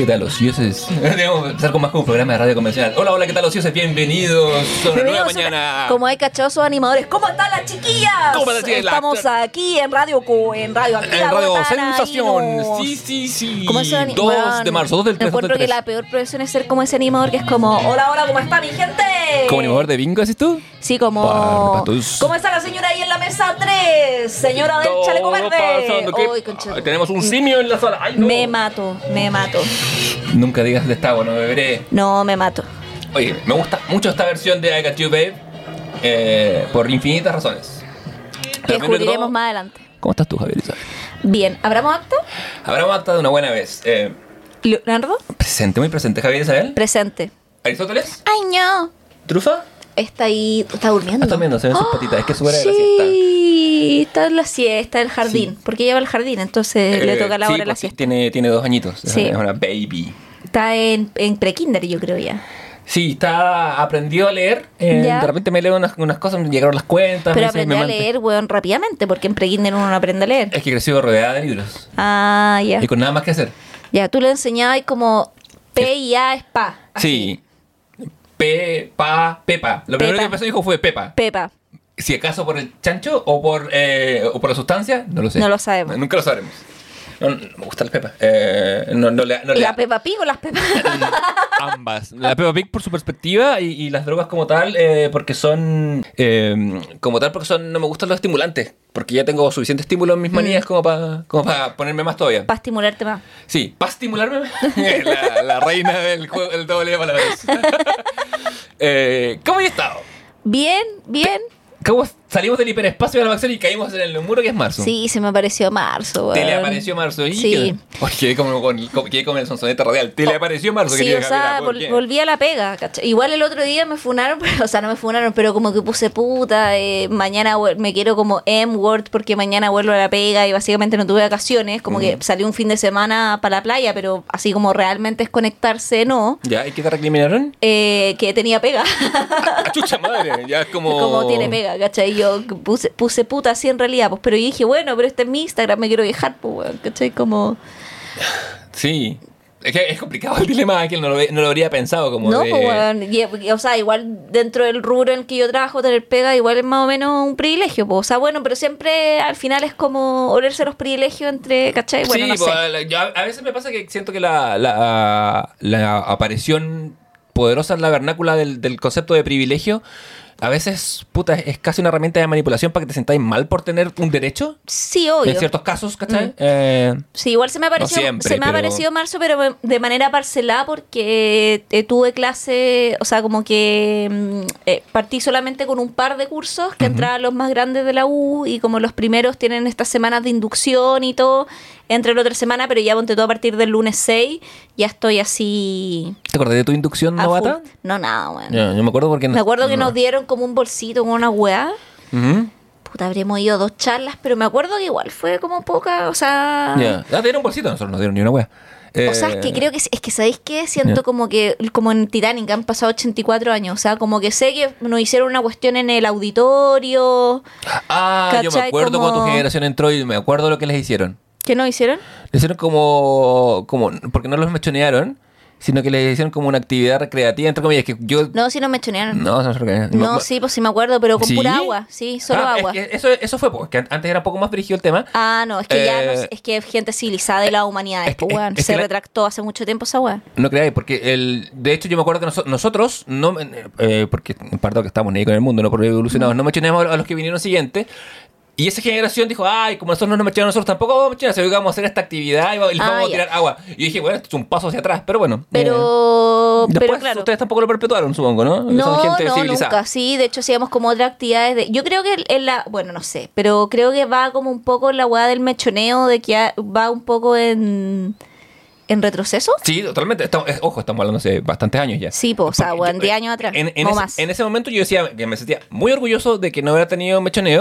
tal, ociosos? Debemos empezar con más como un programa de radio convencional. Hola, hola, ¿qué tal, ociosos? Bienvenidos a una nueva mañana. Como hay cachosos animadores. ¿Cómo están las chiquillas? ¿Cómo están, chiquillas? Estamos aquí en Radio Activa, En Radio Botana, Sensación. y Sí. Como ese 2 de marzo, 2 del 3, 2 del encuentro 3. que la peor profesión es ser como ese animador que es como: hola, hola, ¿cómo está mi gente? ¿Como animador de bingo, haces tú? Sí, como... Bárbaros. ¿Cómo está la señora ahí en la mesa 3? Señora del Todo chaleco verde. pasando, ¿qué? Uy, concha. Tenemos un simio en la sala. Ay, no. Me mato. Nunca digas de esta, no beberé. No, me mato. Oye, me gusta mucho esta versión de I Got You, Babe, por infinitas razones. Que Pero primero que descubriremos todo, más adelante. ¿cómo estás tú, Javier Isabel? Bien, ¿abramos acto? Hablamos acta de una buena vez. Leonardo, Muy presente, Javier Isabel. presente. Aristóteles. Ay, no. Trufa. Está ahí, está durmiendo. Está durmiendo, se ven sus patitas. Es que es su hora de la Sí, está en la siesta del jardín. Sí. Porque lleva al jardín, entonces le toca la sí, hora de la porque siesta. tiene 2 añitos. Sí. Es una baby. Está en pre-kinder, yo creo ya. Sí, aprendió a leer. Ya. De repente me leo unas cosas, me llegaron las cuentas. Pero me dice, aprende me a leer, weón, rápidamente, porque en pre-kinder uno no aprende a leer. Es que creció rodeada de libros. Ah, ya. Y con nada más que hacer. Ya, tú le enseñabas como P y A es pa. Sí. Pepa. Lo primero que empezó dijo fue Pepa. Pepa. Si acaso por el chancho o por la sustancia, no lo sé. No lo sabemos. Nunca lo sabremos. No me gustan las pepas. ¿La Peppa Pig o las Pepas? Ambas. La Peppa Pig por su perspectiva y las drogas como tal, porque son... porque son... No me gustan los estimulantes. Porque ya tengo suficiente estímulo en mis manías como para ponerme más todavía. Para estimularte más. Sí, para estimularme. la reina del juego, el doble de palabras. ¿Cómo he estado? Bien. ¿Cómo salimos del hiperespacio de la Maxón y caímos en el muro que es marzo? Sí, se me apareció marzo, weón. ¿Te le apareció marzo? ¿Y Sí. Oye, quedé como el sonsonete radial. ¿Te le apareció marzo? Sí, querida o sea, Javiera? ¿Por qué? volví a la pega, ¿cachai? Igual el otro día me funaron, o sea, no me funaron, pero como que puse puta, mañana me quiero como M-word porque mañana vuelvo a la pega y básicamente no tuve vacaciones, como que salí un fin de semana para la playa, pero así como realmente desconectarse, no. ¿Ya? ¿Y qué te recriminaron? Que tenía pega. ¡A chucha madre! Ya es como... Como tiene pega, ¿cachai? Yo puse puta así en realidad, pues, pero yo dije, bueno, pero este es mi Instagram, me quiero quejar, pues, weón, ¿cachai? Como... Sí. Es que es complicado el dilema, que no lo habría pensado como No, de... pues, weón, o sea, igual dentro del rubro en el que yo trabajo, tener pega igual es más o menos un privilegio, pues, o sea, bueno, pero siempre al final es como olerse los privilegios entre, ¿cachai? Bueno, sí, no sé. pues, a veces me pasa que siento que la aparición poderosa en la vernácula del concepto de privilegio a veces, puta, es casi una herramienta de manipulación para que te sentáis mal por tener un derecho. Sí, obvio. En ciertos casos, ¿cachai? Sí, igual se me ha parecido marzo, pero de manera parcelada porque tuve clase, o sea, como que partí solamente con un par de cursos que entraban los más grandes de la U y como los primeros tienen estas semanas de inducción y todo, entre la otra semana, pero ya ponte todo a partir del lunes 6, ya estoy así... ¿Te acordás de tu inducción a novata? full. No, nada, weón. Yo me acuerdo porque... Me acuerdo que nos dieron como un bolsito con una weá. Puta, habríamos ido 2 charlas, pero me acuerdo que igual fue como poca, o sea... Ya, te dieron un bolsito, nosotros no nos dieron ni una wea. O sea, es que creo que es que ¿sabéis qué? Siento como que, como en Titanic, han pasado 84 años. O sea, como que sé que nos hicieron una cuestión en el auditorio. Yo me ¿cachai? acuerdo Como... cuando tu generación entró y me acuerdo lo que les hicieron. ¿Qué nos hicieron? Les hicieron como porque no los mechonearon, sino que les hicieron como una actividad recreativa, entre comillas, que yo... No, si nos mechonearon. No, Sí, pues sí me acuerdo, pero con ¿Sí? pura agua. Sí, solo agua. Es que eso fue, porque antes era un poco más dirigido el tema. No, es que ya no, es que es gente civilizada de la humanidad. es que- es se que la- retractó hace mucho tiempo esa weá. No creáis, porque de hecho yo me acuerdo que nosotros, no, porque en parte que estamos ahí con el mundo, no por evolucionados, no mechoneamos a los que vinieron siguientes. Y esa generación dijo, como nosotros no nos mechoneamos, nosotros tampoco vamos a mechonear, así que vamos a hacer esta actividad y les vamos a ya. tirar agua. Y yo dije, bueno, esto es un paso hacia atrás, pero bueno. Pero después claro. ustedes tampoco lo perpetuaron, supongo, ¿no? Son No, gente civilizada. nunca, sí, de hecho hacíamos como otras actividades yo creo que bueno, no sé, pero creo que va como un poco en la weá del mechoneo, de que va un poco en retroceso. Sí, totalmente. Estamos hablando hace bastantes años ya. Sí, pues, o sea, Porque bueno, 10 años atrás, en o más. ese momento yo decía que me sentía muy orgulloso de que no hubiera tenido mechoneo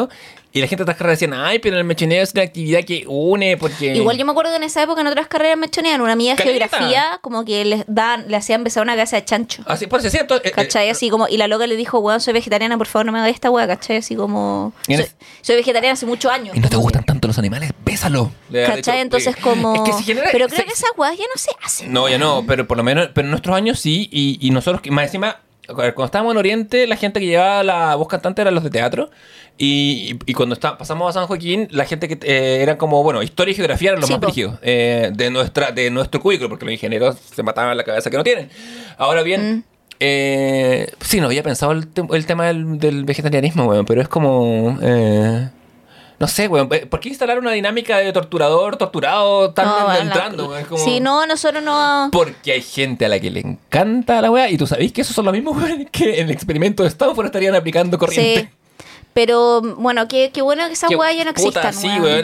Y la gente de otras carreras decían, ay, pero el mechoneo es una actividad que une, porque... Igual yo me acuerdo que en esa época en otras carreras mechonean. Una amiga de geografía, como que le hacían besar una cabeza de chancho. Así, por eso, ¿cierto? ¿Cachai? Así como, y la loca le dijo, weón, soy vegetariana, por favor, no me hagas esta weá, ¿cachai? Así como... Soy vegetariana hace muchos años. Y no te gustan tanto los animales, bésalo. ¿Cachai? Entonces como... Es que se genera, pero creo que esas weas ya no se hacen. No, ya no, pero por lo menos, pero en nuestros años sí, y nosotros, más encima... Cuando estábamos en Oriente, la gente que llevaba la voz cantante eran los de teatro. Y cuando pasamos a San Joaquín, la gente que eran como, bueno, historia y geografía eran los más brígidos de nuestro cubículo, porque los ingenieros se mataban la cabeza que no tienen. Ahora bien, sí, no había pensado el tema del vegetarianismo, weón, pero es como... no sé, weón, ¿por qué instalar una dinámica de torturado, entrando? Es como... Sí, no, nosotros no... Porque hay gente a la que le encanta la weá, y tú sabés que esos son los mismos weón que en el experimento de Stanford estarían aplicando corriente. Sí. Pero, bueno, qué bueno que esas weas ya no existan, sí, weón.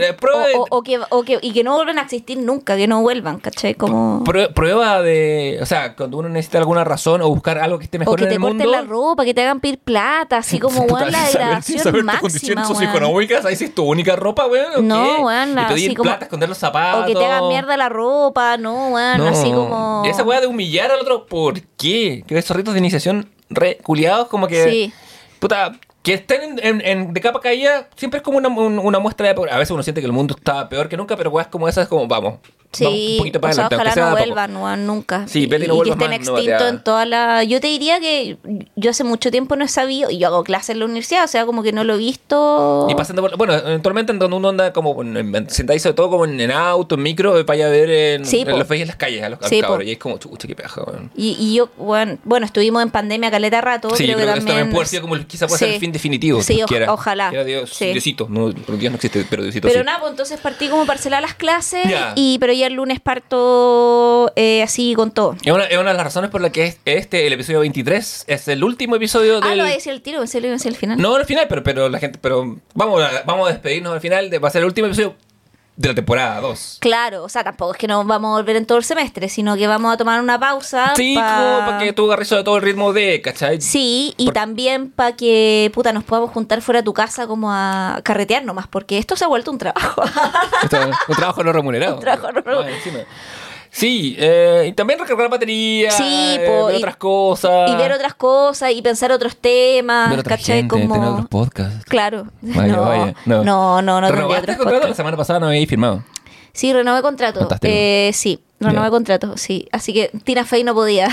Y que no vuelvan a existir nunca, que no vuelvan, ¿cachai? Como... Prueba de... O sea, cuando uno necesita alguna razón o buscar algo que esté mejor en el mundo... O que te corten la ropa, que te hagan pedir plata, así como, weón, la degradación saber máxima, tus condiciones socioeconómicas, ahí sí es tu única ropa, weón. No, weón. Y pedir plata, esconder los zapatos... O que te hagan mierda la ropa, no, weón, así como... Esa weá de humillar al otro, ¿por qué? Que esos ritos de iniciación culiados, como que... Sí. Puta... Que estén de capa caída siempre es como una muestra de... A veces uno siente que el mundo está peor que nunca, pero weas como esas es como, vamos un poquito para adelante. Ojalá no vuelvan, nunca. Sí, y que estén extintos en toda la... Yo te diría que yo hace mucho tiempo no he sabido, y yo hago clases en la universidad, o sea, como que no lo he visto... Y pasando por... Bueno, eventualmente en donde uno anda como sentado sobre todo como en auto, en micro, para ir a ver en los veis en las calles a los cabros, y es como, chucha, qué peja, weón. Y yo, bueno, estuvimos en pandemia caleta rato, sí, creo que también puede ser como quizá puede ser el fin definitivo. Sí, ojalá. Diosito, no, Dios no existe, pero Diosito pero sí. nada, pues entonces partí como parcelar las clases, pero ya el lunes parto así con todo. Es una de las razones por la que el episodio 23 es el último episodio del... lo voy a decir el tiro, pensé que iba a decir el final. No, al final, pero la gente... Pero vamos a despedirnos al final. Va a ser el último episodio de la temporada 2. Claro, o sea, tampoco es que no vamos a volver en todo el semestre, sino que vamos a tomar una pausa. Sí, como para que tú agarres sobre todo el ritmo ¿cachai? Sí, y también para que, nos podamos juntar fuera de tu casa como a carretear nomás, porque esto se ha vuelto un trabajo. Un trabajo no remunerado. Un trabajo no remunerado. Sí, y también recargar batería, sí, ver otras cosas. Y ver otras cosas y pensar otros temas, ver otra ¿cachai? Gente, tener otros podcasts. Claro. Vaya. No. ¿Renovaste el contrato? La semana pasada no habíais firmado. Sí, renové contrato. Fantástico. Sí, renové contrato, sí. Así que Tina Fey no podía.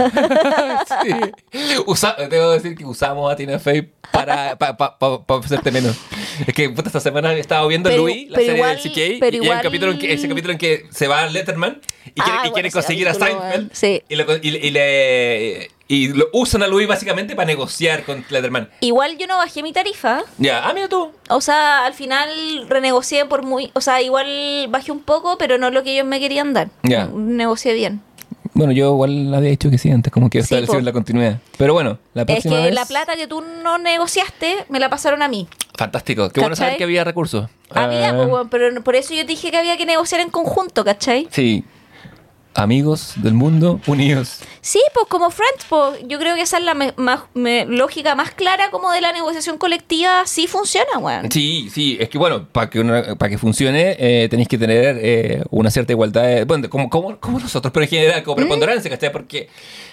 Sí. Debo decir que usamos a Tina Fey para hacerte menos. Es que esta semana he estado viendo Louis, la serie del CK, y hay ese capítulo en que se va a Letterman y quiere conseguir a Seinfeld. Sí. Y lo usan a Louis básicamente para negociar con Letterman. Igual yo no bajé mi tarifa. Ya, mira tú. O sea, al final renegocié por muy... O sea, igual bajé un poco, pero no lo que ellos me querían dar. Ya. Negocié bien. Bueno, yo igual había dicho que sí antes, como que establecer la continuidad. Pero bueno, la próxima vez... la plata que tú no negociaste, me la pasaron a mí. Fantástico. Qué bueno saber que había recursos. Había, pero por eso yo te dije que había que negociar en conjunto, ¿cachai? Sí. Amigos del mundo unidos. Sí, pues como Friends, pues yo creo que esa es la lógica más clara como de la negociación colectiva. Sí funciona, weón. Sí, es que bueno, para que funcione tenéis que tener una cierta igualdad, bueno, como nosotros, pero en general, como preponderancia, ¿cachai? Porque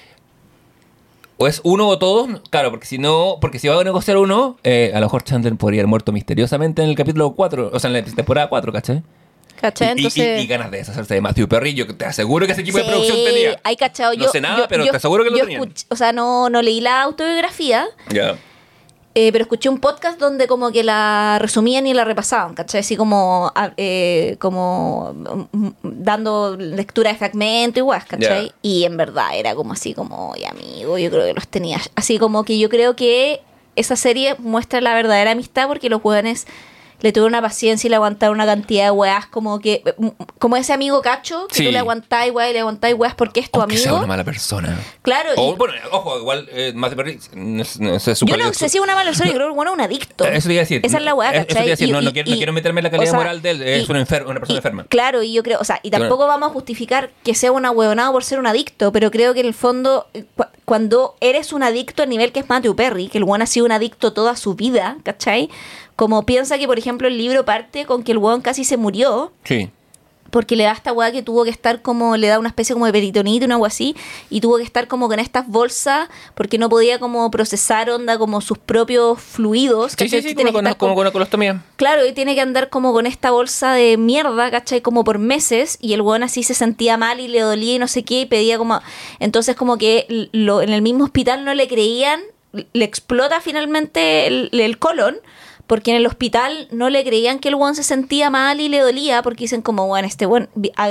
o es uno o todos, claro, porque si va a negociar uno, a lo mejor Chandler podría haber muerto misteriosamente en el capítulo 4, o sea, en la temporada 4, ¿cachai? ¿Cachai? Entonces... Y ganas de deshacerse de Matthew Perry. Yo te aseguro que ese equipo de producción tenía. Hay cachado. No sé nada, pero te aseguro que lo tenían. O sea, no leí la autobiografía. Ya. Pero escuché un podcast donde como que la resumían y la repasaban, ¿cachai? Así como dando lectura de fragmentos y guas, ¿cachai? Yeah. Y en verdad era como así como, oye, amigo, yo creo que los tenía. Así como que yo creo que esa serie muestra la verdadera amistad porque los jóvenes le tuvieron una paciencia y le aguantaron una cantidad de weas como ese amigo cacho que tú le aguantáis weas y le aguantáis weas porque es tu amigo. Que sea una mala persona. Claro. Bueno, ojo, igual Matthew Perry no sé, yo no sé si es una mala persona, yo creo que bueno, es un adicto. Eso te iba a decir. Esa es la wea, ¿cachai? Eso te iba a decir, no quiero meterme en la calidad moral de él, es una persona enferma. Claro, y yo creo, o sea, y tampoco vamos a justificar que sea una huevonada por ser un adicto, pero creo que en el fondo, cuando eres un adicto al nivel que es Matthew Perry, que el weón ha sido un adicto toda su vida, ¿cachai? como piensa que, por ejemplo, el libro parte con que el hueón casi se murió. Sí. Porque le da esta weá que tuvo que estar como, le da una especie como de peritonito, una agua así, y tuvo que estar como con estas bolsas, porque no podía como procesar onda como sus propios fluidos. Sí, como con una colostomía. Claro, y tiene que andar como con esta bolsa de mierda, ¿cachai? Como por meses, y el weón así se sentía mal y le dolía y no sé qué, y pedía como... Entonces como que en el mismo hospital no le creían, le explota finalmente el colon, porque en el hospital no le creían que el weón se sentía mal y le dolía, porque dicen como, bueno, este weón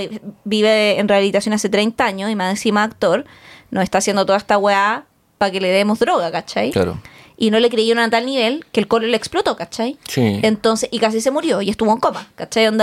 vive en rehabilitación hace 30 años y más encima actor, nos está haciendo toda esta weá para que le demos droga, ¿cachai? Claro. Y no le creyeron a tal nivel que el colon le explotó, ¿cachai? Sí. Entonces, y casi se murió y estuvo en coma, ¿cachai? Onda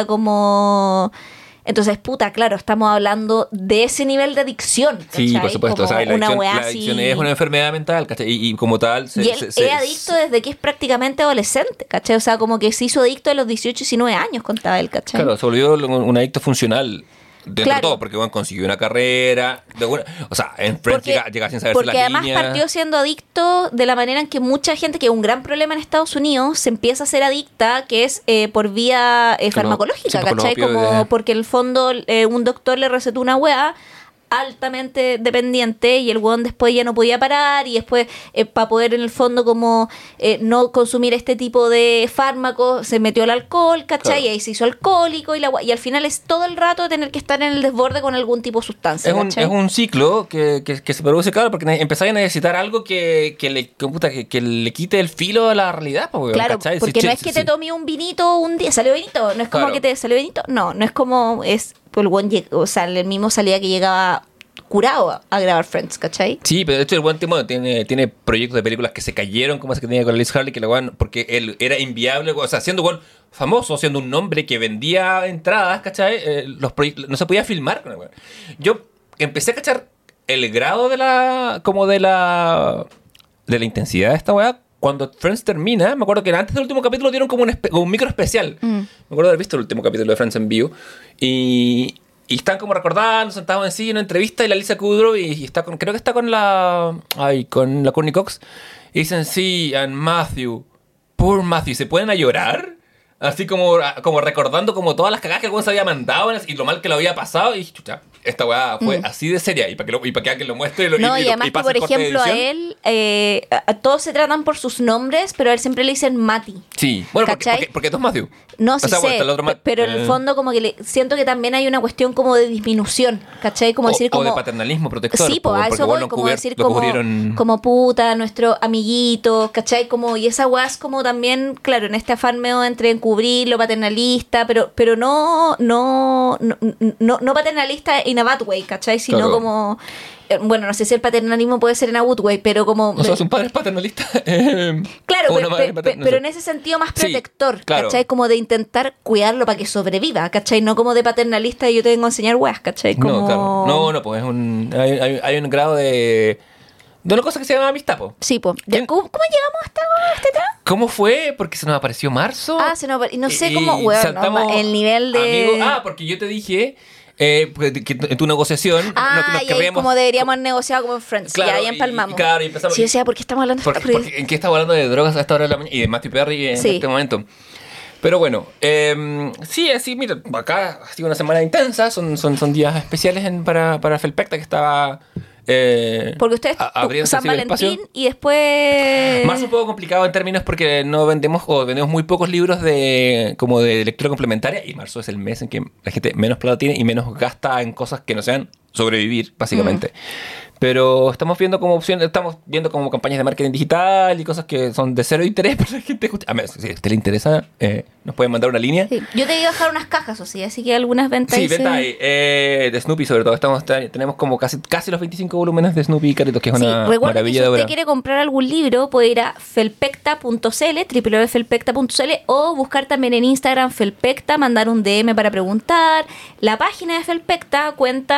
Entonces, puta, claro, estamos hablando de ese nivel de adicción, ¿cachai? Sí, por supuesto. Como o sea, la adicción así... es una enfermedad mental, ¿cachai? Y como tal... él es adicto desde que es prácticamente adolescente, ¿cachai? O sea, como que se hizo adicto a los 18, 19 años, contaba él, ¿cachai? Claro, se volvió un adicto funcional. Dentro de todo, porque bueno, consiguió una carrera. O sea, en Friends llega sin saberse las líneas. Porque además partió siendo adicto de la manera en que mucha gente, que es un gran problema en Estados Unidos, se empieza a ser adicta, que es por vía farmacológica, ¿cachai? Como porque en el fondo un doctor le recetó una weá altamente dependiente y el weón después ya no podía parar y después para poder en el fondo como no consumir este tipo de fármacos se metió al alcohol, ¿cachai? Claro. Y ahí se hizo alcohólico y al final es todo el rato tener que estar en el desborde con algún tipo de sustancia. Es un ciclo que se produce, claro, porque empezáis a necesitar algo que le quite el filo a la realidad. Claro, ¿cachai? Porque no es que te tome un vinito un día, salió vinito, no es como que te salió vinito, no es como el buen, o sea, el mismo salía que llegaba curado a grabar Friends, ¿cachai? Sí, pero de hecho el buen tiene proyectos de películas que se cayeron, como ese que tenía con Liz Harley, que lo van porque él era inviable, o sea, siendo buen famoso, siendo un hombre que vendía entradas, ¿cachai? Los proyectos no se podía filmar con el buen. Yo empecé a cachar el grado de la intensidad de esta weá. Cuando Friends termina, me acuerdo que antes del último capítulo dieron como un micro especial. Me acuerdo de haber visto el último capítulo de Friends en vivo. Y están como recordando, sentados en sí, en una entrevista, y la Lisa Kudrow, y está creo que está con la Courtney Cox. Y dicen, sí, and Matthew, poor Matthew, ¿se pueden a llorar? Así como recordando como todas las cagadas que el güey se había mandado y lo mal que lo había pasado. Y chucha, esta weá fue así de seria. Y para que alguien lo muestre y además que, por ejemplo, a él, a todos se tratan por sus nombres, pero a él siempre le dicen Mati. Sí, bueno, porque tú es Matthew. No, sí sé, pero en el fondo como que siento que también hay una cuestión como de disminución, ¿cachai? Como decir como... O de paternalismo protector. Sí, pues a eso voy, como decir como puta, nuestro amiguito, ¿cachai? Como, y esa weá es como también, claro, en este afán medio entre encubrir lo paternalista, pero no paternalista in a bad way, ¿cachai? Sino claro. Como... Bueno, no sé si el paternalismo puede ser en a good way, pero como... O sea, un padre es paternalista. Claro, pero en ese sentido más protector, sí, claro. ¿Cachai? Como de intentar cuidarlo para que sobreviva, ¿cachai? No como de paternalista y yo te vengo a enseñar weas, ¿cachai? Como... No, claro. No, pues hay un grado de una cosa que se llama amistad, po. Sí, po. ¿Cómo llegamos hasta este tema? ¿Cómo fue? Porque se nos apareció marzo. No sé cómo, weón, el nivel de... Porque yo te dije... que en tu negociación nos querríamos... como deberíamos haber negociado como en Friends. Claro, y ahí empalmamos. Claro, y empezamos. Sí, o sea, ¿por qué estamos hablando de esto? ¿En qué estamos hablando de drogas a esta hora de la mañana? Y de Matthew Perry en este momento. Pero bueno, sí, así, mira, acá ha sido una semana intensa. Son días especiales para Felpecta, que estaba... porque ustedes San Valentín y después... Más un poco complicado en términos porque vendemos muy pocos libros de lectura complementaria, y marzo es el mes en que la gente menos plata tiene y menos gasta en cosas que no sean sobrevivir, básicamente. Pero estamos viendo como opción, estamos viendo como campañas de marketing digital y cosas que son de cero interés para la gente. A ver, si a usted le interesa, nos pueden mandar una línea. Sí. Yo te iba a dejar unas cajas, o sí, así que algunas ventas. Sí, venta hay. De Snoopy, sobre todo. Tenemos como casi los 25 volúmenes de Snoopy, Caritos, que es una maravilla de obra. Si usted quiere comprar algún libro, puede ir a felpecta.cl, www.felpecta.cl, o buscar también en Instagram Felpecta, mandar un DM para preguntar. La página de Felpecta cuenta no solamente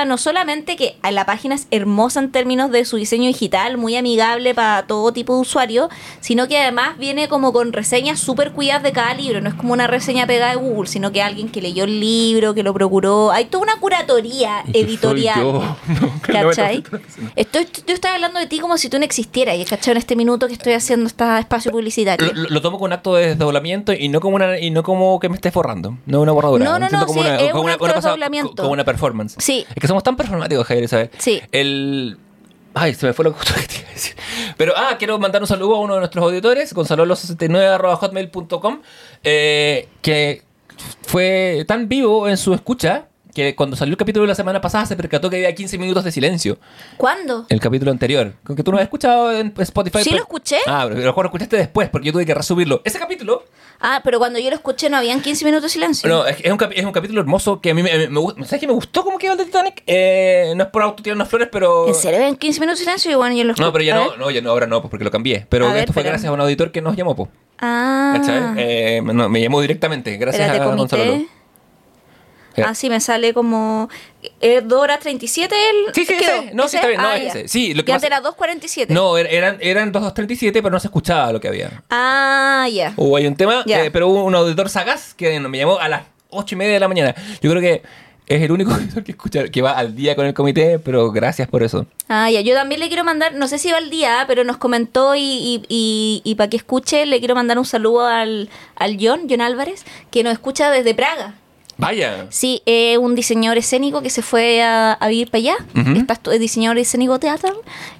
solamente que la página es hermosa en términos de su diseño digital, muy amigable para todo tipo de usuario, sino que además viene como con reseñas súper cuidadas de cada libro. No es como una reseña pegada de Google, sino que alguien que leyó el libro, que lo procuró. Hay toda una curatoría editorial. ¿Cachai? Yo estoy hablando de ti como si tú no existieras, y ¿cachai? En este minuto que estoy haciendo este espacio publicitario. Lo tomo con acto de desdoblamiento y no como que me estés forrando. No una borradura. No, como sí, es un acto de desdoblamiento. Como una performance. Sí. Es que somos tan performáticos, Javier, ¿sabes? Sí. Ay, se me fue lo que te iba a decir. Pero, quiero mandar un saludo a uno de nuestros auditores, gonzalolo69@hotmail.com, que fue tan vivo en su escucha que cuando salió el capítulo de la semana pasada se percató que había 15 minutos de silencio. ¿Cuándo? El capítulo anterior. Con que tú no has escuchado en Spotify. Sí, lo escuché. Pero a lo mejor lo escuchaste después porque yo tuve que resubirlo. Ese capítulo... pero cuando yo lo escuché no habían 15 minutos de silencio. No, es un capítulo hermoso que a mí me gusta. ¿Sabes qué me gustó cómo quedó el de Titanic? No es por autotirarnos flores, pero... ¿En serio habían 15 minutos de silencio? Y bueno, yo lo escuché. No, pero ya ahora no, pues porque lo cambié. Pero esto fue gracias a un auditor que nos llamó, pues. ¿Cachai? Me llamó directamente, gracias a Gonzalo. Sí, me sale como 2 horas 37 el... Sí, ese. No, sí, está bien. No, ese. Sí, lo que antes era 2:47. No, eran 2:37, pero no se escuchaba lo que había. Ya. Hubo ahí un tema, pero hubo un auditor sagaz que me llamó a las 8:30 de la mañana. Yo creo que es el único auditor que escucha, que va al día con el comité, pero gracias por eso. Yo también le quiero mandar, no sé si va al día, pero nos comentó y para que escuche, le quiero mandar un saludo al John Álvarez, que nos escucha desde Praga. Vaya. Sí, un diseñador escénico que se fue a vivir para allá. Es diseñador escénico teatral.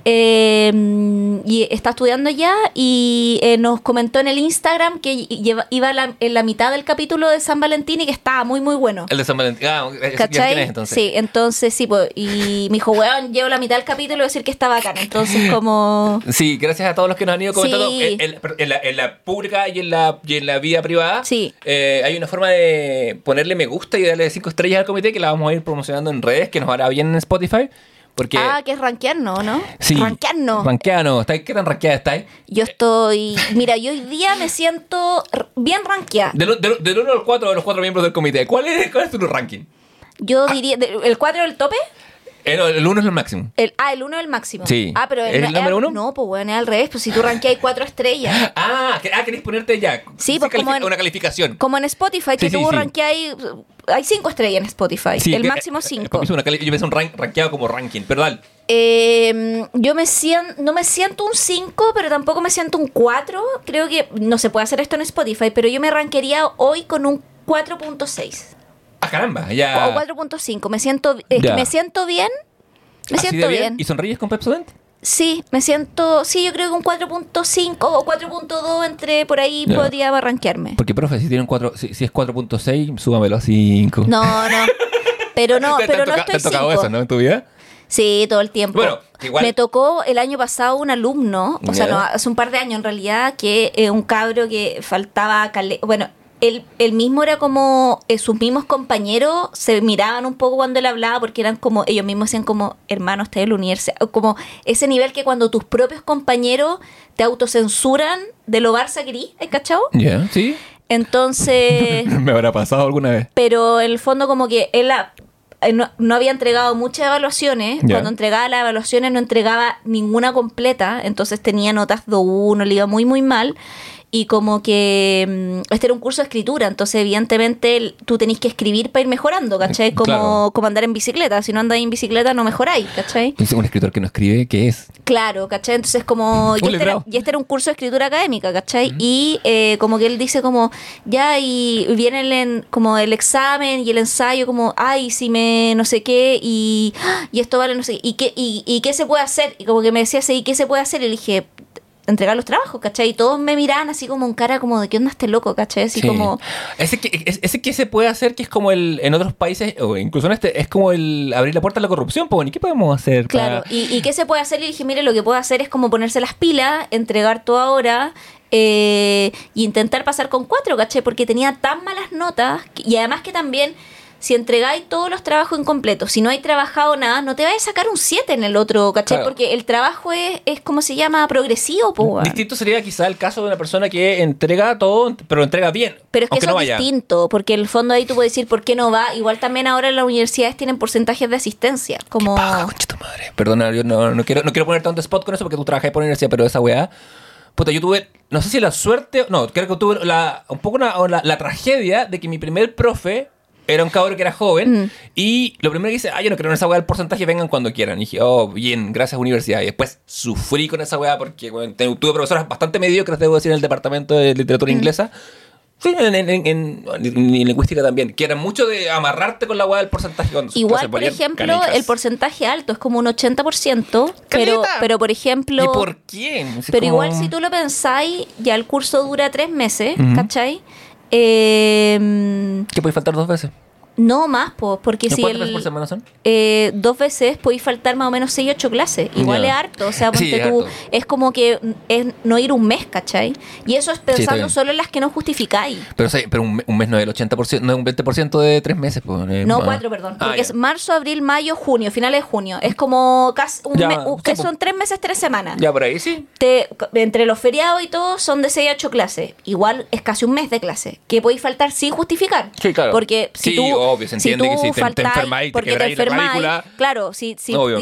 Y está estudiando allá. Y nos comentó en el Instagram que iba en la mitad del capítulo de San Valentín y que estaba muy, muy bueno. El de San Valentín. ¿Cachai? ¿Quién es, entonces? Sí, entonces sí. Pues, y me dijo, weón, llevo la mitad del capítulo y voy a decir que está bacán. Entonces, como... Sí, gracias a todos los que nos han ido comentando. Sí. En la pública y en la vida privada. Sí. Hay una forma de ponerle me gusta y darle 5 estrellas al comité que la vamos a ir promocionando en redes, que nos hará bien en Spotify. Porque... que es rankearnos, ¿no? Sí. Rankearnos. ¿Qué tan rankeada estáis? Yo estoy... Mira, yo hoy día me siento bien rankeada. Del 1 al 4 de los 4 miembros del comité, ¿cuál es tu ranking? Yo diría... ¿El 4 es el tope? No, el 1 es el máximo. El 1 es el máximo. Sí. Pero ¿Es el número 1? No, pues bueno, es al revés. Pues si tú rankeas 4 estrellas. ¿Querés ponerte ya? Sí, pues como una calificación. Como en Spotify, que tú rankeas... Hay 5 estrellas en Spotify. Sí, el máximo 5. Yo pensé un rankeado como ranking, pero dale. Yo no me siento un 5, pero tampoco me siento un 4. Creo que no se puede hacer esto en Spotify, pero yo me rankearía hoy con un 4.6. Caramba, ya. O 4.5. Me siento bien. Me siento bien. ¿Y sonríes con Pepsodent? Sí, yo creo que un 4.5 o 4.2 entre por ahí podría rankearme. Porque, profe, si es 4.6, súbamelo a 5. No. Pero no estoy 5. ¿Te ha tocado eso, no, en tu vida? Sí, todo el tiempo. Bueno, igual... Me tocó el año pasado un alumno, o sea, no, hace un par de años en realidad, que un cabro que faltaba... Bueno, él mismo era como... sus mismos compañeros se miraban un poco cuando él hablaba porque eran como... Ellos mismos decían como, hermano, está en la universidad. Como ese nivel que cuando tus propios compañeros te autocensuran de lo Barça que eres, ¿has cachado? Sí. Entonces... Me habrá pasado alguna vez. Pero en el fondo como que él... No había entregado muchas evaluaciones. Cuando entregaba las evaluaciones no entregaba ninguna completa. Entonces tenía notas 2-1, le iba muy, muy mal. Y como que este era un curso de escritura, entonces evidentemente tú tenés que escribir para ir mejorando, ¿cachai? Como andar en bicicleta. Si no andáis en bicicleta no mejoráis, ¿cachai? Entonces un escritor que no escribe, ¿qué es? Claro, ¿cachai? Entonces como... Y este era un curso de escritura académica, ¿cachai? Y como que él dice como, y viene como el examen y el ensayo como, si me no sé qué, y esto vale no sé qué, y qué se puede hacer. Y como que me decía, ¿y qué se puede hacer? Y le dije... entregar los trabajos, ¿cachai? Y todos me miraban así como en cara como de ¿qué onda este loco? ¿Cachai? Así como... Ese que se puede hacer, que es como en otros países, o incluso en este, es como el abrir la puerta a la corrupción, pues, ¿y qué podemos hacer? Claro, ¿y qué se puede hacer? Y dije, mire, lo que puedo hacer es como ponerse las pilas, entregar todo ahora... y intentar pasar con 4, ¿cachai? Porque tenía tan malas notas y además que también si entregáis todos los trabajos incompletos, si no hay trabajado nada, no te vais a sacar un 7 en el otro, ¿cachai? Claro. Porque el trabajo es ¿cómo se llama? Progresivo, po. Distinto sería quizá el caso de una persona que entrega todo, pero entrega bien. Pero es que eso es distinto, porque en el fondo ahí tú puedes decir por qué no va. Igual también ahora en las universidades tienen porcentajes de asistencia. Como... ¿Qué paja, concha tu madre? Perdona, yo no quiero ponerte on the spot con eso porque tú trabajas por la universidad, pero esa weá... Puta, yo tuve, no sé si la suerte... No, creo que tuve un poco la tragedia de que mi primer profe... Era un cabrón que era joven y lo primero que dice, yo no creo en esa weá del porcentaje, vengan cuando quieran. Y dije, bien, gracias universidad. Y después sufrí con esa weá porque bueno, tuve profesoras bastante mediocres, debo decir, en el departamento de literatura inglesa. Sí, en lingüística también, que era mucho de amarrarte con la weá del porcentaje. Igual, por ejemplo, canicas. El porcentaje alto es como un 80%, pero por ejemplo... ¿Y por quién? Pero igual si tú lo pensáis, ya el curso dura 3 meses, ¿cachai? ¿Que puede faltar 2 veces? No más, porque si ¿Cuántas veces por semana son? 2 veces podéis faltar más o menos 6, 8 clases. Igual es harto. O sea, ponte tú, es como que es no ir un mes, ¿cachai? Y eso es pensando solo en las que no justificáis. Pero un mes no es el 80%, no es un 20% de 3 meses. No, 4, perdón. Porque es marzo, abril, mayo, junio, finales de junio. Es como casi que son 3 meses, 3 semanas. Ya, por ahí sí. Entre los feriados y todo son de 6 a 8 clases. Igual es casi un mes de clase. Que podéis faltar sin justificar. Sí, claro. Porque si tú... Obvio, se entiende que si te enfermáis, te quebráis la clavícula. Claro, si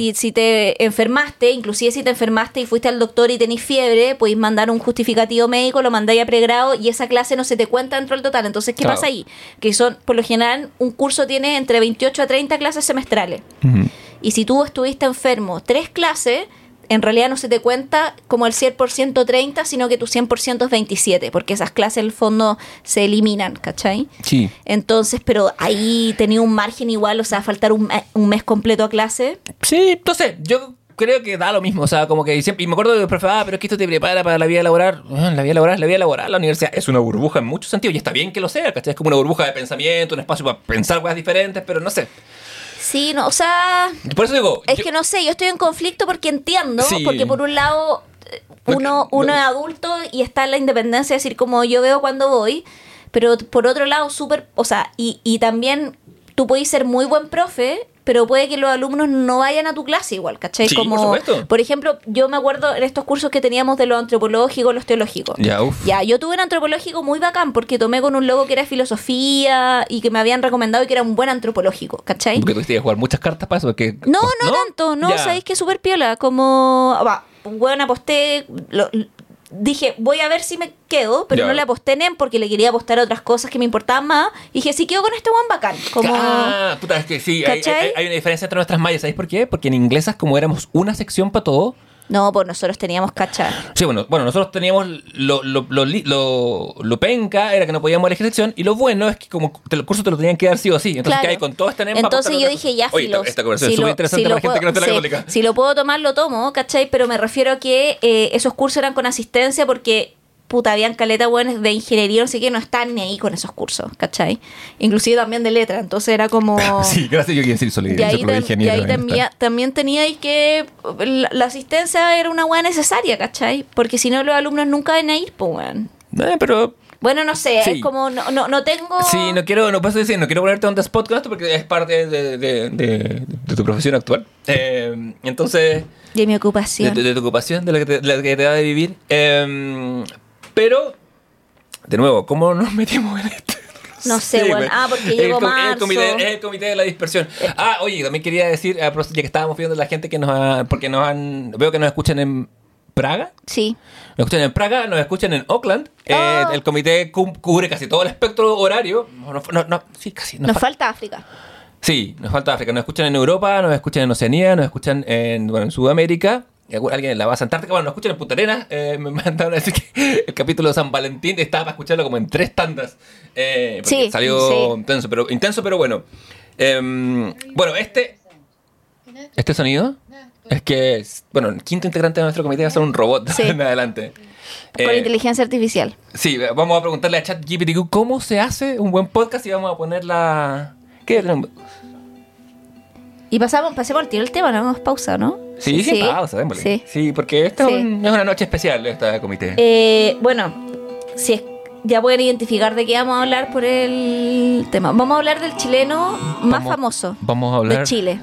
te enfermaste, inclusive si te enfermaste y fuiste al doctor y tenés fiebre, podéis mandar un justificativo médico, lo mandáis a pregrado y esa clase no se te cuenta dentro del total. Entonces, ¿qué pasa ahí? Que son, por lo general, un curso tiene entre 28 a 30 clases semestrales. Y si tú estuviste enfermo 3 clases... En realidad no se te cuenta como el 100% 30, sino que tu 100% es 27, porque esas clases en el fondo se eliminan, ¿cachai? Sí. Entonces, pero ahí tenía un margen igual, o sea, faltar un mes completo a clase. Sí, entonces, yo creo que da lo mismo, o sea, como que siempre, y me acuerdo de profe, pero es que esto te prepara para la vida laboral. La vida laboral, la universidad es una burbuja en muchos sentidos, y está bien que lo sea, ¿cachai? Es como una burbuja de pensamiento, un espacio para pensar cosas diferentes, pero no sé. Sí, no, o sea... Por eso digo... que no sé, yo estoy en conflicto porque entiendo, porque por un lado uno es adulto y está en la independencia de decir como yo veo cuando voy, pero por otro lado súper... O sea, y también tú puedes ser muy buen profe, pero puede que los alumnos no vayan a tu clase igual, ¿cachai? Sí, como, por supuesto. Por ejemplo, yo me acuerdo en estos cursos que teníamos de lo antropológico, los teológicos. Ya, yo tuve un antropológico muy bacán porque tomé con un logo que era filosofía y que me habían recomendado y que era un buen antropológico, ¿cachai? Porque tuviste que jugar muchas cartas para eso. Porque, no tanto, sabéis que súper piola, como, bueno, aposté... Dije, voy a ver si me quedo, pero no le aposté en porque le quería apostar a otras cosas que me importaban más. Y dije, si quedo con este buen bacán. Como... puta, es que sí, hay una diferencia entre nuestras mallas. ¿Sabéis por qué? Porque en inglesas, como éramos una sección para todo... No, pues nosotros teníamos cachar. Sí, bueno, nosotros teníamos lo penca, era que no podíamos elegir sección, y lo bueno es que como el curso te lo tenían que dar sí o sí. Entonces, ¿qué hay con todo este NEM? Entonces yo dije, ya, filos. Esta conversación es súper interesante para la gente que no está en la católica. Si lo puedo tomar, lo tomo, ¿cachai? Pero me refiero a que esos cursos eran con asistencia porque... Puta, habían caleta buenas de ingeniería, no sé qué, no están ni ahí con esos cursos, ¿cachai? Inclusive también de letra, entonces era como... Sí, gracias, yo quería decir solidaridad. Y ahí también teníais que... La asistencia era una hueá necesaria, ¿cachai? Porque si no los alumnos nunca van a ir, pues, weón. Pero... Bueno, no sé, es como... No tengo... Sí, no quiero ponerte on the spot con esto porque es parte de tu profesión actual. Entonces... De mi ocupación. De tu ocupación, de la que te da de vivir. Pero, de nuevo, ¿cómo nos metimos en esto? No sé, bueno. Porque llegó marzo. Es el comité de la dispersión. Oye, también quería decir, ya que estábamos viendo la gente que porque veo que nos escuchan en Praga. Sí. Nos escuchan en Praga, nos escuchan en Oakland. El comité cubre casi todo el espectro horario. Sí, casi. Nos falta África. Sí, nos falta África. Nos escuchan en Europa, nos escuchan en Oceanía, nos escuchan en Sudamérica. Alguien en la base antártica, nos escuchan en Punta Arenas. Me mandaron a decir que el capítulo de San Valentín estaba para escucharlo como en 3 tandas. Sí, salió intenso, pero bueno. Bueno, este sonido es que, bueno, el quinto integrante de nuestro comité va a ser un robot en adelante. Con inteligencia artificial. Sí, vamos a preguntarle a ChatGPT cómo se hace un buen podcast y vamos a poner la... ¿Qué? Y pasemos al tiro el tema, no hagamos pausa, ¿no? Sí, pausa, démosle. Sí, porque esta es una noche especial, esta comité. Bueno, si es... ya pueden identificar de qué vamos a hablar por el tema. Vamos a hablar del chileno más famoso vamos a hablar de Chile.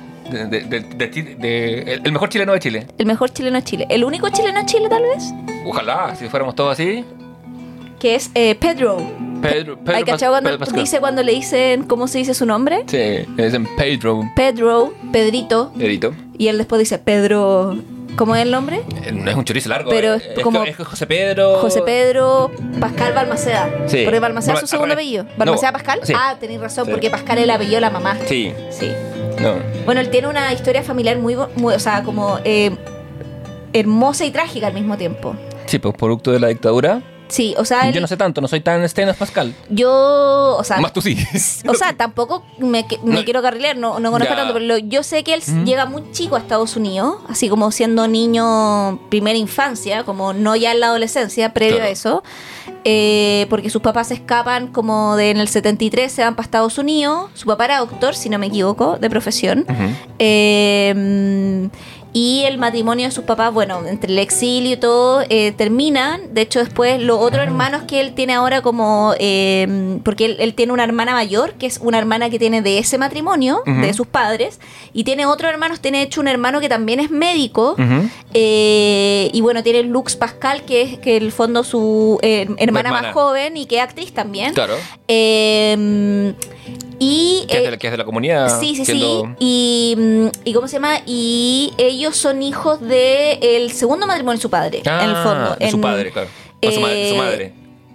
El mejor chileno de Chile. El mejor chileno de Chile. ¿El único chileno de Chile, tal vez? Ojalá, si fuéramos todos así. Que es Pedro. ¿Hay cachado cuando le dicen cómo se dice su nombre? Sí, le dicen Pedro. Pedrito. Y él después dice Pedro. ¿Cómo es el nombre? No es un chorizo largo. Pero es José Pedro Pascal Balmaceda. Sí. Porque Balmaceda es su segundo apellido. ¿Balmaceda Pascal? Sí. Ah, tenéis razón, porque Pascal es el apellido de la mamá. Sí. No. Bueno, él tiene una historia familiar muy o sea, como hermosa y trágica al mismo tiempo. Sí, pues producto de la dictadura. Sí, o sea... Yo no sé tanto, no soy tan Stenos Pascal. Yo, o sea... Más tú sí. O sea, tampoco me quiero carrilear, no conozco tanto, pero yo sé que él llega muy chico a Estados Unidos, así como siendo niño primera infancia, como no ya en la adolescencia, previo a eso, porque sus papás se escapan como en el 73, se van para Estados Unidos, su papá era doctor, si no me equivoco, de profesión, y el matrimonio de sus papás, bueno, entre el exilio y todo, terminan. De hecho, después los otros hermanos que él tiene ahora como... porque él tiene una hermana mayor, que es una hermana que tiene de ese matrimonio, de sus padres. Y tiene otros hermanos, tiene hecho un hermano que también es médico. Y bueno, tiene Lux Pascal, que es que en el fondo su hermana más joven y que es actriz también. Claro. Y, que es de la comunidad. Sí. Y ¿cómo se llama? Y ellos son hijos del segundo matrimonio de su padre, en el fondo. De su padre, claro. O su madre.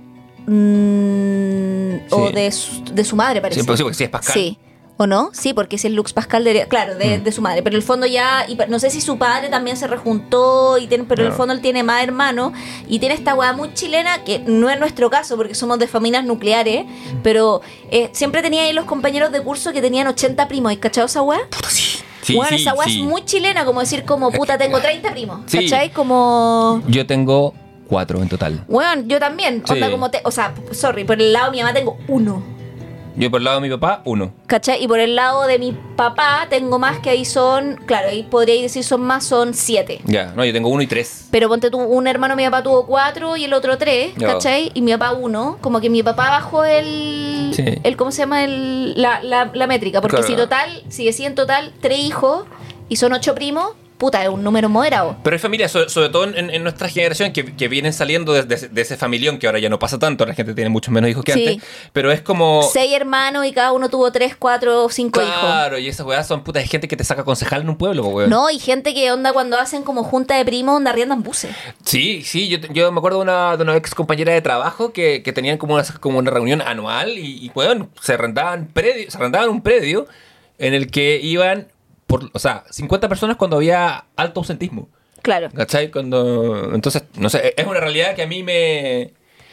O de su madre, parece. Sí, porque sí es Pascal. Sí. ¿O no? Sí, porque es el Lux Pascal, claro, de su madre. Pero en el fondo ya... Y no sé si su padre también se rejuntó, pero en el fondo él tiene más hermanos. Y tiene esta weá muy chilena, que no es nuestro caso, porque somos de familias nucleares. Pero siempre tenía ahí los compañeros de curso que tenían 80 primos. ¿Has cachado esa weá? Puta, sí. Bueno, esa weá es muy chilena, como decir, como puta, tengo 30 primos. Sí. ¿Cachai? Como... Yo tengo 4 en total. Bueno, yo también. Sí. Onda como por el lado de mi mamá tengo 1. Yo por el lado de mi papá, 1. ¿Cachai? Y por el lado de mi papá tengo más, que ahí son... Claro, ahí podríais decir son 7. Ya, no, yo tengo 1 y 3. Pero ponte tú, un hermano de mi papá tuvo 4 y el otro 3, ¿cachai? Y mi papá 1. Como que mi papá bajó el ¿cómo se llama? La métrica. Porque claro. Si en total 3 hijos y son 8 primos... Puta, es un número moderado. Pero hay familias, sobre todo en nuestra generación, que vienen saliendo de ese familión, que ahora ya no pasa tanto, la gente tiene muchos menos hijos que antes, pero es como... 6 hermanos y cada uno tuvo 3, 4 o 5 hijos. Claro, y esas weas son putas, hay gente que te saca concejal en un pueblo, weón. No, y gente que onda cuando hacen como junta de primos, onda arriendan buses. Sí, yo me acuerdo de una ex compañera de trabajo que tenían como una reunión anual y weón, se arrendaban un predio en el que iban... 50 personas cuando había alto ausentismo. Claro. ¿Cachai? Entonces, no sé, es una realidad que a mí me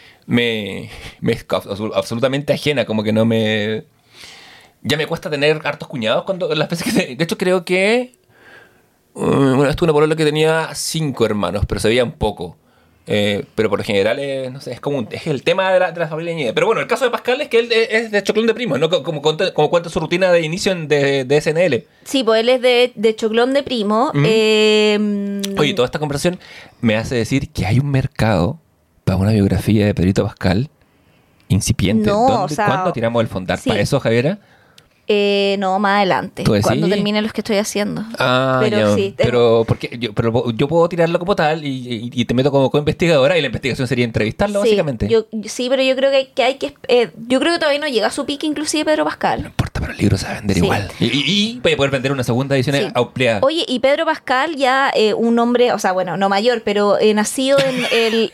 es absolutamente ajena, como que no me... Ya me cuesta tener hartos cuñados las veces que... De hecho, creo que... Una vez tuve una polola que tenía 5 hermanos, pero se veían poco. Pero por lo general no sé, es el tema de la familia Ñegue. Pero bueno, el caso de Pascal es que él es de Choclón de Primos, ¿no? Como cuenta su rutina de inicio de SNL. Sí, pues él es de Choclón de Primo. Oye, toda esta conversación me hace decir que hay un mercado para una biografía de Pedrito Pascal incipiente. No, ¿Cuándo tiramos el fondar para eso, Javiera? No, más adelante, cuando termine los que estoy haciendo. Pero sí. Pero yo puedo tirarlo como tal y te meto como co-investigadora y la investigación sería entrevistarlo, básicamente. Pero yo creo que hay que... yo creo que todavía no llega a su pique inclusive Pedro Pascal. No importa, pero el libro se va a vender igual. Y voy a poder vender una segunda edición ampliada. Oye, y Pedro Pascal ya un hombre, o sea, bueno, no mayor, pero nacido en el...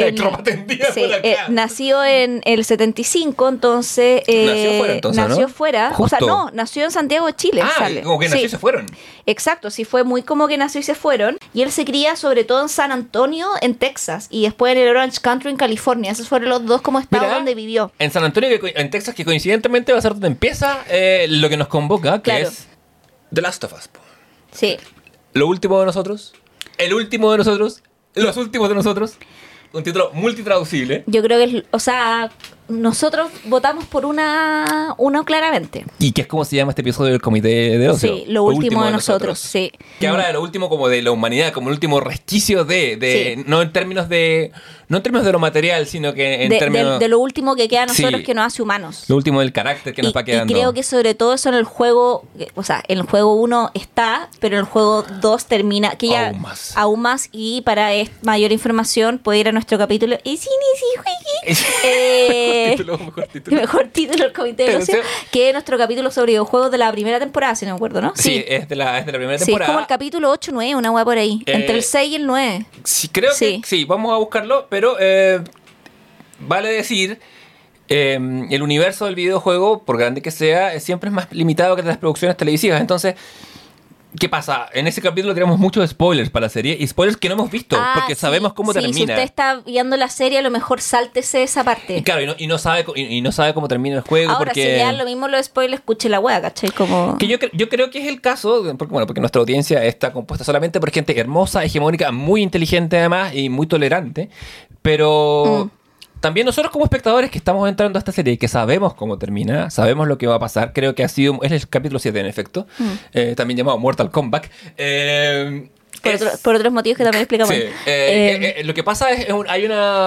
nacido en el 75, entonces... nació fuera, Justo. O sea, no, nació en Santiago de Chile. Como que nació y se fueron. Exacto, sí, fue muy como que nació y se fueron. Y él se cría sobre todo en San Antonio, en Texas, y después en el Orange Country, en California. Esos fueron los 2 como estados donde vivió. En San Antonio, en Texas, que coincidentemente va a ser donde empieza lo que nos convoca, que es The Last of Us. Sí. Lo último de nosotros, el último de nosotros, los últimos de nosotros. Un título multitraducible. Yo creo que, o sea, nosotros votamos por una claramente. ¿Y qué es como se llama este episodio del Comité de Ocio? Sí, lo último de nosotros, sí. Que habla de lo último como de la humanidad, como el último resquicio de no en términos de lo material, sino que en términos de lo último que queda a nosotros, que nos hace humanos. Lo último del carácter que nos va quedando. Y creo que sobre todo eso en el juego, o sea, en el juego 1 está, pero en el juego 2 termina, que ya aún más, y para mayor información puede ir a nuestro capítulo mejor título del Comité de Ocio, que es nuestro capítulo sobre videojuegos de la primera temporada, si no me acuerdo, ¿no? Sí, es de la primera temporada. Sí, es como el capítulo 8-9, una hueá por ahí, entre el 6 y el 9. Sí, creo que sí, vamos a buscarlo, pero vale decir, el universo del videojuego, por grande que sea, siempre es más limitado que las producciones televisivas. Entonces, ¿qué pasa? En ese capítulo tenemos muchos spoilers para la serie, y spoilers que no hemos visto, porque sabemos cómo termina. Si usted está viendo la serie, a lo mejor sáltese esa parte. Y claro, y no sabe cómo termina el juego. Ahora, porque... si ya lo mismo los spoilers, escuche la wea, ¿cachai? Como... Que yo creo que es el caso, porque nuestra audiencia está compuesta solamente por gente hermosa, hegemónica, muy inteligente además, y muy tolerante, pero... También nosotros como espectadores que estamos entrando a esta serie y que sabemos cómo termina, sabemos lo que va a pasar, creo que es el capítulo 7 en efecto, también llamado Mortal Kombat. Por otros motivos que también explicamos. Sí, lo que pasa es hay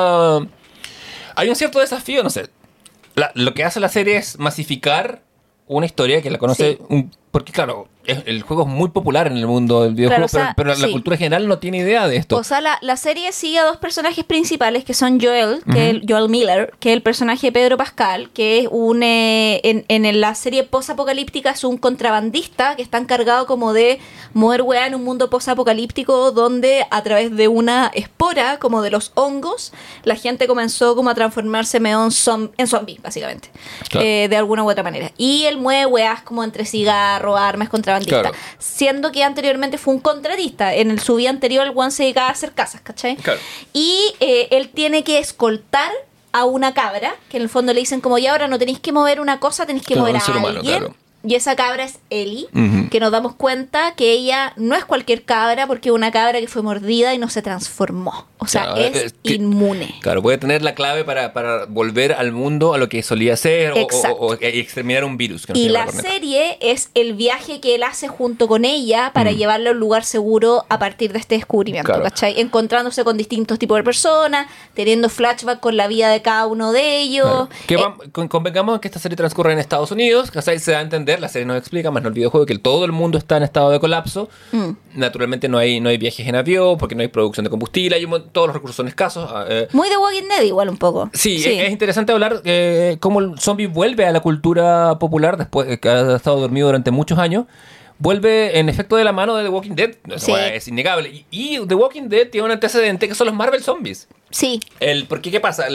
un cierto desafío, no sé. Lo que hace la serie es masificar una historia que la conoce porque claro, el juego es muy popular en el mundo del videojuego, claro, pero la cultura general no tiene idea de esto. O sea, la serie sigue a dos personajes principales que son Joel Miller, que es el personaje de Pedro Pascal, que es en la serie post-apocalíptica es un contrabandista que está encargado como de mover weá en un mundo post-apocalíptico donde a través de una espora, como de los hongos, la gente comenzó como a transformarse medio en zombies, básicamente. Claro. De alguna u otra manera. Y él mueve weás como entre cigarros, armas, contrabandista. Claro. Siendo que anteriormente fue un contratista. En su vida anterior el one se dedicaba a hacer casas, ¿cachai? Claro. Y él tiene que escoltar a una cabra, que en el fondo le dicen como, ya ahora no tenéis que mover una cosa, tenéis que mover a alguien. Humano, claro. Y esa cabra es Ellie, que nos damos cuenta que ella no es cualquier cabra, porque es una cabra que fue mordida y no se transformó. O sea, claro, es inmune. Claro, puede tener la clave para volver al mundo a lo que solía ser o exterminar un virus. Que no y la serie es el viaje que él hace junto con ella para llevarlo a un lugar seguro a partir de este descubrimiento, claro. ¿Cachai? Encontrándose con distintos tipos de personas, teniendo flashback con la vida de cada uno de ellos. Claro. Convengamos que esta serie transcurre en Estados Unidos, ¿cachai? Se da a entender, la serie nos explica, más no el videojuego, que todo el mundo está en estado de colapso. Naturalmente no hay viajes en avión, porque no hay producción de combustible, todos los recursos son escasos. Muy de Walking Dead igual un poco. Sí. Es interesante hablar cómo el zombie vuelve a la cultura popular después de que ha estado dormido durante muchos años. Vuelve en efecto de la mano de The Walking Dead. Es innegable. Y The Walking Dead tiene un antecedente que son los Marvel Zombies. Sí. Porque ¿qué pasa?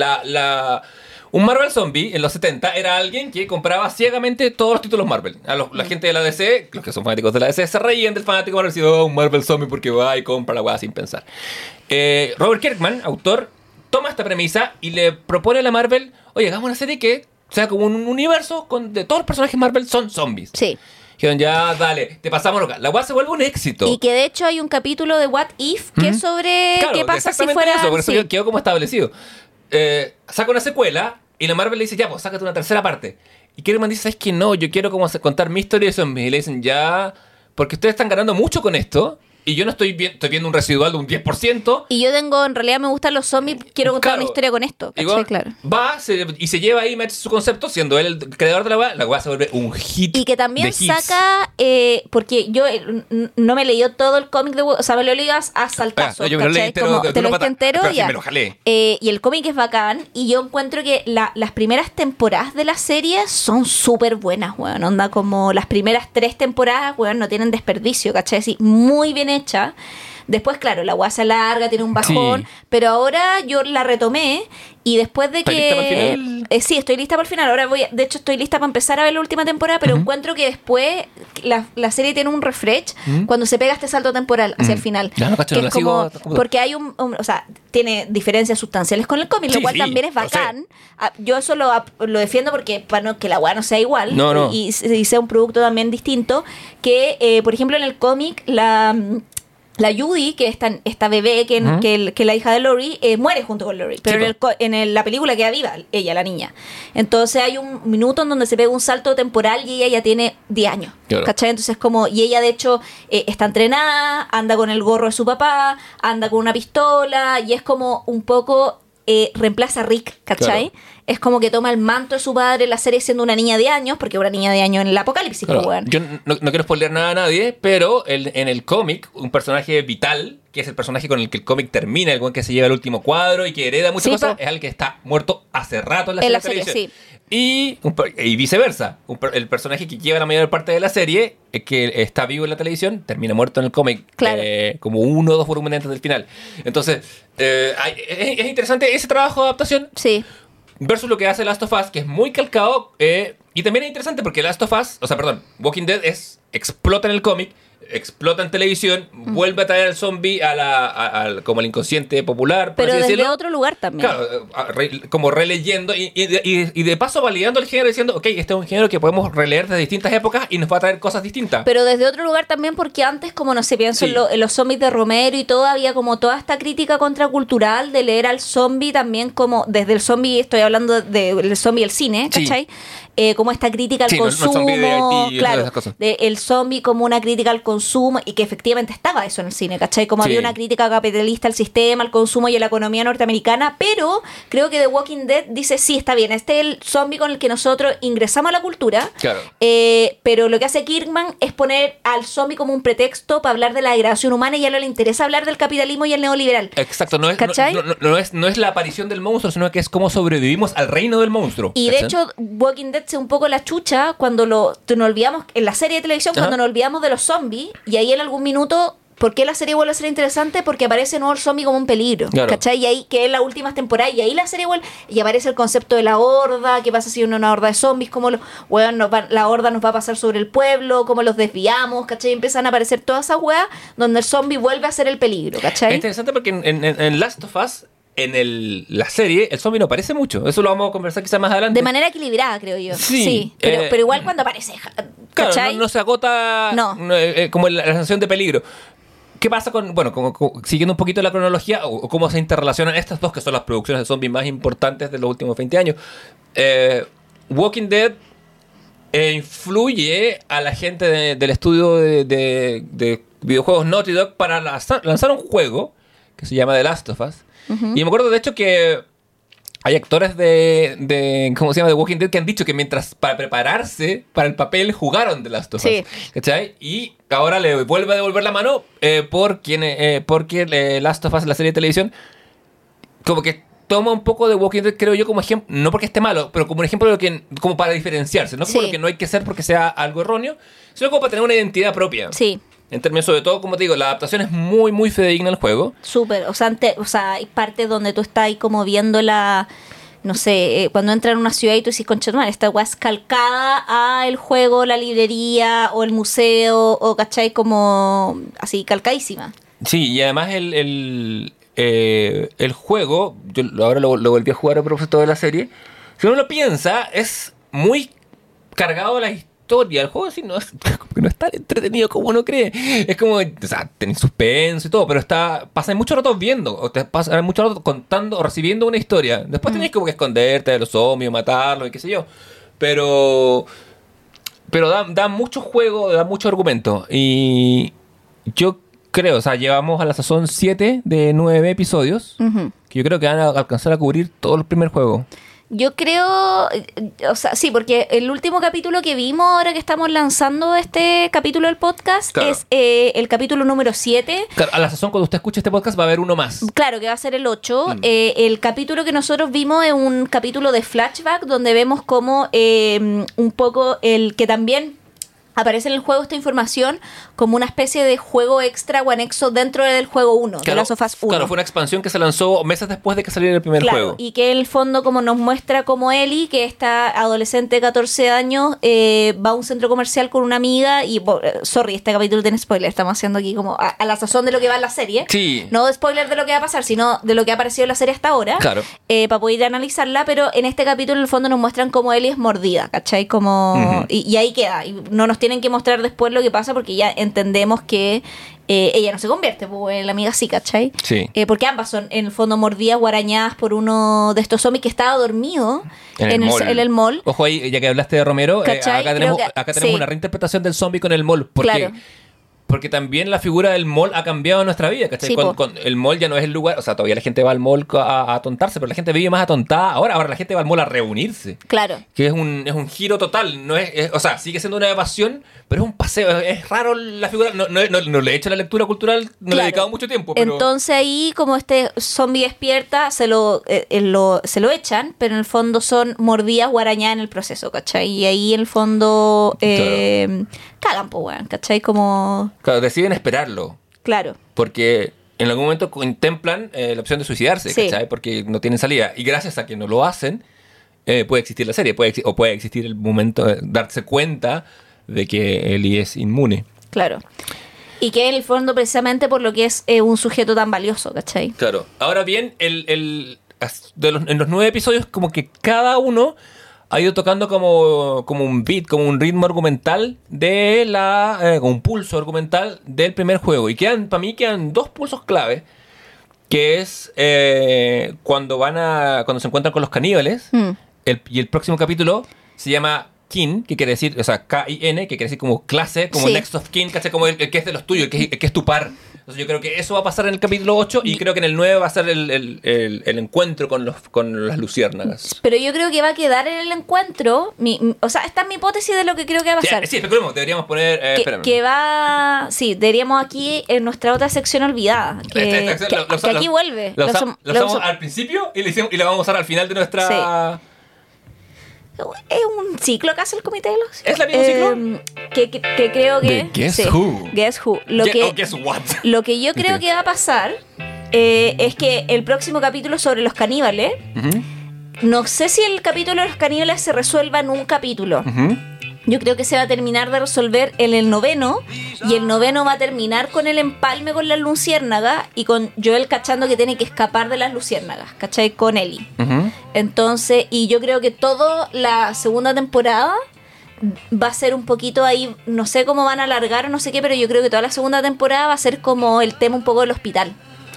Un Marvel Zombie en los 70 era alguien que compraba ciegamente todos los títulos Marvel. La gente de la DC, los que son fanáticos de la DC, se reían del fanático Marvel y decían, un Marvel Zombie porque va y compra la weá sin pensar. Robert Kirkman, autor, toma esta premisa y le propone a la Marvel, oye, hagamos una serie que sea como un universo de todos los personajes Marvel son zombies. Sí. Dijeron, ya, dale, te pasamos acá. La weá se vuelve un éxito. Y que de hecho hay un capítulo de What If que es sobre qué pasa si fuera... Eso, por eso quedó como establecido. Saca una secuela y la Marvel le dice, ya, pues sácate una tercera parte. Y Kirkman dice, ¿sabes qué? No, yo quiero como contar mi historia de zombies. Y le dicen, ya, porque ustedes están ganando mucho con esto. Y yo no estoy viendo un residual de un 10%. Y yo en realidad me gustan los zombies, quiero contar una historia con esto. Igual, claro. Y se lleva ahí, mete su concepto, siendo él el creador de la weá se vuelve un hit. Y que también saca, porque yo no me leí todo el cómic o sea, me lo leí a saltazo. Yo me lo leí, te lo leíste entero, ya. Me lo jalé. Y el cómic es bacán, y yo encuentro que las primeras temporadas de la serie son súper buenas, weón. Onda como las primeras 3 temporadas, weón, no tienen desperdicio, ¿cachai? Sí, muy bien hecha. Después, claro, la weá se alarga, tiene un bajón, pero ahora yo la retomé y después de que... ¿Estás lista para el final? Sí, estoy lista para el final. Ahora de hecho estoy lista para empezar a ver la última temporada, pero encuentro que después la serie tiene un refresh cuando se pega este salto temporal hacia el final. Ya, no, cacho, no la sigo. Porque hay o sea, tiene diferencias sustanciales con el cómic, lo cual también es bacán. Yo eso lo defiendo porque para que la weá no sea igual y sea un producto también distinto. Que, por ejemplo, en el cómic la Judy, que es esta bebé que la hija de Laurie, muere junto con Laurie. Pero en la película queda viva ella, la niña. Entonces hay un minuto en donde se pega un salto temporal y ella ya tiene 10 años. Claro. ¿Cachai? Entonces y ella de hecho está entrenada, anda con el gorro de su papá, anda con una pistola y es como un poco... reemplaza a Rick, ¿cachai? Claro. Es como que toma el manto de su padre en la serie siendo una niña de años, porque una niña de años en el apocalipsis. Claro. Yo no quiero spoilear nada a nadie, pero en el cómic, un personaje vital, que es el personaje con el que el cómic termina, el que se lleva el último cuadro y que hereda muchas cosas, es el que está muerto hace rato en la serie. Sí. Y viceversa. El personaje que lleva la mayor parte de la serie, que está vivo en la televisión, termina muerto en el cómic. Claro. Como 1 o 2 volúmenes antes del final. Entonces, es interesante ese trabajo de adaptación. Sí. Versus lo que hace Last of Us, que es muy calcado. Y también es interesante porque Walking Dead explota en el cómic, explota en televisión, vuelve a traer al zombie como el inconsciente popular, pero desde otro lugar también. Claro, como releyendo y de paso validando el género, diciendo, ok, este es un género que podemos releer de distintas épocas y nos va a traer cosas distintas. Pero desde otro lugar también, porque antes, como no sé, pienso en los zombies de Romero y todo, había como toda esta crítica contracultural de leer al zombie también como, desde el zombie, estoy hablando del zombie del cine, ¿cachai? Como esta crítica al consumo, el zombie como una crítica al consumo, y que efectivamente estaba eso en el cine, ¿cachai? Como había una crítica capitalista al sistema, al consumo y a la economía norteamericana, pero creo que The Walking Dead dice, sí, está bien, este es el zombie con el que nosotros ingresamos a la cultura, pero lo que hace Kirkman es poner al zombie como un pretexto para hablar de la degradación humana y a él no le interesa hablar del capitalismo y el neoliberal. Exacto, no es la aparición del monstruo, sino que es cómo sobrevivimos al reino del monstruo. Y ¿cachai? De hecho, Walking Dead un poco la chucha cuando nos olvidamos en la serie de televisión, cuando nos olvidamos de los zombies, y ahí en algún minuto, ¿por qué la serie vuelve a ser interesante? Porque aparece nuevo el zombie como un peligro, ¿cachai? Y ahí, que es la última temporada, y ahí la serie vuelve, y aparece el concepto de la horda, qué pasa si una horda de zombies, cómo la horda nos va a pasar sobre el pueblo, cómo los desviamos, ¿cachai? Y empiezan a aparecer todas esas weas donde el zombie vuelve a ser el peligro, ¿cachai? Es interesante porque en Last of Us, la serie, el zombie no aparece mucho. Eso lo vamos a conversar quizás más adelante. De manera equilibrada, creo yo. Sí, pero igual cuando aparece, claro, no se agota como la sensación de peligro. ¿Qué pasa siguiendo un poquito la cronología o cómo se interrelacionan estas dos que son las producciones de zombies más importantes de los últimos 20 años? Walking Dead influye a la gente del estudio de videojuegos Naughty Dog para lanzar un juego que se llama The Last of Us. Y me acuerdo de hecho que hay actores de ¿cómo se llama? De Walking Dead que han dicho que mientras para prepararse para el papel jugaron The Last of Us. ¿Cachai? Y ahora le vuelve a devolver la mano porque Last of Us, la serie de televisión, como que toma un poco de Walking Dead, creo yo, como ejemplo, no porque esté malo, pero como un ejemplo de lo que, como para diferenciarse, no como lo que no hay que ser porque sea algo erróneo, sino como para tener una identidad propia. Sí. En términos, sobre todo, como te digo, la adaptación es muy, muy fidedigna al juego. Súper, o sea, hay partes donde tú estás ahí como viendo no sé, cuando entras en una ciudad y tú dices, concha, esta weá es calcada a el juego, la librería o el museo, o ¿cachai? Como así, calcadísima. Sí, y además el juego, yo ahora lo volví a jugar a propósito de la serie, si uno lo piensa, es muy cargado de la historia. El juego sí no es tan entretenido como uno cree. Es como, o sea, tenés suspenso y todo, pero pasan mucho rato viendo, o te pasan mucho rato contando o recibiendo una historia. Después tenés como que esconderte de los zombies, matarlos y qué sé yo. Pero da mucho juego, da mucho argumento. Y yo creo, o sea, llevamos a la sazón 7 de 9 episodios, que yo creo que van a alcanzar a cubrir todo el primer juego. Yo creo, o sea, sí, porque el último capítulo que vimos ahora que estamos lanzando este capítulo del podcast es el capítulo número 7. Claro, a la sazón cuando usted escuche este podcast va a haber uno más. Claro, que va a ser el 8. El capítulo que nosotros vimos es un capítulo de flashback donde vemos como un poco el que también aparece en el juego esta información como una especie de juego extra o anexo dentro del juego 1, de Last of Us 1. Claro, fue una expansión que se lanzó meses después de que saliera el primer juego. Y que en el fondo como nos muestra como Ellie, que esta adolescente de 14 años, va a un centro comercial con una amiga y, sorry, este capítulo tiene spoiler, estamos haciendo aquí como a la sazón de lo que va en la serie. Sí. No de spoiler de lo que va a pasar, sino de lo que ha aparecido en la serie hasta ahora. Claro. Para poder analizarla, pero en este capítulo en el fondo nos muestran cómo Ellie es mordida, ¿cachai? Como y ahí queda. Y no nos tienen que mostrar después lo que pasa, porque ya entendemos que ella no se convierte, pues la amiga sí, ¿cachai? Sí. Porque ambas son, en el fondo, mordidas o arañadas por uno de estos zombies que estaba dormido en el mall. Ojo ahí, ya que hablaste de Romero, acá tenemos una reinterpretación del zombie con el mall. Porque también la figura del mall ha cambiado en nuestra vida, ¿cachai? Sí, con el mall ya no es el lugar, o sea, todavía la gente va al mall a atontarse, pero la gente vive más atontada. Ahora la gente va al mall a reunirse. Claro. Que es un giro total. No o sea, sigue siendo una evasión, pero es un paseo. Es raro la figura. No le he hecho la lectura cultural, no le he dedicado mucho tiempo. Pero... Entonces ahí, como este zombie despierta, se lo echan, pero en el fondo son mordidas o arañadas en el proceso, ¿cachai? Y ahí en el fondo cagan, pues, weón, ¿cachai? Como... Claro, deciden esperarlo. Claro. Porque en algún momento contemplan la opción de suicidarse, ¿cachai? Porque no tienen salida. Y gracias a que no lo hacen, puede existir la serie, puede existir el momento de darse cuenta de que Ellie es inmune. Claro. Y que en el fondo, precisamente por lo que es un sujeto tan valioso, ¿cachai? Claro. Ahora bien, en los 9 episodios, como que cada uno ha ido tocando como un beat, como un ritmo argumental como un pulso argumental del primer juego. Y para mí quedan 2 pulsos clave, que es cuando se encuentran con los caníbales. Y el próximo capítulo se llama Kin, que quiere decir, o sea, K-I-N, que quiere decir como clase, como Next of Kin, ¿cachai? Como el que es de los tuyos, el que es tu par. Entonces yo creo que eso va a pasar en el capítulo 8 y creo que en el 9 va a ser el encuentro con las luciérnagas. Pero yo creo que va a quedar en el encuentro, o sea, esta es mi hipótesis de lo que creo que va a pasar. Sí, especulemos, deberíamos poner... deberíamos aquí en nuestra otra sección olvidada, que aquí vuelve. Lo usamos al principio y la vamos a usar al final de nuestra... Sí. Es un ciclo que hace el comité de los... ¿Es la misma ciclo? Que creo que... Guess Who. Guess Who. Guess What. Lo que yo creo que va a pasar es que el próximo capítulo sobre los caníbales, no sé si el capítulo de los caníbales se resuelva en un capítulo. Yo creo que se va a terminar de resolver en el 9º, y el 9º va a terminar con el empalme con las luciérnagas y con Joel cachando que tiene que escapar de las luciérnagas, ¿cachai? Con Ellie. Entonces, y yo creo que toda la segunda temporada va a ser un poquito ahí, no sé cómo van a alargar o no sé qué, pero yo creo que toda la segunda temporada va a ser como el tema un poco del hospital.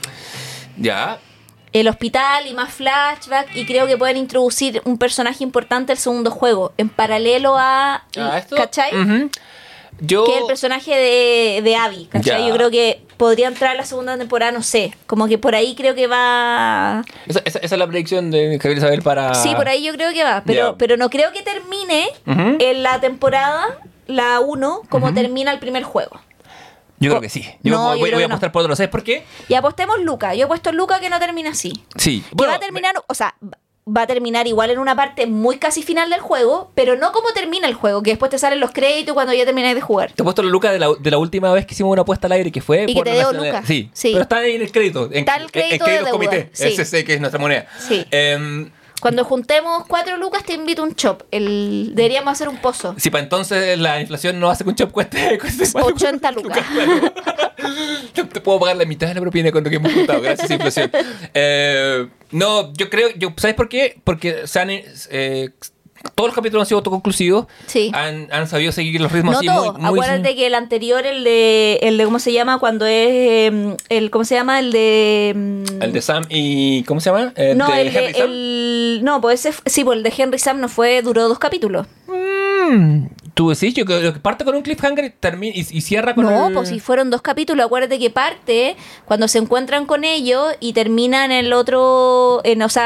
Ya. El hospital y más flashback, y creo que pueden introducir un personaje importante al segundo juego, en paralelo a esto, ¿cachai? Que es el personaje de Abby, ¿cachai? Ya. Yo creo que podría entrar a la segunda temporada, no sé, como que por ahí creo que va... Esa es la predicción de Javier Isabel para... Sí, por ahí yo creo que va, pero no creo que termine en la temporada, la 1, como termina el primer juego. Yo creo que sí. Yo voy a apostar por otro. ¿Sabes por qué? Y apostemos Luca. Yo he puesto Luca que no termina así. Sí. Que va a terminar, o sea, va a terminar igual en una parte muy casi final del juego, pero no como termina el juego, que después te salen los créditos cuando ya termináis de jugar. Te he puesto la Luca de la última vez que hicimos una apuesta al aire, que fue... Y que te dio Luca. Sí, pero está ahí en el crédito. Está el crédito de deuda. Comité. Sí. Ese que es nuestra moneda. Sí. Cuando juntemos 4 lucas te invito a un chop. Deberíamos hacer un pozo. Sí, para entonces la inflación no hace que un chop cueste 80 lucas. Claro. Te puedo pagar la mitad de la propina con lo que hemos juntado, gracias a inflación. No, yo creo... ¿Sabes por qué? Porque todos los capítulos han sido autoconclusivos. Sí. Han sabido seguir los ritmos no así todo. muy Acuérdate que el anterior, el de ¿cómo se llama? Cuando es ¿cómo se llama? El de Sam y... ¿cómo se llama? No, de el Henry Sam. No, pues el de Henry Sam duró 2 capítulos. Tú decís, yo creo que parte con un cliffhanger y cierra con pues si fueron 2 capítulos. Acuérdate que parte cuando se encuentran con ellos y termina en el otro...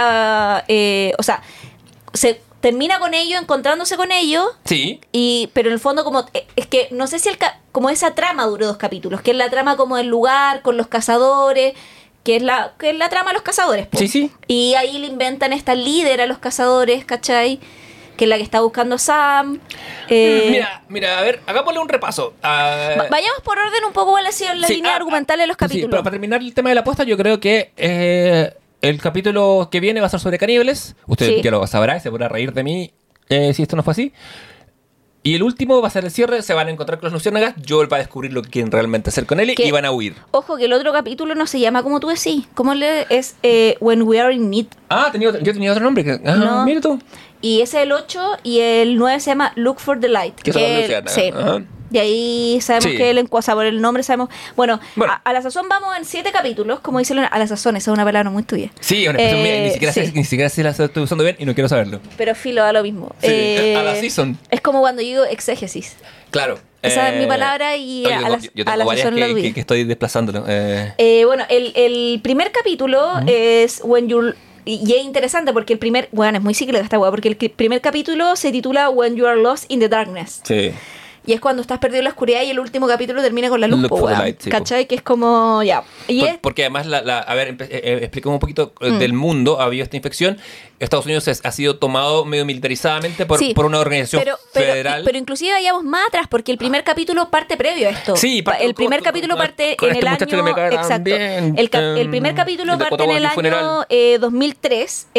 se termina con ellos, encontrándose con ellos. Sí. Pero en el fondo es que no sé si como esa trama duró 2 capítulos, que es la trama como del lugar, con los cazadores, que es la trama de los cazadores. Po. Sí. Y ahí le inventan esta líder a los cazadores, ¿cachai? Que es la que está buscando a Sam. Mira, a ver, hagámosle un repaso. Vayamos por orden un poco, ¿cuál ha sido la línea argumental de los capítulos? Sí, pero para terminar el tema de la apuesta, yo creo que el capítulo que viene va a ser sobre caníbales. Usted ya lo sabrá y se podrá reír de mí si esto no fue así. Y el último va a ser el cierre, se van a encontrar con las luciérnagas, Joel va a descubrir lo que quieren realmente hacer con él y van a huir. Ojo, que el otro capítulo no se llama como tú decís. ¿Cómo es When We Are in Need? Yo tenía otro nombre. No. Mira tú. Y ese es el 8 y el 9 se llama Look for the Light. Que son las luciérnagas. Sí. Y ahí sabemos que él, o sea, por el nombre sabemos. Bueno. A la sazón vamos en 7 capítulos, como dice a la sazón, esa es una palabra muy tuya. Sí, una expresión mía, ni siquiera sé si la estoy usando bien y no quiero saberlo. Pero filo, da lo mismo. Sí, a la season. Es como cuando yo digo exégesis. Claro. Esa es mi palabra y yo tengo varias que estoy desplazándolo. Bueno, el primer capítulo es When You're... Y es interesante porque es muy cíclica esta weá, porque el primer capítulo se titula When You Are Lost in the Darkness. Sí. Y es cuando estás perdido en la oscuridad y el último capítulo termina con la luz, sí, ¿cachai? Que es como, ya. Porque además, a ver, explicamos un poquito del mundo, ha habido esta infección. Estados Unidos ha sido tomado medio militarizadamente por una organización federal. Pero inclusive vayamos más atrás, porque el primer capítulo parte previo a esto. Sí, el primer capítulo parte en el año... Exacto. El primer capítulo parte en el año 2003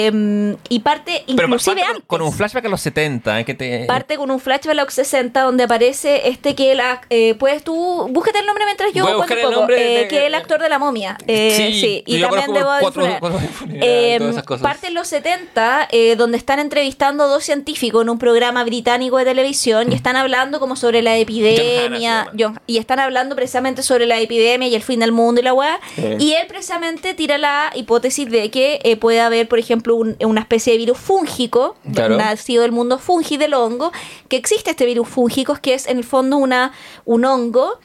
y parte inclusive antes. Con un flashback a los 70. Parte con un flashback a los 60 donde aparece puedes tú... Búsquete el nombre mientras yo cuento un poco. Que es el actor de La Momia. Sí. Y también de Boda parte en los 70, donde están entrevistando a 2 científicos en un programa británico de televisión y están hablando como sobre la epidemia. Y están hablando precisamente sobre la epidemia y el fin del mundo y la weá. Y él precisamente tira la hipótesis de que puede haber, por ejemplo, una especie de virus fúngico, nacido del mundo fungi, del hongo, que existe este virus fúngico, que es en el fondo un hongo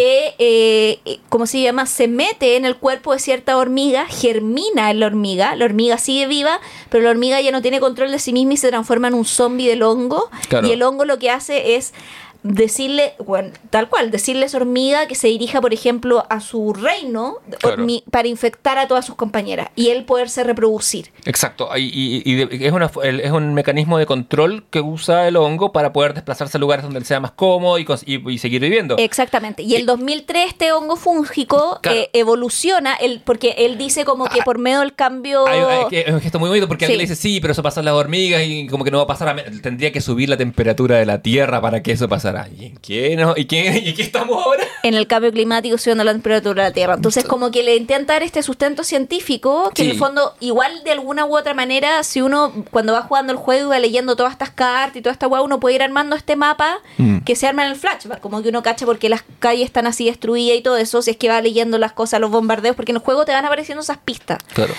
que, ¿cómo se llama? Se mete en el cuerpo de cierta hormiga, germina en la hormiga sigue viva, pero la hormiga ya no tiene control de sí misma y se transforma en un zombie del hongo. Claro. Y el hongo lo que hace es decirle, tal cual, decirle a esa hormiga que se dirija, por ejemplo, a su reino para infectar a todas sus compañeras y él poderse reproducir. Exacto, y es un mecanismo de control que usa el hongo para poder desplazarse a lugares donde él sea más cómodo y seguir viviendo. Exactamente, y el 2003 este hongo fúngico evoluciona, porque él dice como que por medio del cambio... Es un gesto muy bonito porque alguien le dice, sí, pero eso pasa en las hormigas y como que no va a pasar, tendría que subir la temperatura de la tierra para que eso pasara. ¿Y en qué no? ¿Y qué estamos ahora? En el cambio climático subiendo la temperatura de la Tierra. Entonces como que le intenta dar este sustento científico que en el fondo igual de alguna u otra manera, si uno cuando va jugando el juego y va leyendo todas estas cartas y toda esta hueá, uno puede ir armando este mapa que se arma en el flashback, como que uno cacha porque las calles están así destruidas y todo eso, si es que va leyendo las cosas, los bombardeos, porque en el juego te van apareciendo esas pistas. Claro.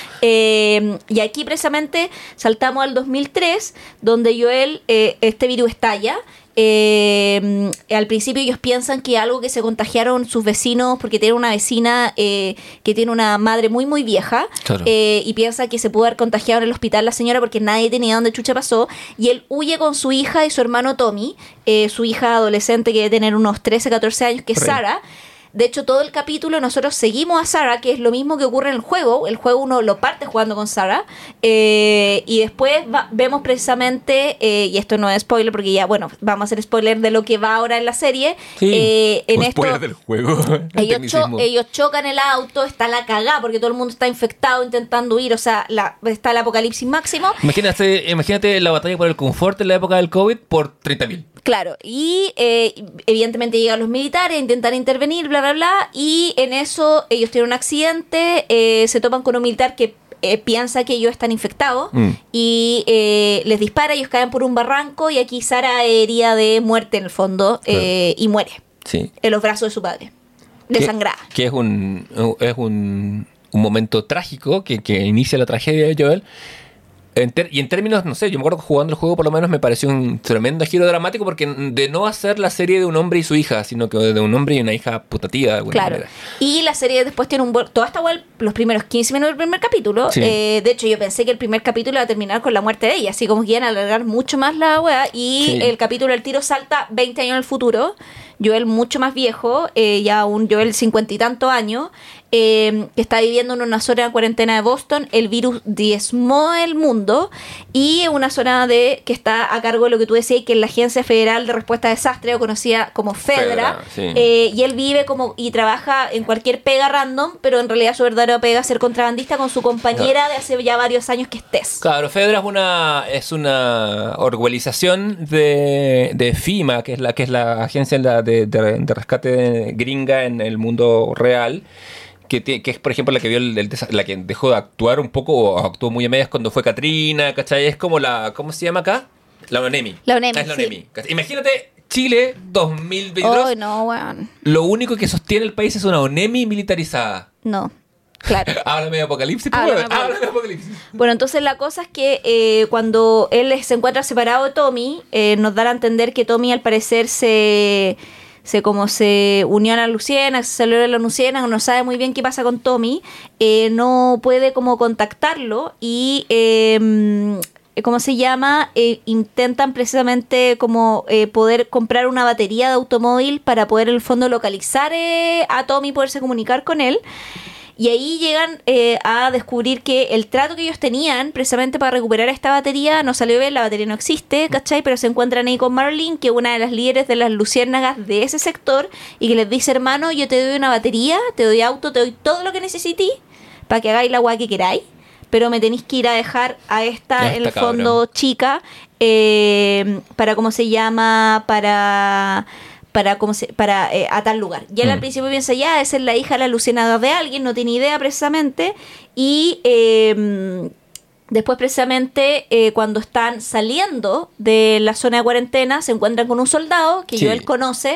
Y aquí precisamente saltamos al 2003 donde Joel, este virus estalla. Al principio ellos piensan que algo que se contagiaron sus vecinos porque tiene una vecina que tiene una madre muy muy vieja, y piensa que se pudo haber contagiado en el hospital la señora porque nadie tenía dónde chucha pasó, y él huye con su hija y su hermano Tommy, su hija adolescente que debe tener unos 13, 14 años, que es Sarah. De hecho, todo el capítulo nosotros seguimos a Sarah, que es lo mismo que ocurre en el juego. El juego uno lo parte jugando con Sarah. Y después vemos precisamente, y esto no es spoiler porque ya, bueno, vamos a hacer spoiler de lo que va ahora en la serie. En spoiler del juego. Ellos chocan el auto, está la cagada porque todo el mundo está infectado intentando huir. O sea, está el apocalipsis máximo. Imagínate la batalla por el confort en la época del COVID por 30.000. Claro, y evidentemente llegan los militares a intentar intervenir, bla, bla, bla, y en eso ellos tienen un accidente, se topan con un militar que piensa que ellos están infectados y les dispara, ellos caen por un barranco y aquí Sarah herida de muerte en el fondo y muere en los brazos de su padre, desangrada. Que es un momento trágico que inicia la tragedia de Joel. Y en términos, no sé, yo me acuerdo que jugando el juego por lo menos me pareció un tremendo giro dramático porque de no hacer la serie de un hombre y su hija, sino que de un hombre y una hija putativa de alguna manera. Y la serie después tiene toda esta web, los primeros 15 minutos del primer capítulo. De hecho, yo pensé que el primer capítulo iba a terminar con la muerte de ella, así como que iban a alargar mucho más la wea. Y el capítulo del tiro salta 20 años en el futuro. Joel mucho más viejo, ya un Joel 50 y tantos años, que está viviendo en una zona de cuarentena de Boston. El virus diezmó el mundo y una zona que está a cargo de lo que tú decías, que es la Agencia Federal de Respuesta a Desastres, o conocida como FEDRA. Sí. Y él vive y trabaja en cualquier pega random, pero en realidad su verdadera pega es ser contrabandista con su compañera de hace ya varios años, que es Tess. Claro, FEDRA es una organización de FEMA, que es la agencia de rescate gringa en el mundo real. Que es, por ejemplo, la que vio la que dejó de actuar un poco, o actuó muy a medias cuando fue Katrina, ¿cachai? Es como ¿cómo se llama acá? La ONEMI. La ONEMI, es la ONEMI. Sí. Imagínate Chile 2022. Oh, no, weón. Lo único que sostiene el país es una ONEMI militarizada. No. Claro. Háblame de Apocalipsis. Háblame de Apocalipsis. Bueno, entonces la cosa es que cuando él se encuentra separado de Tommy, nos da a entender que Tommy al parecer se unió a la Luciérnaga, se salió de la Luciérnaga, no sabe muy bien qué pasa con Tommy, no puede como contactarlo y ¿cómo se llama? Intentan precisamente como poder comprar una batería de automóvil para poder en el fondo localizar a Tommy y poderse comunicar con él. Y ahí llegan a descubrir que el trato que ellos tenían precisamente para recuperar esta batería no salió bien, la batería no existe, ¿cachai? Pero se encuentran ahí con Marlene, que es una de las líderes de las luciérnagas de ese sector, y que les dice: hermano, yo te doy una batería, te doy auto, te doy todo lo que necesitís para que hagáis la guay que queráis, pero me tenéis que ir a dejar a esta en el fondo chica, para, ¿cómo se llama? Para a tal lugar. Y él al principio piensa, ya, esa es la hija de la luciérnaga de alguien, no tiene idea precisamente, y después precisamente cuando están saliendo de la zona de cuarentena se encuentran con un soldado que Joel conoce,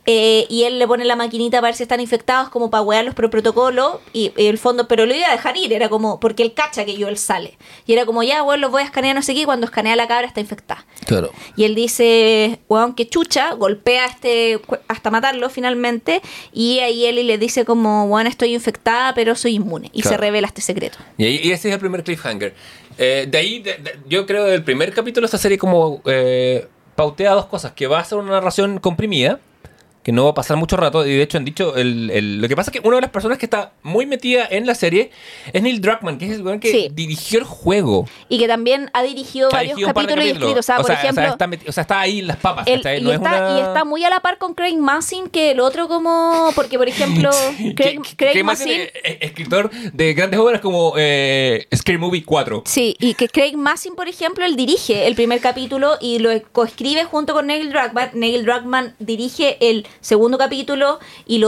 y él le pone la maquinita para ver si están infectados, como para huearlos por protocolo, y el fondo, pero lo iba a dejar ir, era como, porque él cacha que Joel sale, y era como, ya, weón, los voy a escanear, no sé qué, y cuando escanea la cabra está infectada. Claro. Y él dice, weón, que chucha, golpea hasta matarlo finalmente, y ahí él le dice como, weón, estoy infectada, pero soy inmune, y se revela este secreto. Y ese es el primer cliffhanger. De ahí, yo creo que el primer capítulo de esta serie como pautea dos cosas, que va a ser una narración comprimida, que no va a pasar mucho rato, y de hecho han dicho lo que pasa es que una de las personas que está muy metida en la serie es Neil Druckmann, que es el weón que dirigió el juego y que también ha dirigido varios capítulos y escrito, o sea, por ejemplo, está ahí en las papas, y está muy a la par con Craig Mazin, que el otro como, porque por ejemplo Craig Mazin es escritor de grandes obras como Scary Movie 4. Sí, y que Craig Mazin, por ejemplo, él dirige el primer capítulo y lo coescribe junto con Neil Druckmann. Neil Druckmann dirige el segundo capítulo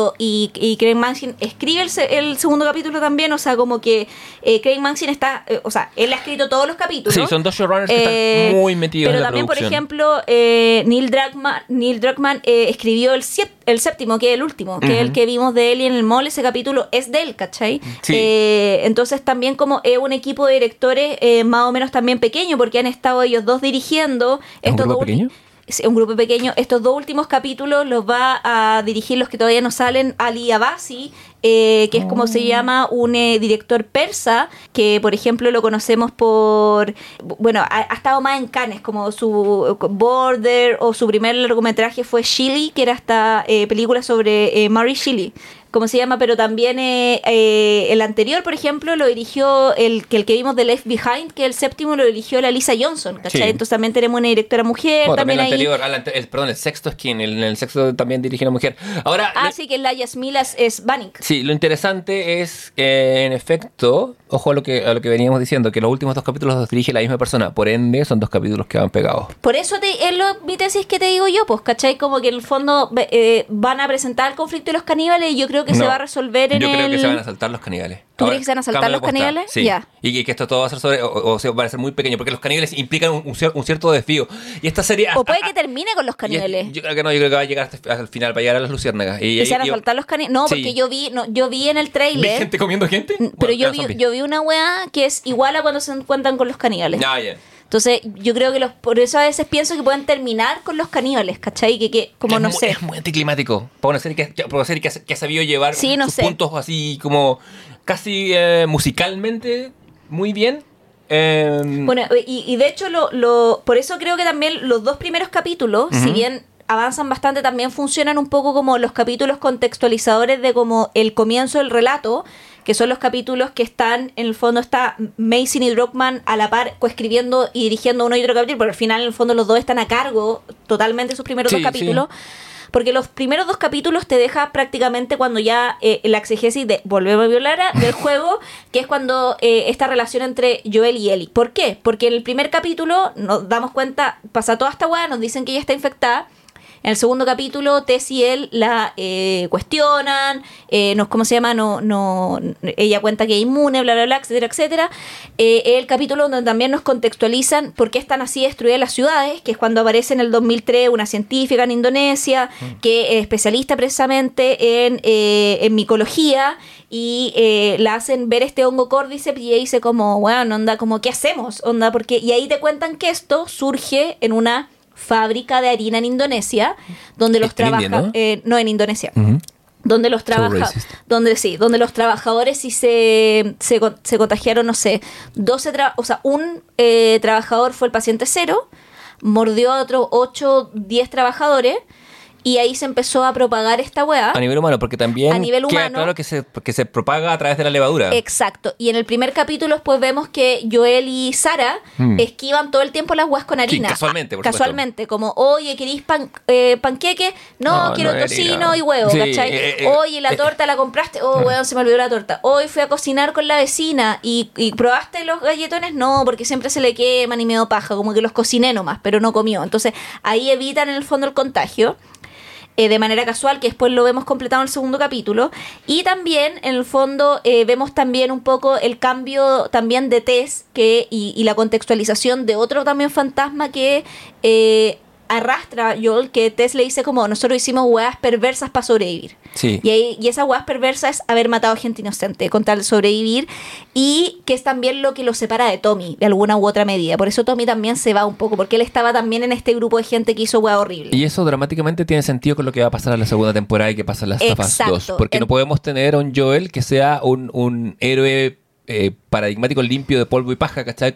y Craig Mazin escribe el segundo capítulo también, o sea, como que Craig Mazin está, o sea, él ha escrito todos los capítulos. Sí, son dos showrunners que están muy metidos en la producción. Pero también, por ejemplo, Neil Druckmann escribió el séptimo, que es el último, que es el que vimos de él y en el mall. Ese capítulo es de él, ¿cachai? Sí. Entonces también como es un equipo de directores más o menos también pequeño, porque han estado ellos dos dirigiendo estos dos. ¿Pequeño? Un grupo pequeño. Estos dos últimos capítulos los va a dirigir, los que todavía no salen, Ali Abbasi, que es como se llama, un director persa, que por ejemplo lo conocemos por, bueno, ha estado más en Cannes, como su Border, o su primer largometraje fue Shelley, que era esta película sobre Mary Shelley, como se llama, pero también el anterior, por ejemplo, lo dirigió el que vimos de Left Behind, que el séptimo lo dirigió la Lisa Johnson, ¿cachai? Sí. Entonces también tenemos una directora mujer. Bueno, también el anterior, el sexto es quien, el sexto también dirige una mujer. Ahora, sí, que la Yasmila es Vanik. Sí, lo interesante es, en efecto, ojo a lo que veníamos diciendo, que los últimos dos capítulos los dirige la misma persona, por ende son dos capítulos que van pegados. Por eso es mi tesis que te digo yo, pues, ¿cachai? Como que en el fondo van a presentar el conflicto de los caníbales, y yo creo que se va a resolver Yo creo que se van a saltar los caníbales. ¿Tú crees que se van a saltar los caníbales? Sí. Ya. Y que esto todo va a ser va a ser muy pequeño, porque los caníbales implican un cierto desafío. Y esta serie... O puede que termine con los caníbales. Yo creo que no, yo creo que va a llegar hasta al final, va a llegar a las luciérnagas. ¿Y se van a saltar los caníbales? No, porque yo vi en el trailer... ¿Vi gente comiendo gente? Pero yo vi una weá que es igual a cuando se encuentran con los caníbales. Ah, ya. Entonces, yo creo que por eso a veces pienso que pueden terminar con los caníbales, ¿cachai? Que como no sé. Es muy anticlimático. Por una serie que ha sabido llevar sus puntos así como casi musicalmente muy bien. Bueno, y de hecho, por eso creo que también los dos primeros capítulos, si bien avanzan bastante, también funcionan un poco como los capítulos contextualizadores de como el comienzo del relato, que son los capítulos que están, en el fondo está Mason y Druckmann a la par coescribiendo y dirigiendo uno y otro capítulo, pero al final en el fondo los dos están a cargo totalmente de sus primeros dos capítulos. Sí. Porque los primeros dos capítulos te deja prácticamente cuando ya la exegesis de Volvemos a violar del juego, que es cuando esta relación entre Joel y Ellie. ¿Por qué? Porque en el primer capítulo nos damos cuenta, pasa toda esta weá, nos dicen que ella está infectada. En el segundo capítulo, Tess y él la cuestionan, ¿cómo se llama? Ella cuenta que es inmune, bla, bla, bla, etcétera, etcétera. El capítulo donde también nos contextualizan por qué están así destruidas las ciudades, que es cuando aparece en el 2003 una científica en Indonesia, que es especialista precisamente en micología, y la hacen ver este hongo Cordyceps, y ella dice como, bueno, onda, como, ¿qué hacemos? Onda, porque, y ahí te cuentan que esto surge en una fábrica de harina en Indonesia, donde los trabajadores, ¿no? En Indonesia, donde los donde los trabajadores sí se contagiaron, no sé, un trabajador fue el paciente 0, mordió a otros 8, 10 trabajadores, y ahí se empezó a propagar esta weá. A nivel humano, porque también queda claro que se propaga a través de la levadura. Exacto. Y en el primer capítulo después vemos que Joel y Sara esquivan todo el tiempo las weas con harina. Sí, casualmente, por casualmente, como, oye, ¿querís panqueque? No, quiero tocino y huevo, sí, ¿cachai? Oye, la torta la compraste. Oh, weón, se me olvidó la torta. Hoy fui a cocinar con la vecina y ¿probaste los galletones? No, porque siempre se le queman y me dio paja. Como que los cociné nomás, pero no comió. Entonces, ahí evitan en el fondo el contagio. De manera casual, que después lo vemos completado en el segundo capítulo. Y también, en el fondo, vemos también un poco el cambio también de Tess y la contextualización de otro también fantasma que arrastra Joel, que Tess le dice como, nosotros hicimos weas perversas para sobrevivir. Sí. Y esa weas perversa es haber matado a gente inocente con tal de sobrevivir, y que es también lo que lo separa de Tommy de alguna u otra medida. Por eso Tommy también se va un poco, porque él estaba también en este grupo de gente que hizo weas horribles. Y eso dramáticamente tiene sentido con lo que va a pasar en la segunda temporada y que pasa en Last of Us 2. Porque no podemos tener a un Joel que sea un héroe paradigmático, limpio de polvo y paja, ¿cachai?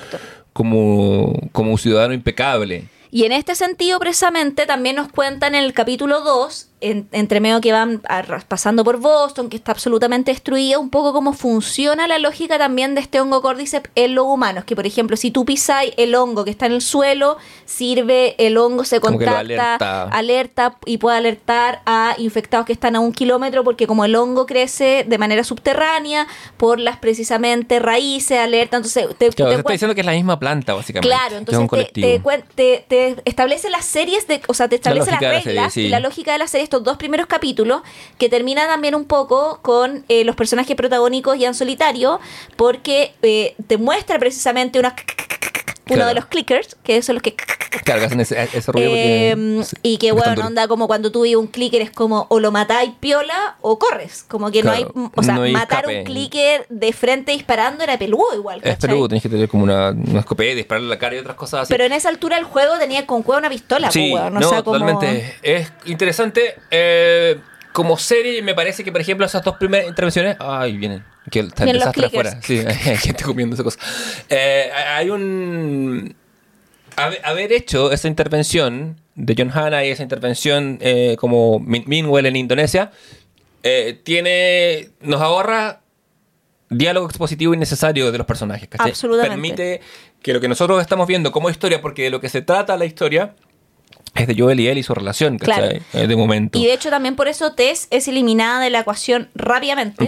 Como un ciudadano impecable. Y en este sentido, precisamente, también nos cuentan en el capítulo 2, entre medio que van pasando por Boston, que está absolutamente destruida, un poco cómo funciona la lógica también de este hongo Cordyceps en los humanos. Que, por ejemplo, si tú pisas el hongo que está en el suelo, el hongo se contacta, alerta y puede alertar a infectados que están a 1 kilómetro, porque como el hongo crece de manera subterránea, por las precisamente raíces, alerta. Entonces, te está diciendo que es la misma planta, básicamente. Claro, entonces te establece las series, te establece las reglas serie, sí. Y la lógica de la serie, estos 2 primeros capítulos, que termina también un poco con los personajes protagónicos ya en solitario, porque te muestra precisamente uno de los clickers, que son los que hacen ese ruido y que bueno, onda como cuando tú ves un clicker es como o lo matáis piola o corres, como que no hay, o sea, no matar escape. Un clicker de frente disparando era peludo igual, ¿cachai? Es peludo, tenés que tener como una escopeta, dispararle la cara y otras cosas así. Pero en esa altura del juego tenía con cueva una pistola, sí, no, o sea, totalmente. Es interesante. Como serie, me parece que, por ejemplo, esas 2 primeras intervenciones... Ay, vienen. Que está el desastre afuera. Sí, hay gente comiendo esa cosa. Hay haber hecho esa intervención de John Hannah y esa intervención como Meanwhile en Indonesia, nos ahorra diálogo expositivo innecesario de los personajes, ¿cachai? Absolutamente. Permite que lo que nosotros estamos viendo como historia, porque de lo que se trata la historia... es de Joel y él y su relación, ¿cachai? Claro. De momento. Y de hecho también por eso Tess es eliminada de la ecuación rápidamente.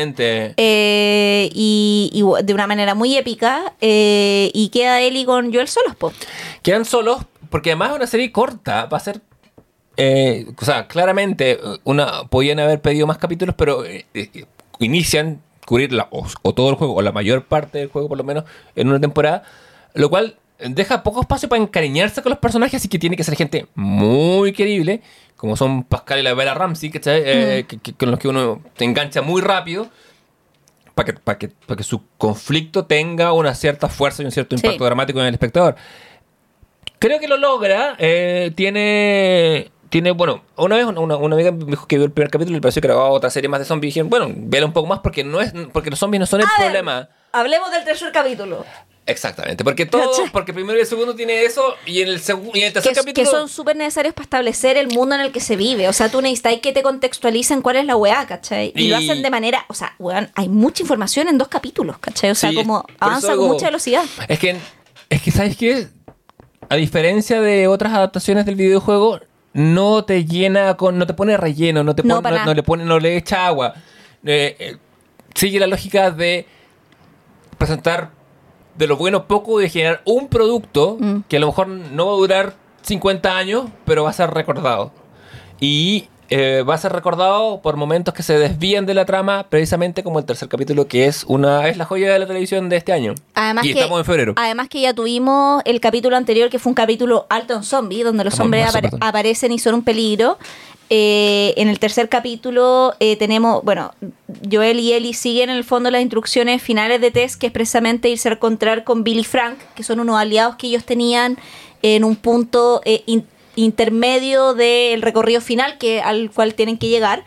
Y de una manera muy épica. Y queda Ellie con Joel solos, po. Quedan solos porque además es una serie corta. Va a ser... o sea, claramente podían haber pedido más capítulos, pero inician cubrir o todo el juego, o la mayor parte del juego por lo menos, en una temporada. Lo cual... deja poco espacio para encariñarse con los personajes, así que tiene que ser gente muy querible, como son Pascal y la Bella Ramsey, ¿cachai? Con los que uno se engancha muy rápido, para que su conflicto tenga una cierta fuerza y un cierto impacto dramático en el espectador. Creo que lo logra. Tiene bueno, una vez una amiga me dijo que vio el primer capítulo y le pareció que era otra serie más de zombies. Y dije, bueno, véala un poco más porque los zombies no son el problema. Hablemos del tercer capítulo. Exactamente, porque porque primero y el segundo tiene eso, y en el tercer capítulo... Que son súper necesarios para establecer el mundo en el que se vive. O sea, tú necesitas que te contextualicen cuál es la weá, ¿cachai? Y lo hacen de manera... O sea, weón, hay mucha información en 2 capítulos, ¿cachai? O sea, como avanza con mucha velocidad. Es que ¿sabes qué? A diferencia de otras adaptaciones del videojuego, no te llena no te pone relleno, no le echa agua. Sigue la lógica de presentar de lo bueno poco, de generar un producto que a lo mejor no va a durar 50 años, pero va a ser recordado. Y va a ser recordado por momentos que se desvían de la trama, precisamente como el tercer capítulo, que es la joya de la televisión de este año. Estamos en febrero. Además que ya tuvimos el capítulo anterior, que fue un capítulo alto en zombies, donde los hombres aparecen y son un peligro. En el tercer capítulo tenemos, Joel y Ellie siguen en el fondo las instrucciones finales de Tess, que es precisamente irse a encontrar con Bill y Frank, que son unos aliados que ellos tenían en un punto intermedio del recorrido final al cual tienen que llegar.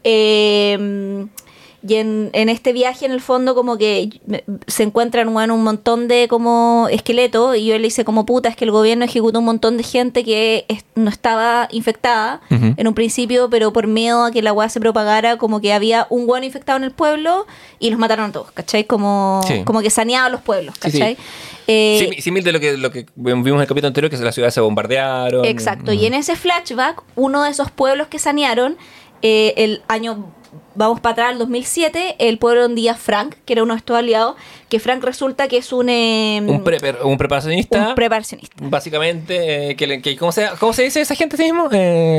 Y en este viaje, en el fondo, como que se encuentran un montón de como esqueletos, y yo le dice como puta, es que el gobierno ejecutó un montón de gente que no estaba infectada en un principio, pero por miedo a que la weá se propagara, como que había un weón infectado en el pueblo y los mataron a todos, ¿cachai? Como que saneaban los pueblos, ¿cachai? Similar de lo que vimos en el capítulo anterior, que las ciudades se bombardearon. Exacto, y en ese flashback, uno de esos pueblos que sanearon, el año... Vamos para atrás, al 2007, el pueblo donde vivía Frank, que era uno de estos aliados, que Frank resulta que es un preparacionista. Un preparacionista. Básicamente, ¿cómo se dice esa gente sí mismo?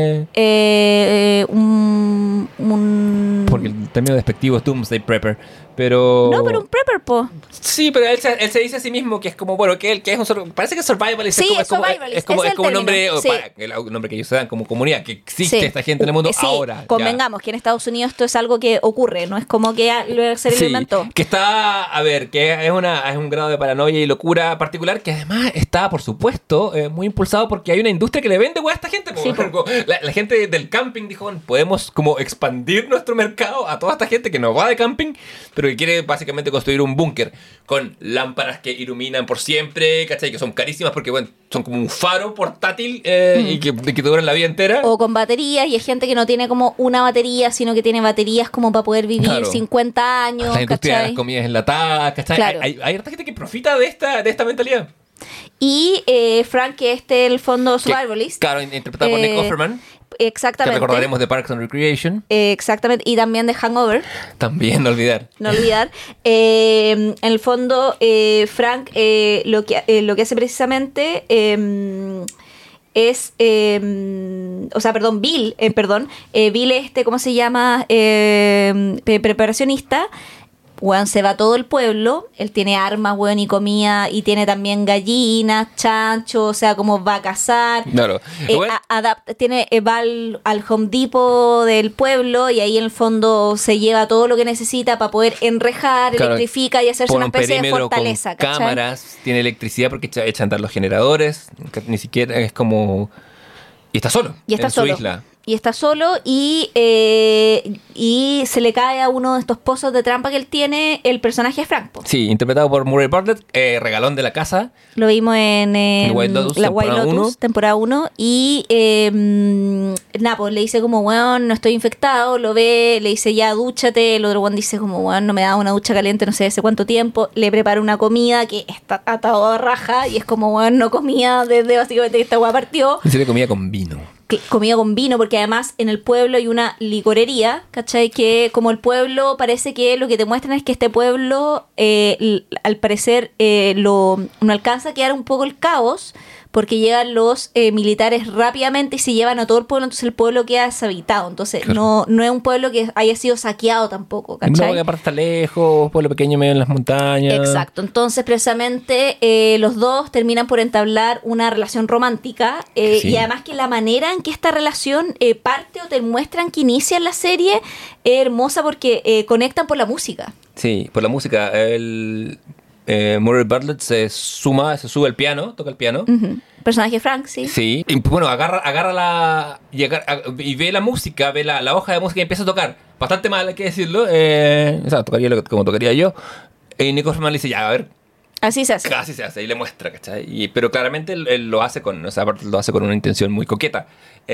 Porque el término despectivo es Doomsday Prepper, pero... No, pero un prepper, po. Sí, pero él se dice a sí mismo que es como, que es parece que es survivalist. Sí, es como un nombre, un nombre que ellos se dan como comunidad, que existe esta gente en el mundo ahora. Convengamos que en Estados Unidos esto es algo que ocurre, no es como que se lo inventó. Que está, que es un grado de paranoia y locura particular, que además está, por supuesto, muy impulsado porque hay una industria que le vende a esta gente. La gente del camping dijo, podemos como expandir nuestro mercado a toda esta gente que no va de camping, pero que quiere básicamente construir un búnker con lámparas que iluminan por siempre, ¿cachai? Que son carísimas porque, son como un faro portátil y que te duran la vida entera. O con baterías, y hay gente que no tiene como una batería, sino que tiene baterías como para poder vivir 50 años, la industria de las comidas enlatadas, ¿cachai? Claro. Hay harta gente que profita de esta mentalidad. Y Frank, que en el fondo survivalist. Claro, interpretado por Nick Offerman. Exactamente. Que recordaremos de Parks and Recreation. Exactamente. Y también de Hangover. También, no olvidar. En el fondo, Frank lo que hace precisamente es... Bill, Bill ¿cómo se llama? Preparacionista. Se va a todo el pueblo, él tiene armas, y comida, y tiene también gallinas, chanchos, o sea, como va a cazar. Claro. Va al Home Depot del pueblo, y ahí en el fondo se lleva todo lo que necesita para poder enrejar, electrifica y hacerse una especie de fortaleza. Con cámaras, tiene electricidad porque echa a andar los generadores, ni siquiera es como... Y está solo en su isla. Y está solo y se le cae a uno de estos pozos de trampa que él tiene el personaje de Frank. Sí, interpretado por Murray Bartlett, regalón de la casa. Lo vimos en White Lotus, temporada 1. Y le dice como, no estoy infectado, lo ve, le dice ya, dúchate. El otro dice como, no me da una ducha caliente, no sé hace cuánto tiempo. Le prepara una comida que está atado a raja y es como, no comía desde básicamente que esta hueá partió. Y se le comía con vino. Comida con vino, porque además en el pueblo hay una licorería, ¿cachai? Que como el pueblo parece que lo que te muestran es que este pueblo al parecer no alcanza a quedar un poco el caos, porque llegan los militares rápidamente y se llevan a todo el pueblo, entonces el pueblo queda deshabitado, entonces no es un pueblo que haya sido saqueado tampoco, ¿cachai? No, que aparte está lejos, pueblo pequeño medio en las montañas. Exacto, entonces precisamente los dos terminan por entablar una relación romántica y además que la manera en que esta relación parte o te muestran que inicia en la serie es hermosa porque conectan por la música. Sí, por la música. Murray Bartlett se sube al piano, toca el piano. Personaje Frank, sí. Sí. Y agarra y ve la música, ve la hoja de música y empieza a tocar. Bastante mal, hay que decirlo. Tocaría como tocaría yo. Y Nick Offerman le dice, ya, a ver, Así se hace. Así se hace, y le muestra, ¿cachai? Pero claramente él lo hace aparte lo hace con una intención muy coqueta.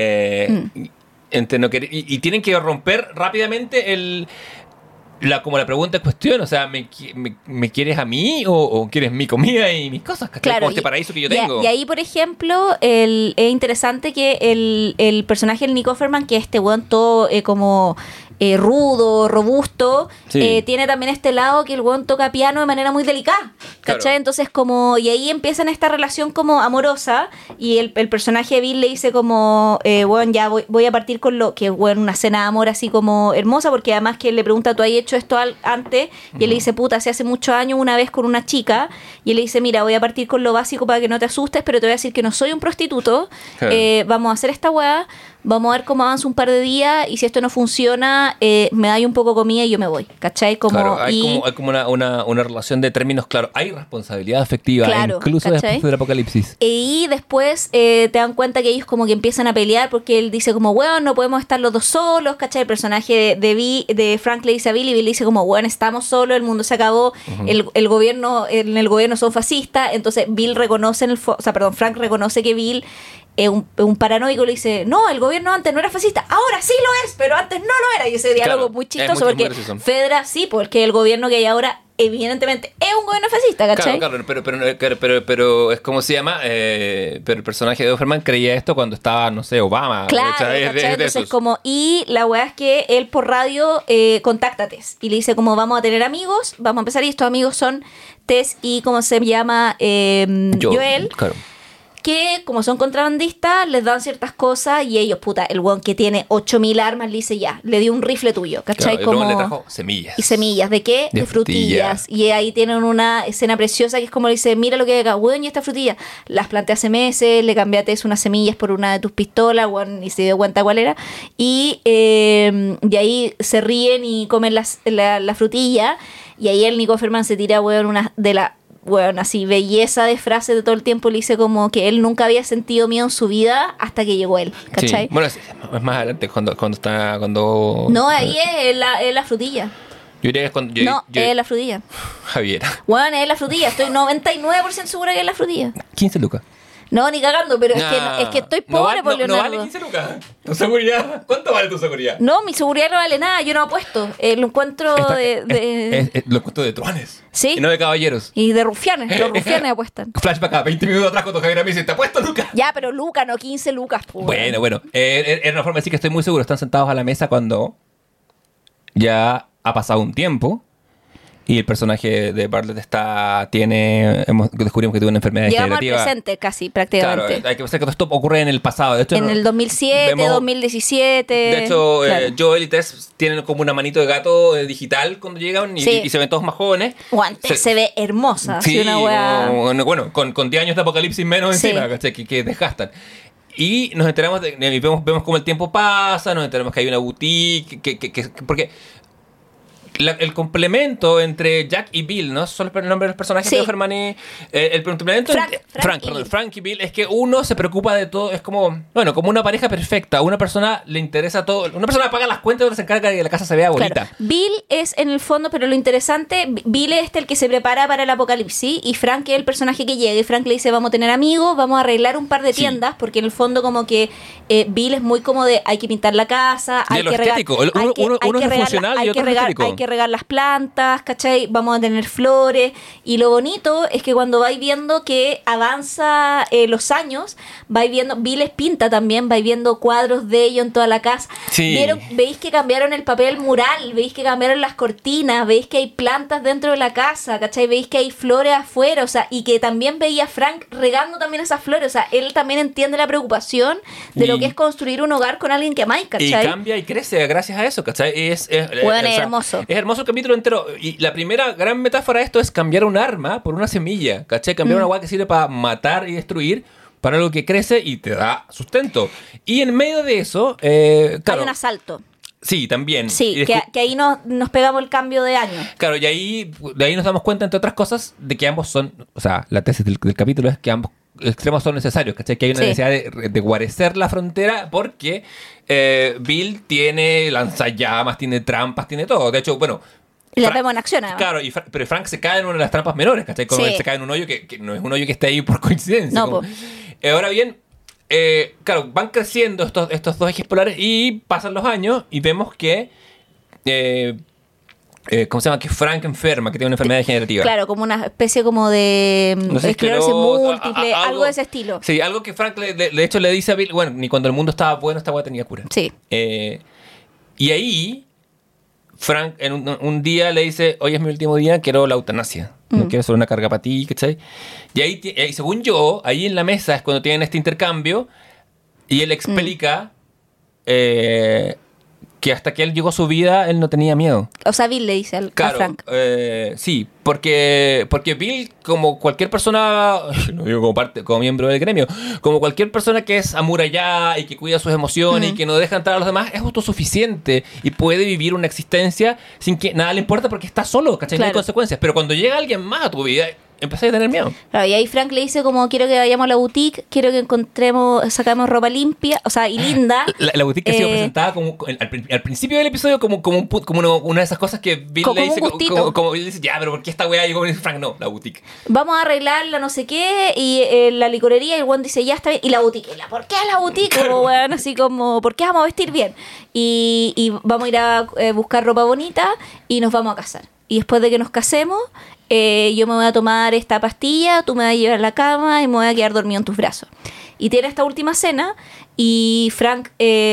Entre no querer, y tienen que romper rápidamente como la pregunta en cuestión, o sea, ¿me quieres a mí o quieres mi comida y mis cosas? Claro, como este paraíso que yo tengo. Y ahí, por ejemplo, es interesante que el personaje del Nick Offerman, que este weón todo como rudo, robusto, sí. Tiene también este lado que el weón toca piano de manera muy delicada, ¿cachai? Claro. Entonces y ahí empiezan esta relación como amorosa, y el personaje de Bill le dice como, weón, ya voy a partir con lo que, weón, una cena de amor así como hermosa, porque además que él le pregunta, ¿tú has hecho esto antes? Y él le dice, puta, hace muchos años una vez con una chica, y él le dice, mira, voy a partir con lo básico para que no te asustes, pero te voy a decir que no soy un prostituto, claro. Vamos a hacer esta weá, vamos a ver cómo avanza un par de días, y si esto no funciona, me da un poco de comida y yo me voy, ¿cachai? Claro, hay como una relación de términos, claro, hay responsabilidad afectiva, claro, incluso ¿cachai? Después del apocalipsis. Y después te dan cuenta que ellos como que empiezan a pelear porque él dice como, bueno, no podemos estar los dos solos, ¿cachai? El personaje de Frank le dice a Bill, y Bill le dice como, bueno, estamos solos, el mundo se acabó, el gobierno, en el gobierno son fascistas, entonces Frank reconoce que Bill un paranoico le dice, no, el gobierno antes no era fascista, ahora sí lo es, pero antes no lo era. Y ese diálogo claro, muy chistoso porque Fedra sí, porque el gobierno que hay ahora evidentemente es un gobierno fascista, ¿cachai? Claro, pero es como se llama, pero el personaje de Offerman creía esto cuando estaba, no sé, Obama. Claro, ¿cachai? Entonces y la weá es que él por radio contáctate, y le dice como, vamos a tener amigos, vamos a empezar, y estos amigos son Tess y, ¿cómo se llama? Joel. Claro. Que como son contrabandistas, les dan ciertas cosas, y ellos, puta, el weón que tiene 8.000 armas le dice, ya, le dio un rifle tuyo, ¿cachai? Claro, como le trajo semillas. Y semillas, ¿de qué? De frutillas. Y ahí tienen una escena preciosa que es como le dice, mira lo que hay acá, weón, y esta frutilla, las planté hace meses, le cambiaste unas semillas por una de tus pistolas, weón, y se dio cuenta cuál era, y ahí se ríen y comen la frutilla, y ahí el Nick Offerman se tira, weón, una de la... Bueno, así, belleza de frase de todo el tiempo, le dice como que él nunca había sentido miedo en su vida hasta que llegó él, ¿cachai? Sí. Bueno, es más adelante cuando... No, ahí es la frutilla. Yo diría que es cuando... es la frutilla. Javier. Bueno, es la frutilla, estoy 99% segura que es la frutilla. 15 lucas. No, ni cagando, pero es que estoy pobre por Leonardo. No vale 15 lucas. ¿Tu seguridad? ¿Cuánto vale tu seguridad? No, mi seguridad no vale nada, yo no apuesto. Lo encuentro lo encuentro de truanes. Sí. Y no de caballeros. Y de rufianes, los rufianes apuestan. Flashback a 20 minutos atrás cuando Javier a mí dice, ¿te apuesto, Lucas? Ya, pero Lucas, no 15 lucas. Bueno. Era una forma de decir que estoy muy seguro. Están sentados a la mesa cuando ya ha pasado un tiempo. Y el personaje de Bartlett descubrimos que tuvo una enfermedad degenerativa. Llegamos al presente casi, prácticamente. Claro, hay que pensar que todo esto ocurre en el pasado. De hecho, en el 2007, 2017. De hecho, claro. Joel y Tess tienen como una manito de gato digital cuando llegan y se ven todos más jóvenes. Antes se ve hermosa. Sí, una wea... bueno, con 10 años de apocalipsis menos encima, que desgastan. Y nos enteramos, vemos cómo el tiempo pasa, nos enteramos que hay una boutique, porque... el complemento entre Jack y Bill, ¿no? Son el nombre de los personajes de Offerman y... el complemento Frank y Bill es que uno se preocupa de todo. Es como, bueno, como una pareja perfecta. Una persona le interesa todo. Una persona paga las cuentas y otra se encarga de que la casa se vea bonita. Claro. Bill es en el fondo, pero lo interesante, Bill es el que se prepara para el apocalipsis, y Frank es el personaje que llega. Y Frank le dice, vamos a tener amigos, vamos a arreglar un par de tiendas, porque en el fondo como que Bill es muy como de, hay que pintar la casa, hay que regar... Uno es funcional y otro es estético. Hay que regar las plantas, ¿cachai? Vamos a tener flores, y lo bonito es que cuando vais viendo que avanza los años, vais viendo, Bill les pinta también, vais viendo cuadros de ellos en toda la casa. Sí. Veis que cambiaron el papel mural, veis que cambiaron las cortinas, veis que hay plantas dentro de la casa, ¿cachai? Veis que hay flores afuera, o sea, y que también veía a Frank regando también esas flores, o sea, él también entiende la preocupación de lo que es construir un hogar con alguien que amáis, ¿cachai? Y cambia y crece gracias a eso, ¿cachai? Es hermoso. Es hermoso el capítulo entero. Y la primera gran metáfora de esto es cambiar un arma por una semilla, ¿cachai? Cambiar una hueá que sirve para matar y destruir para algo que crece y te da sustento. Y en medio de eso, claro, hay un asalto. Sí, también. Sí, que ahí nos pegamos el cambio de año. Claro, y de ahí nos damos cuenta, entre otras cosas, de que ambos son, o sea, la tesis del capítulo es que ambos extremos son necesarios, ¿cachai? Que hay una necesidad de guarecer la frontera porque Bill tiene lanzallamas, tiene trampas, tiene todo. De hecho, bueno, Y las vemos en acción, además. Claro, pero Frank se cae en una de las trampas menores, ¿cachai? Como él se cae en un hoyo que no es un hoyo que esté ahí por coincidencia. No, ahora bien, claro, van creciendo estos dos ejes polares y pasan los años y vemos que... ¿cómo se llama? Que Frank enferma, que tiene una enfermedad degenerativa. Claro, como una especie como de esclerosis múltiple, algo de ese estilo. Sí, algo que Frank de hecho le dice a Bill, bueno, ni cuando el mundo estaba bueno, esta weá tenía cura. Sí. Y ahí Frank en un día le dice, hoy es mi último día, quiero la eutanasia. No quiero solo una carga para ti, ¿cachai? Y ahí, según yo, ahí en la mesa es cuando tienen este intercambio y él explica... que hasta que él llegó a su vida, él no tenía miedo. O sea, Bill le dice a Frank. Sí, porque Bill, como cualquier persona, no digo como miembro del gremio, como cualquier persona que es amurallada y que cuida sus emociones y que no deja entrar a los demás, es autosuficiente y puede vivir una existencia sin que nada le importa porque está solo, ¿cachai? Claro. No hay consecuencias. Pero cuando llega alguien más a tu vida... empecé a tener miedo. Claro, y ahí Frank le dice como, quiero que vayamos a la boutique, quiero que sacamos ropa limpia, o sea, y linda. La boutique que ha sido presentada como al principio del episodio como una de esas cosas que Bill le dice, como Bill dice, ya, pero ¿por qué esta weá? Y como dice Frank, no, la boutique. Vamos a arreglarla, no sé qué, y la licorería, y el weón dice, ya está bien, y la boutique, ¿por qué la boutique? Claro. Como weón, así como, ¿por qué vamos a vestir bien? Y vamos a ir a buscar ropa bonita y nos vamos a casar. Y después de que nos casemos, yo me voy a tomar esta pastilla, tú me vas a llevar a la cama y me voy a quedar dormido en tus brazos. Y tiene esta última cena y Frank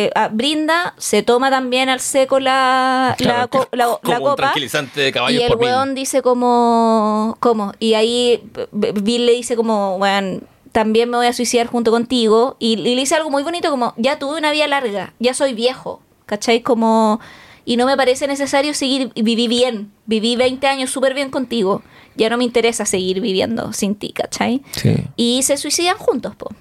brinda, se toma también al seco la copa. Un tranquilizante de caballos. Y el weón dice ¿cómo? Y ahí Bill le dice como, weón, también me voy a suicidar junto contigo. Y le dice algo muy bonito como, ya tuve una vida larga, ya soy viejo, ¿cachai? Como... Y no me parece necesario seguir, viví bien, viví 20 años súper bien contigo, ya no me interesa seguir viviendo sin ti, ¿cachai? Sí. Y se suicidan juntos, po.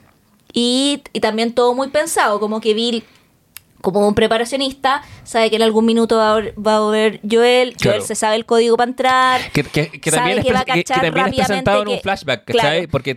Y también todo muy pensado, como que Bill, como un preparacionista, sabe que en algún minuto va a volver Joel, claro. Joel se sabe el código para entrar, que también sabe que va a cachar que también es presentado en un flashback, ¿cachai? Claro. Porque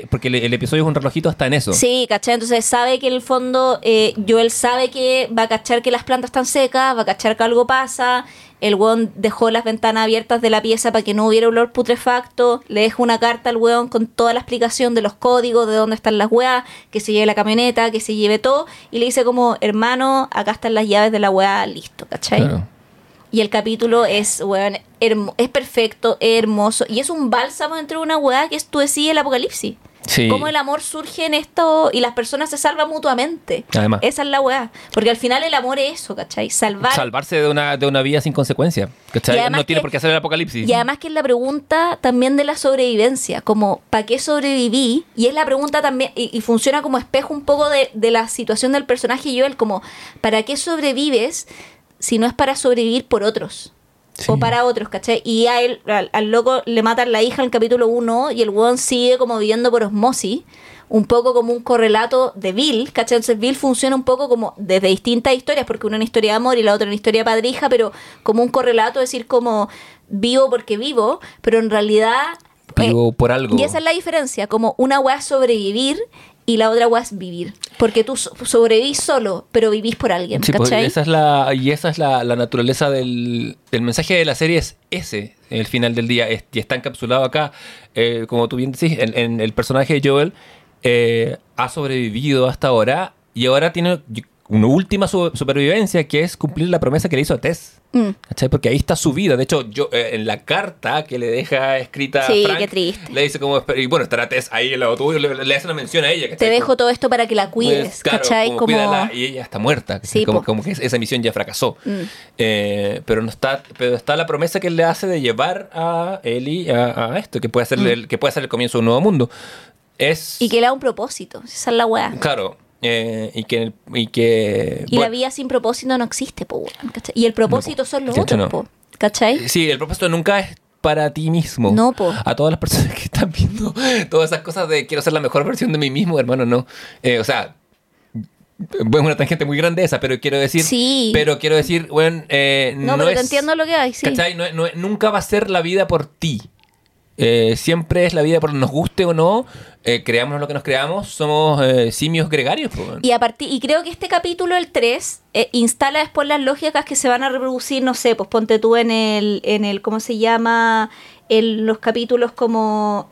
el episodio es un relojito hasta en eso. Sí, ¿cachai? Entonces sabe que en el fondo Joel sabe que va a cachar que las plantas están secas, va a cachar que algo pasa. El weón dejó las ventanas abiertas de la pieza para que no hubiera olor putrefacto. Le deja una carta al weón con toda la explicación de los códigos, de dónde están las weas, que se lleve la camioneta, que se lleve todo. Y le dice como, hermano, acá están las llaves de la wea, listo, ¿cachai? Claro. Y el capítulo es, weón, es perfecto, es hermoso. Y es un bálsamo dentro de una wea que es, tú decís, el apocalipsis. Sí. Cómo el amor surge en esto y las personas se salvan mutuamente. Además. Esa es la weá. Porque al final el amor es eso, ¿cachai? Salvarse de una vida sin consecuencia, ¿cachai? No tiene por qué hacer el apocalipsis. Y además que es la pregunta también de la sobrevivencia. Como, ¿para qué sobreviví? Y es la pregunta también, y funciona como espejo un poco de la situación del personaje Joel. Como, ¿para qué sobrevives si no es para sobrevivir por otros? Sí. O para otros, ¿cachai? Y a él, al loco le matan la hija en el capítulo 1 y el weón sigue como viviendo por osmosis, un poco como un correlato de Bill, ¿cachai? Entonces Bill funciona un poco como desde distintas historias, porque una es una historia de amor y la otra una historia padrija, pero como un correlato, es decir, como vivo porque vivo, pero en realidad... Vivo por algo. Y esa es la diferencia, como una weá es sobrevivir y la otra weá es vivir. Porque tú sobrevivís solo, pero vivís por alguien, sí, ¿cachai? Esa es la naturaleza del mensaje de la serie, es ese, el final del día. Y está encapsulado acá, como tú bien decís, en el personaje de Joel ha sobrevivido hasta ahora y ahora tiene una última supervivencia, que es cumplir la promesa que le hizo a Tess. ¿Cachai? Porque ahí está su vida. De hecho, en la carta que le deja escrita a Frank, qué triste. le dice como, y bueno, estará Tess ahí al lado tuyo, le hace una mención a ella, ¿cachai? Te dejo todo esto para que la cuides, pues, claro, ¿cachai? Como cuídala, y ella está muerta, sí, como que esa misión ya fracasó. Pero está la promesa que él le hace de llevar a Ellie a esto, que puede ser el comienzo de un nuevo mundo. Y que le da un propósito, esa es la weá. Claro. Y la vida sin propósito no existe, ¿cachai? Y el propósito son los otros, ¿cachai? Sí, el propósito nunca es para ti mismo. No, a todas las personas que están viendo todas esas cosas de quiero ser la mejor versión de mí mismo, hermano, no. O sea, bueno, una tangente muy grande esa, pero quiero decir, bueno, no, pero te entiendo lo que hay, sí. ¿Cachai? Nunca va a ser la vida por ti. siempre es la vida por nos guste o no, creamos lo que nos creamos, somos simios gregarios. Y creo que este capítulo, el 3, instala después las lógicas que se van a reproducir, no sé, pues ponte tú en el ¿cómo se llama? En los capítulos como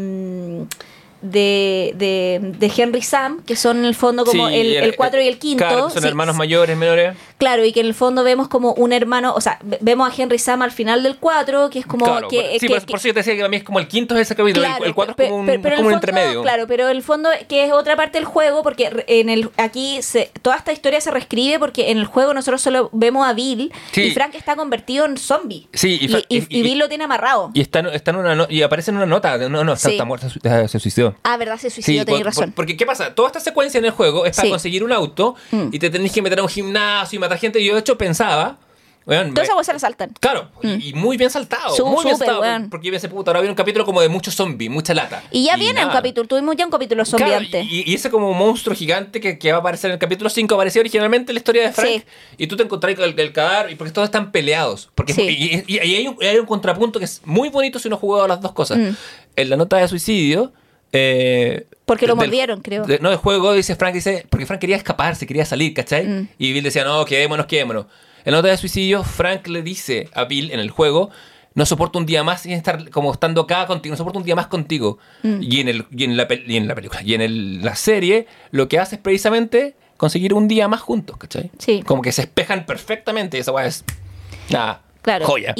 de Henry Sam, que son en el fondo como el 4 y el 5. Claro, son hermanos mayores, menores. Claro, y que en el fondo vemos como un hermano, o sea, vemos a Henry Sam al final del 4, que es como... Claro, por eso yo te decía que a mí es como el 5 es ese capítulo, claro, el 4 es como un intermedio. Claro, pero el fondo que es otra parte del juego, porque aquí toda esta historia se reescribe porque en el juego nosotros solo vemos a Bill y Frank está convertido en zombie. Sí, y Bill lo tiene amarrado. Y y aparece en una nota, está muerta, se suicidó. Ah, verdad, se suicidó, tenés razón. Porque, ¿qué pasa? Toda esta secuencia en el juego es para conseguir un auto y te tenés que meter a un gimnasio y matar gente. Y yo, de hecho, pensaba... Bueno, todas esas cosas se la saltan. Claro, y muy bien saltado. Muy bien saltado. Porque yo pensé, puta, ahora viene un capítulo como de muchos zombies, mucha lata. Y ya viene un capítulo, tuvimos ya un capítulo zombie antes. Y ese como monstruo gigante que va a aparecer en el capítulo 5 aparecía originalmente en la historia de Frank. Sí. Y tú te encontrás con el cadáver, porque todos están peleados. Porque y hay un contrapunto que es muy bonito si uno ha jugado las dos cosas. En la nota de suicidio... porque lo mordieron, creo. Del juego dice Frank, porque Frank quería escaparse, quería salir, ¿cachai? Y Bill decía, no, quedémonos. En la nota de suicidio, Frank le dice a Bill en el juego, no soporto un día más sin estar como estando acá contigo, no soporto un día más contigo. Y en la película, y en la serie, lo que hace es precisamente conseguir un día más juntos, ¿cachai? Sí. Como que se espejan perfectamente, y esa weá es joya.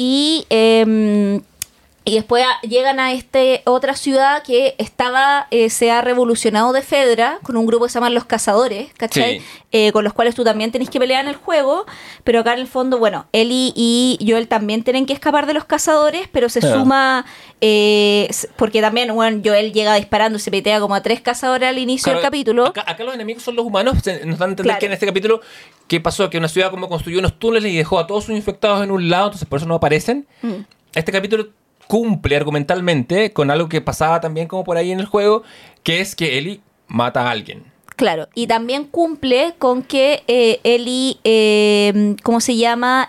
Y después llegan a otra ciudad que se ha revolucionado de Fedra, con un grupo que se llaman Los Cazadores, ¿cachai? Sí. Con los cuales tú también tenés que pelear en el juego, pero acá en el fondo, bueno, Ellie y Joel también tienen que escapar de los Cazadores, pero se suma, porque también, bueno, Joel llega disparando y se petea como a 3 cazadores al inicio del capítulo. Acá los enemigos son los humanos, nos dan a entender que en este capítulo, ¿qué pasó? Que una ciudad como construyó unos túneles y dejó a todos sus infectados en un lado, entonces por eso no aparecen. Este capítulo cumple argumentalmente con algo que pasaba también como por ahí en el juego, que es que Ellie mata a alguien. Claro, y también cumple con que Ellie, ¿cómo se llama?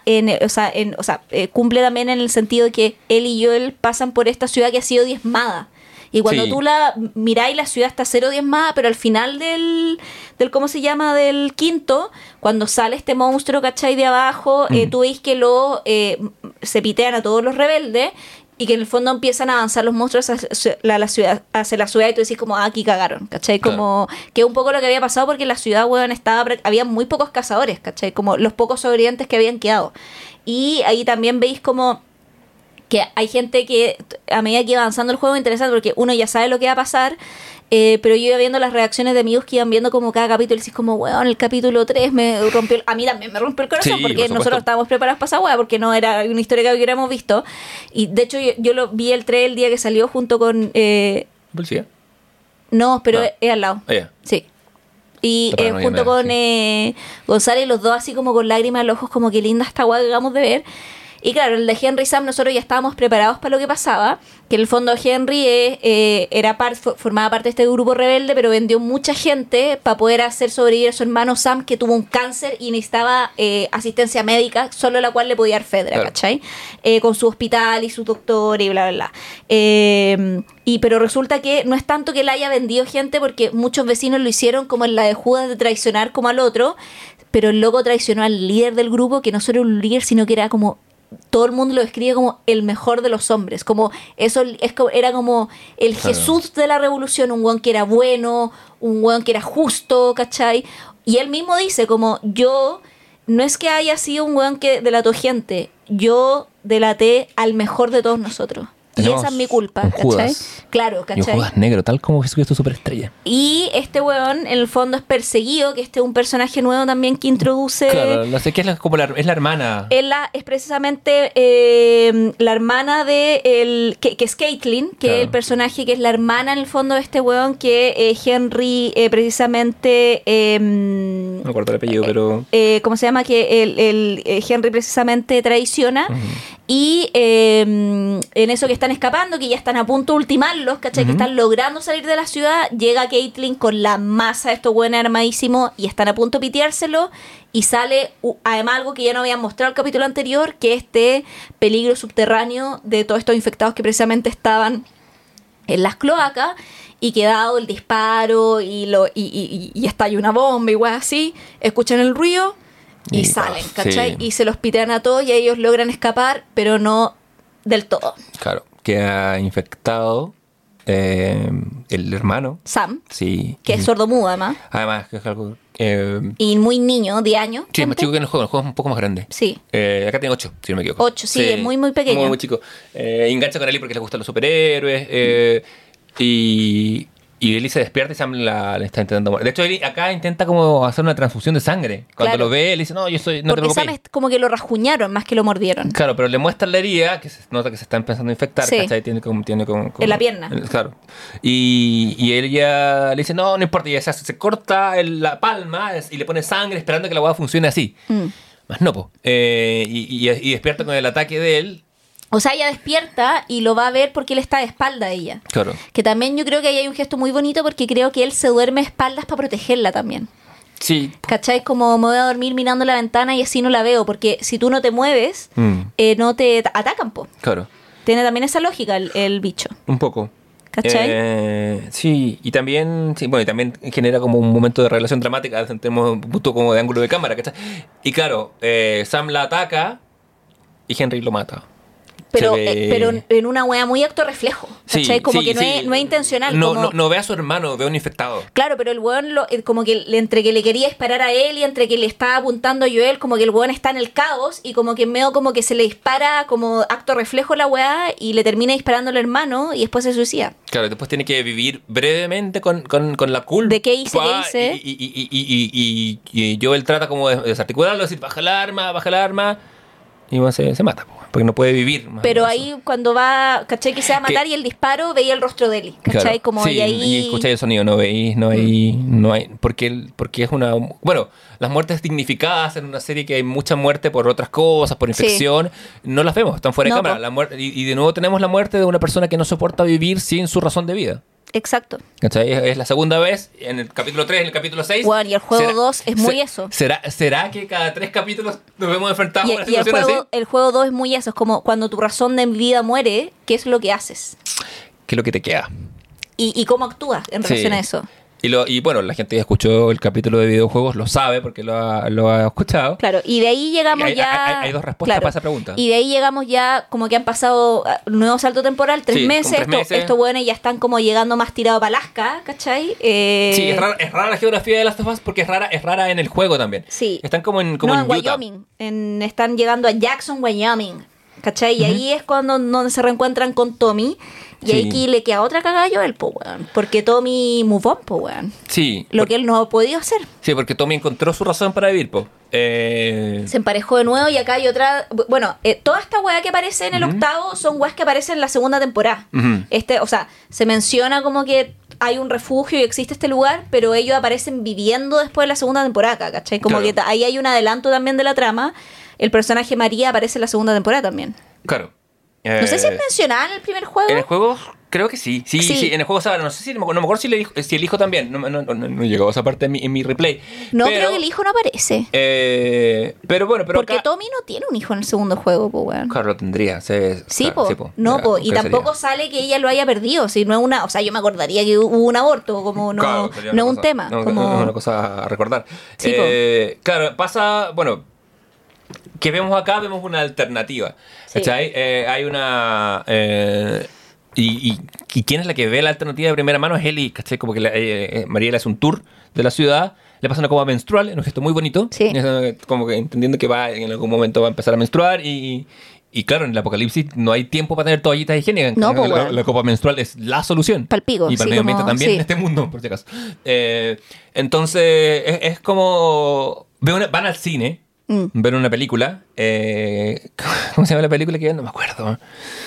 Cumple también en el sentido de que Ellie y Joel pasan por esta ciudad que ha sido diezmada. Y cuando tú la miráis, la ciudad está cero diezmada, pero al final del ¿cómo se llama? Del 5, cuando sale este monstruo, ¿cachai? De abajo, tú veis que se pitean a todos los rebeldes y que en el fondo empiezan a avanzar los monstruos hacia la ciudad y tú decís como, aquí cagaron, ¿cachai? Como que es un poco lo que había pasado porque en la ciudad, weón, había muy pocos cazadores, ¿cachai? Como los pocos sobrevivientes que habían quedado. Y ahí también veis como que hay gente que a medida que iba avanzando el juego, interesante porque uno ya sabe lo que va a pasar, pero yo iba viendo las reacciones de amigos que iban viendo como cada capítulo y decís como, weón, el capítulo 3 a mí también me rompió el corazón, porque nosotros estábamos preparados para esa weá, porque no era una historia que hubiéramos visto. Y de hecho yo vi el 3 el día que salió junto con... ¿Policía? No, pero es al lado. Sí. Y junto con González, los dos así como con lágrimas en los ojos, como que linda esta weá que acabamos de ver. Y claro, el de Henry Sam, nosotros ya estábamos preparados para lo que pasaba, que en el fondo Henry formaba parte de este grupo rebelde, pero vendió mucha gente para poder hacer sobrevivir a su hermano Sam, que tuvo un cáncer y necesitaba asistencia médica, solo la cual le podía dar Fedra, claro. ¿Cachai? Con su hospital y su doctor y bla, bla, bla. Pero resulta que no es tanto que él haya vendido gente, porque muchos vecinos lo hicieron como en la de Judas, de traicionar como al otro, pero el loco traicionó al líder del grupo, que no solo era un líder, sino que era como... todo el mundo lo describe como el mejor de los hombres, como eso era como el Jesús de la revolución, un weón que era bueno, un weón que era justo, ¿cachai? Y él mismo dice como, yo no es que haya sido un weón que delató gente, yo delaté al mejor de todos nosotros. Y esa es mi culpa, ¿cachai? Claro, ¿cachai? Y Judas negro, tal como Jesucristo superestrella. Y este weón, en el fondo, es perseguido, que este es un personaje nuevo también que introduce... Claro, no sé qué es la hermana. Es precisamente la hermana de... que es Caitlyn, que es el personaje que es la hermana, en el fondo, de este weón, que Henry precisamente me acuerdo el apellido, pero... ¿Cómo se llama? Que el Henry precisamente traiciona. Y en eso que están escapando, que ya están a punto de ultimarlos, ¿cachai? Que están logrando salir de la ciudad, llega Caitlyn con la masa de estos buenos armadísimos y están a punto de piteárselo. Y sale, además, algo que ya no habían mostrado el capítulo anterior, que este peligro subterráneo de todos estos infectados que precisamente estaban en las cloacas, y que dado el disparo y estalla una bomba, igual así, escuchan el ruido y salen, ¿cachai? Sí. Y se los pitean a todos y ellos logran escapar, pero no del todo. Claro, queda infectado el hermano. Sam. Sí. Que es sordomudo, además. Además, que es algo... y muy niño, de años. Sí, es más chico que en el juego es un poco más grande. Sí. Acá tiene 8, si no me equivoco. 8, sí, es muy, muy pequeño. Muy, muy chico. Engancha con Ellie porque le gustan los superhéroes. Y Ellie se despierta y Sam la está intentando morir. De hecho, Ellie acá intenta como hacer una transfusión de sangre. Cuando lo ve, él dice, no, yo soy... No porque Sam es como que lo rajuñaron más que lo mordieron. Claro, pero le muestran la herida, que se nota que se está empezando a infectar, sí. ¿cachai? Tiene como en la pierna. Claro. Y ella le dice, no importa. Y ella se corta la palma y le pone sangre esperando que la hueá funcione así. Más no, po. Y despierta con el ataque de él. O sea, ella despierta y lo va a ver porque él está de espalda a ella. Claro. Que también yo creo que ahí hay un gesto muy bonito porque creo que él se duerme de espaldas para protegerla también. Sí. ¿Cachai? Como me voy a dormir mirando la ventana y así no la veo. Porque si tú no te mueves, no te atacan, po. Claro. Tiene también esa lógica el bicho. Un poco. ¿Cachai? Sí, y también, sí, bueno, y también genera como un momento de relación dramática, tenemos un punto como de ángulo de cámara, ¿cachai? Y claro, Sam la ataca y Henry lo mata. Pero en una wea muy acto reflejo, ¿cachai? Sí, como sí, que sí. No es intencional. No ve a su hermano, ve a un infectado. Claro, pero el weón como que entre que le quería disparar a él y entre que le estaba apuntando a Joel, como que el weón está en el caos y como que medio como que se le dispara como acto reflejo la weá y le termina disparando al hermano y después se suicida. Claro, después tiene que vivir brevemente con la culpa. ¿De qué hice? Y Joel trata como de desarticularlo, decir, baja el arma y bueno, se mata, porque no puede vivir. Pero ahí cuando va, ¿cachai? Que se va a matar y el disparo, veía el rostro de Ellie, ¿cachai? Claro, como sí, y ahí... y escucháis el sonido, no hay, porque es una... Bueno, las muertes dignificadas en una serie que hay mucha muerte por otras cosas, por infección, no las vemos, están fuera de cámara. La muerte, y de nuevo tenemos la muerte de una persona que no soporta vivir sin su razón de vida. Exacto. ¿Cachai? Es la segunda vez, en el capítulo 3, en el capítulo 6. Bueno, y el juego 2 es muy eso. ¿Será que cada 3 capítulos nos vemos enfrentados a una situación así? El juego 2 es muy eso. Es como cuando tu razón de vida muere, ¿qué es lo que haces? ¿Qué es lo que te queda? ¿Y cómo actúas en relación a eso? Y bueno, la gente que escuchó el capítulo de videojuegos lo sabe porque lo ha escuchado. Claro, y de ahí llegamos hay dos respuestas para esa pregunta. Y de ahí llegamos ya como que han pasado un nuevo salto temporal, 3 meses. Estos buenos ya están como llegando más tirados para Alaska, ¿cachai? Sí, es rara la geografía de Last of Us porque es rara en el juego también. Sí. Están como en Wyoming. Están llegando a Jackson, Wyoming, ¿cachai? Y ahí es donde se reencuentran con Tommy. Y ahí que le queda otra cagada a Joel, po, weón. Porque Tommy move on, po, weón. Sí. Lo que él no ha podido hacer. Sí, porque Tommy encontró su razón para vivir, po. Se emparejó de nuevo y acá hay otra... Bueno, toda esta weá que aparece en el octavo son weas que aparecen en la segunda temporada. O sea, se menciona como que hay un refugio y existe este lugar, pero ellos aparecen viviendo después de la segunda temporada, ¿cachai? Como que ahí hay un adelanto también de la trama. El personaje María aparece en la segunda temporada también. Claro. No sé si es mencionado en el primer juego. En el juego creo que sí. Sí, en el juego sabe, no sé si no me acuerdo si el hijo también. No llegó a esa parte en mi replay. No, pero creo que el hijo no aparece. Pero bueno, porque Tommy no tiene un hijo en el segundo juego, po, weón. Claro, lo tendría. Sí, po. No, po. Y tampoco sale que ella lo haya perdido. Si no es una... O sea, yo me acordaría que hubo un aborto, como no es un tema. No, como... no es una cosa a recordar. Sí, claro, pasa... Bueno, que vemos acá, vemos una alternativa. Sí. ¿Cachai? Hay una... ¿Y quién es la que ve la alternativa de primera mano? Es Ellie, ¿cachai? Como que María le hace un tour de la ciudad, le pasa una coma menstrual, en un gesto muy bonito. Sí. Como que entendiendo que en algún momento va a empezar a menstruar y claro, en el apocalipsis no hay tiempo para tener toallitas higiénicas. No, la copa menstrual es la solución. Palpigo. Y para el medio ambiente también en este mundo, por si acaso. Entonces, es como... van al cine, ven una película. ¿Cómo se llama la película que no me acuerdo?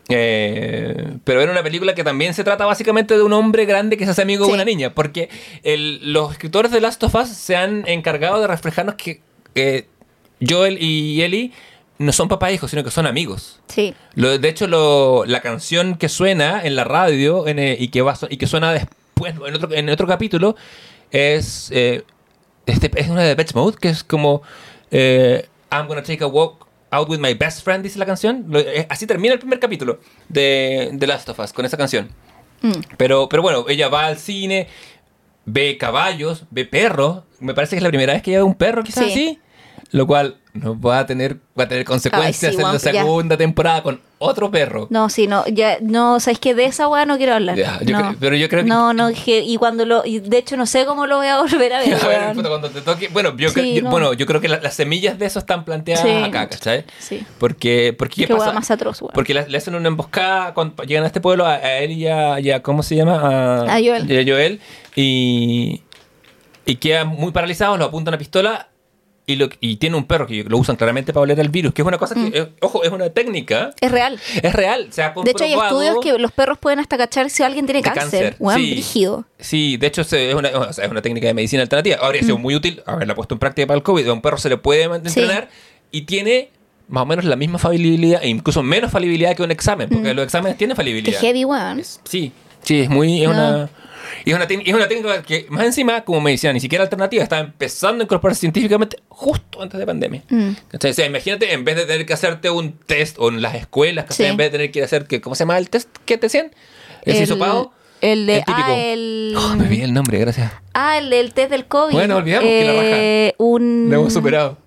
Pero era una película que también se trata básicamente de un hombre grande que se hace amigo de una niña. Porque los escritores de Last of Us se han encargado de reflejarnos que Joel y Ellie no son papá e hijos, sino que son amigos. Sí. De hecho, la canción que suena en la radio y que suena después en otro capítulo es una de Depeche Mode, que es como I'm gonna take a walk out with my best friend, dice la canción. Así termina el primer capítulo de The Last of Us, con esa canción. Pero bueno, ella va al cine, ve caballos, ve perros. Me parece que es la primera vez que ella ve un perro, quizás así. Lo cual va a tener consecuencias en la segunda temporada con otro perro. No, sí, ¿sabes qué? De esa weá no quiero hablar. Pero yo creo que... y de hecho no sé cómo lo voy a volver a ver. Cuando te toque... Bueno, yo creo que las semillas de eso están planteadas acá, ¿cachai? Sí. Porque ¿qué pasa? Más atroz, weón. Porque le hacen una emboscada cuando llegan a este pueblo a él y a ¿cómo se llama? A Joel. Y a Joel. Y quedan muy paralizados, lo apuntan a pistola. Y tiene un perro que lo usan claramente para oler el virus, que es una cosa que, ojo, es una técnica. Es real. Es real, se ha comprobado. De hecho, hay estudios que los perros pueden hasta cachar si alguien tiene cáncer. Brígido. Sí, de hecho, es una técnica de medicina alternativa. Habría sido muy útil haberla puesto en práctica para el COVID. A un perro se le puede entrenar y tiene más o menos la misma falibilidad, e incluso menos falibilidad que un examen, porque los exámenes tienen falibilidad. Qué heavy, weón. Sí, es muy... Es una técnica que, más encima, como medicina, ni siquiera alternativa, estaba empezando a incorporarse científicamente justo antes de pandemia. O sea, imagínate, en vez de tener que hacerte un test, o en las escuelas, en vez de tener que ir a hacer, ¿cómo se llama el test que te hacían? El hisopado. El típico. Me olvidé el nombre, gracias. El del test del COVID. Bueno, olvidamos que la raja. Lo hemos superado.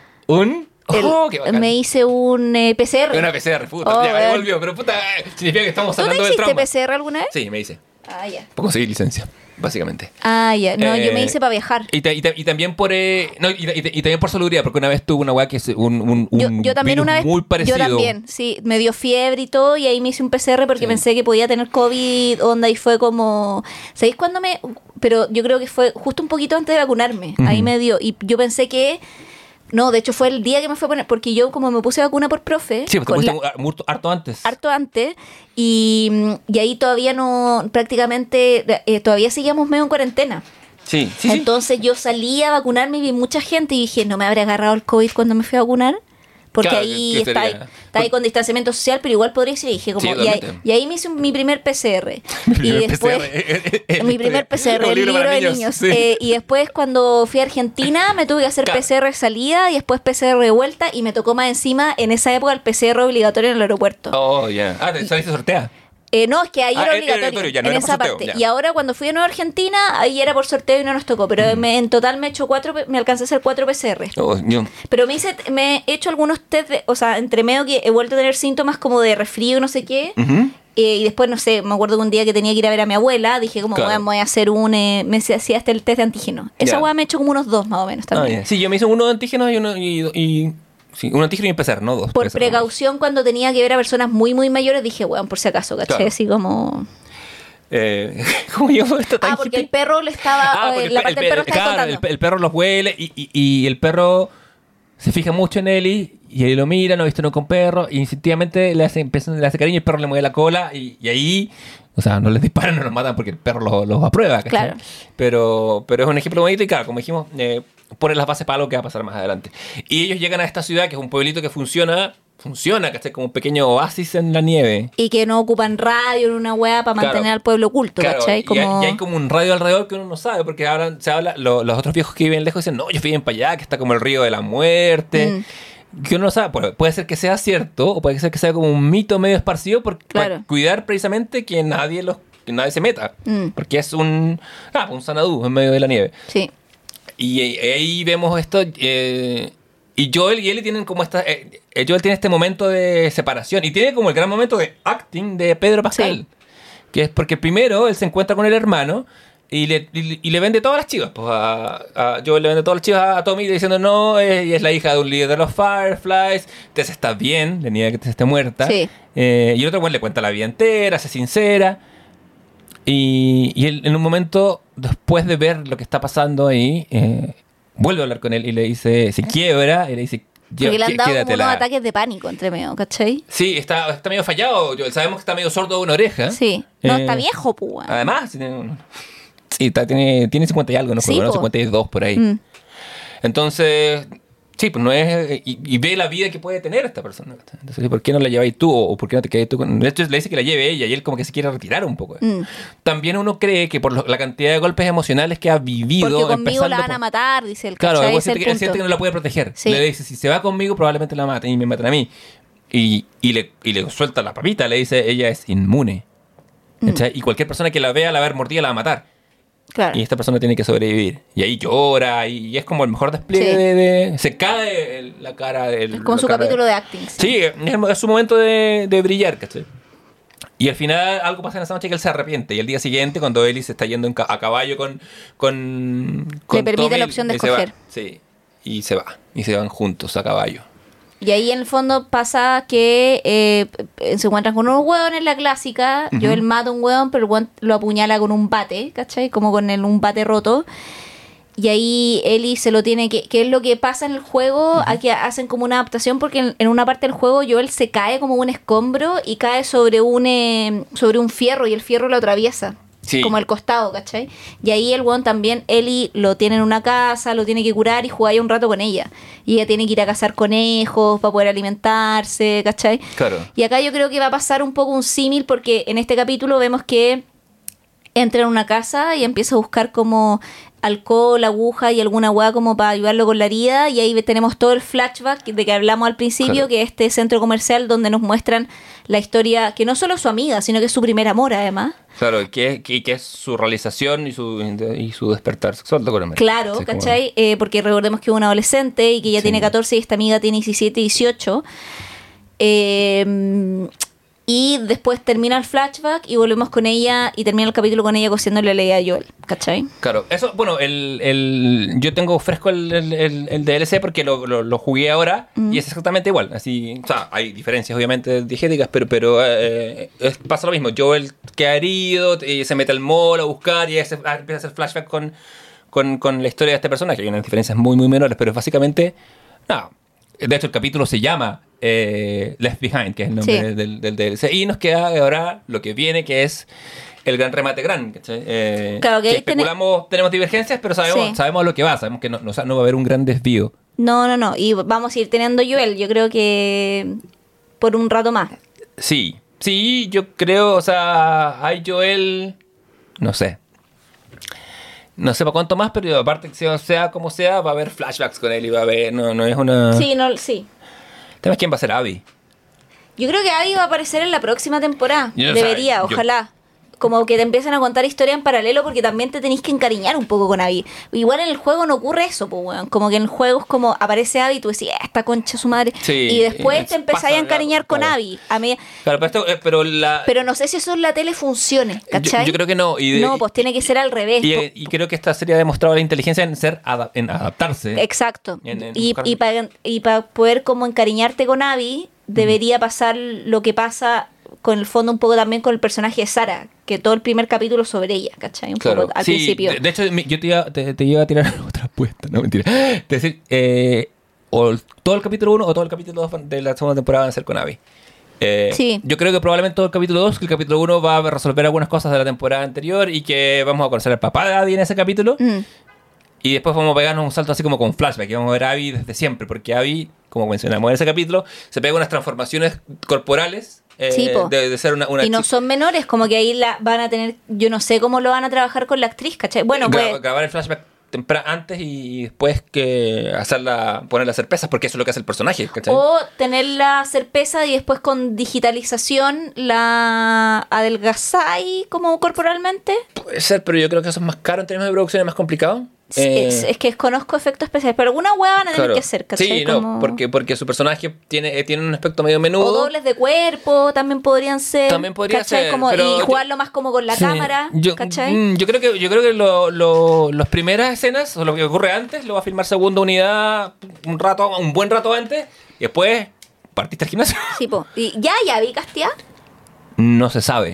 Qué bacán. Me hice un PCR. Una PCR, puta. Ya volvió, pero puta, significa que estamos hablando del trauma. ¿Tú te hiciste PCR alguna vez? Sí, me hice. Ya. Por conseguir licencia, básicamente. Ya. No, yo me hice para viajar. Y también por y también por salubridad, porque una vez tuve una weá que es un yo también virus una vez, muy parecido. Yo también, sí. Me dio fiebre y todo, y ahí me hice un PCR porque pensé que podía tener COVID, onda, y fue como... ¿Sabéis cuándo pero yo creo que fue justo un poquito antes de vacunarme. Ahí me dio. Y yo pensé que... No, de hecho fue el día que me fue a poner, porque yo como me puse vacuna por profe. Sí, porque te pusiste harto antes. Harto antes, y ahí todavía no, prácticamente, todavía seguíamos medio en cuarentena. Sí. Entonces yo salí a vacunarme y vi mucha gente y dije, ¿no me habré agarrado el COVID cuando me fui a vacunar? Porque claro, ahí está ahí con distanciamiento social, pero igual podría ser. Y dije, como, y ahí me hice mi primer PCR. Y después, mi primer PCR, el libro de niños. Sí. Y después, cuando fui a Argentina, me tuve que hacer PCR salida y después PCR de vuelta. Y me tocó más encima, en esa época, el PCR obligatorio en el aeropuerto. Oh, ya. ¿Te saliste sorteada? No, es que ahí era obligatorio, ya, no en esa sorteo, parte. Ya. Y ahora cuando fui de nuevo a Argentina, ahí era por sorteo y no nos tocó. Pero en total me he hecho me alcancé a hacer 4 PCR. Pero me he hecho algunos test, entre medio que he vuelto a tener síntomas como de resfrío y no sé qué. Y después, no sé, me acuerdo que un día que tenía que ir a ver a mi abuela, dije como, me voy a hacer me hacía hasta el test de antígeno. Esa weá me he hecho como unos 2 más o menos también. Sí, yo me hice uno de antígenos y sí, un antígeno y un PCR, no 2. Por precaución, cuando tenía que ver a personas muy, muy mayores, dije, por si acaso, ¿caché? Claro. Así como... ¿Cómo llamo esto tan porque el perro le estaba... la parte del perro estaba contando. El perro los huele y el perro se fija mucho en Ellie y él lo mira, no viste no con perro, y instintivamente le hace cariño, el perro le mueve la cola y ahí... O sea, no les disparan, no los matan porque el perro los aprueba, ¿cachai? Claro. Pero es un ejemplo bonito y claro, como dijimos, ponen las bases para lo que va a pasar más adelante. Y ellos llegan a esta ciudad que es un pueblito que funciona, ¿cachai? Como un pequeño oasis en la nieve. Y que no ocupan radio en una weá para mantener al pueblo oculto, ¿cachai? Y hay como un radio alrededor que uno no sabe, porque ahora se habla, los otros viejos que viven lejos dicen, no, ellos viven para allá, que está como el río de la muerte. Que uno no sabe, puede ser que sea cierto o puede ser que sea como un mito medio esparcido para cuidar precisamente que nadie se meta, porque es un sanadú en medio de la nieve. Sí. Y ahí vemos esto, y Joel y Ellie tienen como Joel tiene este momento de separación y tiene como el gran momento de acting de Pedro Pascal, que es porque primero él se encuentra con el hermano y le vende todas las chivas. Pues a Joel le vende todas las chivas a Tommy diciendo, no, ella es la hija de un líder de los Fireflies, Tess está bien, le niega que Tess esté muerta. Sí. Y el otro le cuenta la vida entera, se sincera. Y él, en un momento, después de ver lo que está pasando ahí, vuelve a hablar con él y le dice, se quiebra, y le dice, Porque le han dado como unos ataques de pánico entre medio, ¿cachai? Sí, está medio fallado. Sabemos que está medio sordo de una oreja. Sí. No, está viejo, pues. Además, tiene 50 y algo, ¿no? Sí, 52 por ahí. Entonces, sí, pues no es... Y ve la vida que puede tener esta persona. Entonces, ¿por qué no la lleváis tú? ¿O por qué no te quedas tú con...? De hecho, le dice que la lleve ella y él como que se quiere retirar un poco. También uno cree que por la cantidad de golpes emocionales que ha vivido... Porque conmigo la van a matar, dice el claro, él siente que no la puede proteger. Sí. Le dice, si se va conmigo probablemente la maten y me matan a mí. Y le suelta la papita, le dice, ella es inmune. Y cualquier persona que la vea, la va a ver mordida, la va a matar. Claro. Y esta persona tiene que sobrevivir. Y ahí llora y es como el mejor despliegue se cae la cara. Es como su capítulo de acting. Sí, es su momento de brillar, ¿cachai? Y al final algo pasa en esa noche que él se arrepiente. Y al día siguiente, cuando Ellie se está yendo a caballo con le permite Tommy, la opción de escoger. Sí, y se va. Y se van juntos a caballo. Y ahí en el fondo pasa que se encuentran con unos hueones en la clásica. Joel mata a un hueón, pero el hueón lo apuñala con un bate, ¿cachai? Como con un bate roto. Y ahí Ellie se lo tiene que... ¿Qué es lo que pasa en el juego? Aquí hacen como una adaptación porque en una parte del juego Joel se cae como un escombro y cae sobre un fierro y el fierro lo atraviesa. Sí. Como el costado, ¿cachai? Y ahí el weón también, Ellie lo tiene en una casa, lo tiene que curar y jugar un rato con ella. Y ella tiene que ir a cazar conejos para poder alimentarse, ¿cachai? Claro. Y acá yo creo que va a pasar un poco un símil porque en este capítulo vemos que entra en una casa y empieza a buscar como alcohol, aguja y alguna hueá como para ayudarlo con la herida, y ahí tenemos todo el flashback de que hablamos al principio, claro, que es este centro comercial donde nos muestran la historia, que no solo es su amiga, sino que es su primer amor además. Claro, que es su realización y su despertar sexual. Claro, sí, ¿cachai? Porque recordemos que es una adolescente y que ella tiene 14 y esta amiga tiene 17, 18. Y después termina el flashback y volvemos con ella y termina el capítulo con ella cosiéndole la idea a Joel, ¿cachai? Claro, eso, bueno, yo tengo fresco el DLC porque lo jugué ahora y es exactamente igual. Así, o sea, hay diferencias obviamente diegéticas, pero pasa lo mismo. Joel queda herido y se mete al mall a buscar y empieza a hacer flashback con la historia de este personaje. Hay unas diferencias muy, muy menores, pero básicamente, nada. De hecho, el capítulo se llama Left Behind, que es el nombre del DLC. Y nos queda ahora lo que viene, que es el gran remate gran. Claro, que especulamos, tenemos divergencias, pero sabemos lo que va. Sabemos que no va a haber un gran desvío. No. Y vamos a ir teniendo Joel, yo creo que por un rato más. Sí, yo creo, o sea, hay Joel, no sé para cuánto más, pero aparte que sea como sea, va a haber flashbacks con él y va a haber, no es una... Sí. El tema es quién va a ser Abby. Yo creo que Abby va a aparecer en la próxima temporada. Debería, ojalá. Como que te empiezan a contar historias en paralelo porque también te tenés que encariñar un poco con Abby. Igual en el juego no ocurre eso, pues, weón. Como que en el juego es como aparece Abby y tú decís, esta concha su madre. Sí, y después te empezás a encariñar con Abby. Claro, pero no sé si eso en la tele funcione, ¿cachai? Yo creo que no. No, pues tiene que ser al revés. Y creo que esta serie ha demostrado la inteligencia en adaptarse. Exacto. Y para poder como encariñarte con Abby, debería pasar lo que pasa con el fondo un poco también con el personaje de Sarah, que todo el primer capítulo sobre ella, ¿cachai? Un poco al principio. De hecho, yo te iba a tirar otra apuesta, no mentira. Es decir, o todo el capítulo 1 o todo el capítulo 2 de la segunda temporada van a ser con Abby. Yo creo que probablemente todo el capítulo 2, que el capítulo 1 va a resolver algunas cosas de la temporada anterior y que vamos a conocer al papá de Abby en ese capítulo. Y después vamos a pegarnos un salto así como con flashback, y vamos a ver a Abby desde siempre, porque Abby, como mencionamos en ese capítulo, se pega unas transformaciones corporales. De ser una y no son menores, como que ahí la van a tener, yo no sé cómo lo van a trabajar con la actriz, ¿cachai? Bueno, grabar el flashback antes y después que ponerle a hacer pesas, porque eso es lo que hace el personaje, ¿cachai? O tener la hacer pesa y después con digitalización la adelgazáis como corporalmente. Puede ser, pero yo creo que eso es más caro en términos de producción, es más complicado. Es que desconozco efectos especiales, pero alguna hueá van a tener que hacer, ¿cachai? Sí, no, porque su personaje tiene un aspecto medio menudo. O dobles de cuerpo también podrían ser. También podría ¿cachai? ser. Como, y jugarlo más como con la cámara, ¿cachai? Yo creo que las primeras escenas, o lo que ocurre antes, lo va a filmar segunda unidad un buen rato antes, y después partiste al gimnasio. Sí, po. ¿Y ya vi Castia? No se sabe.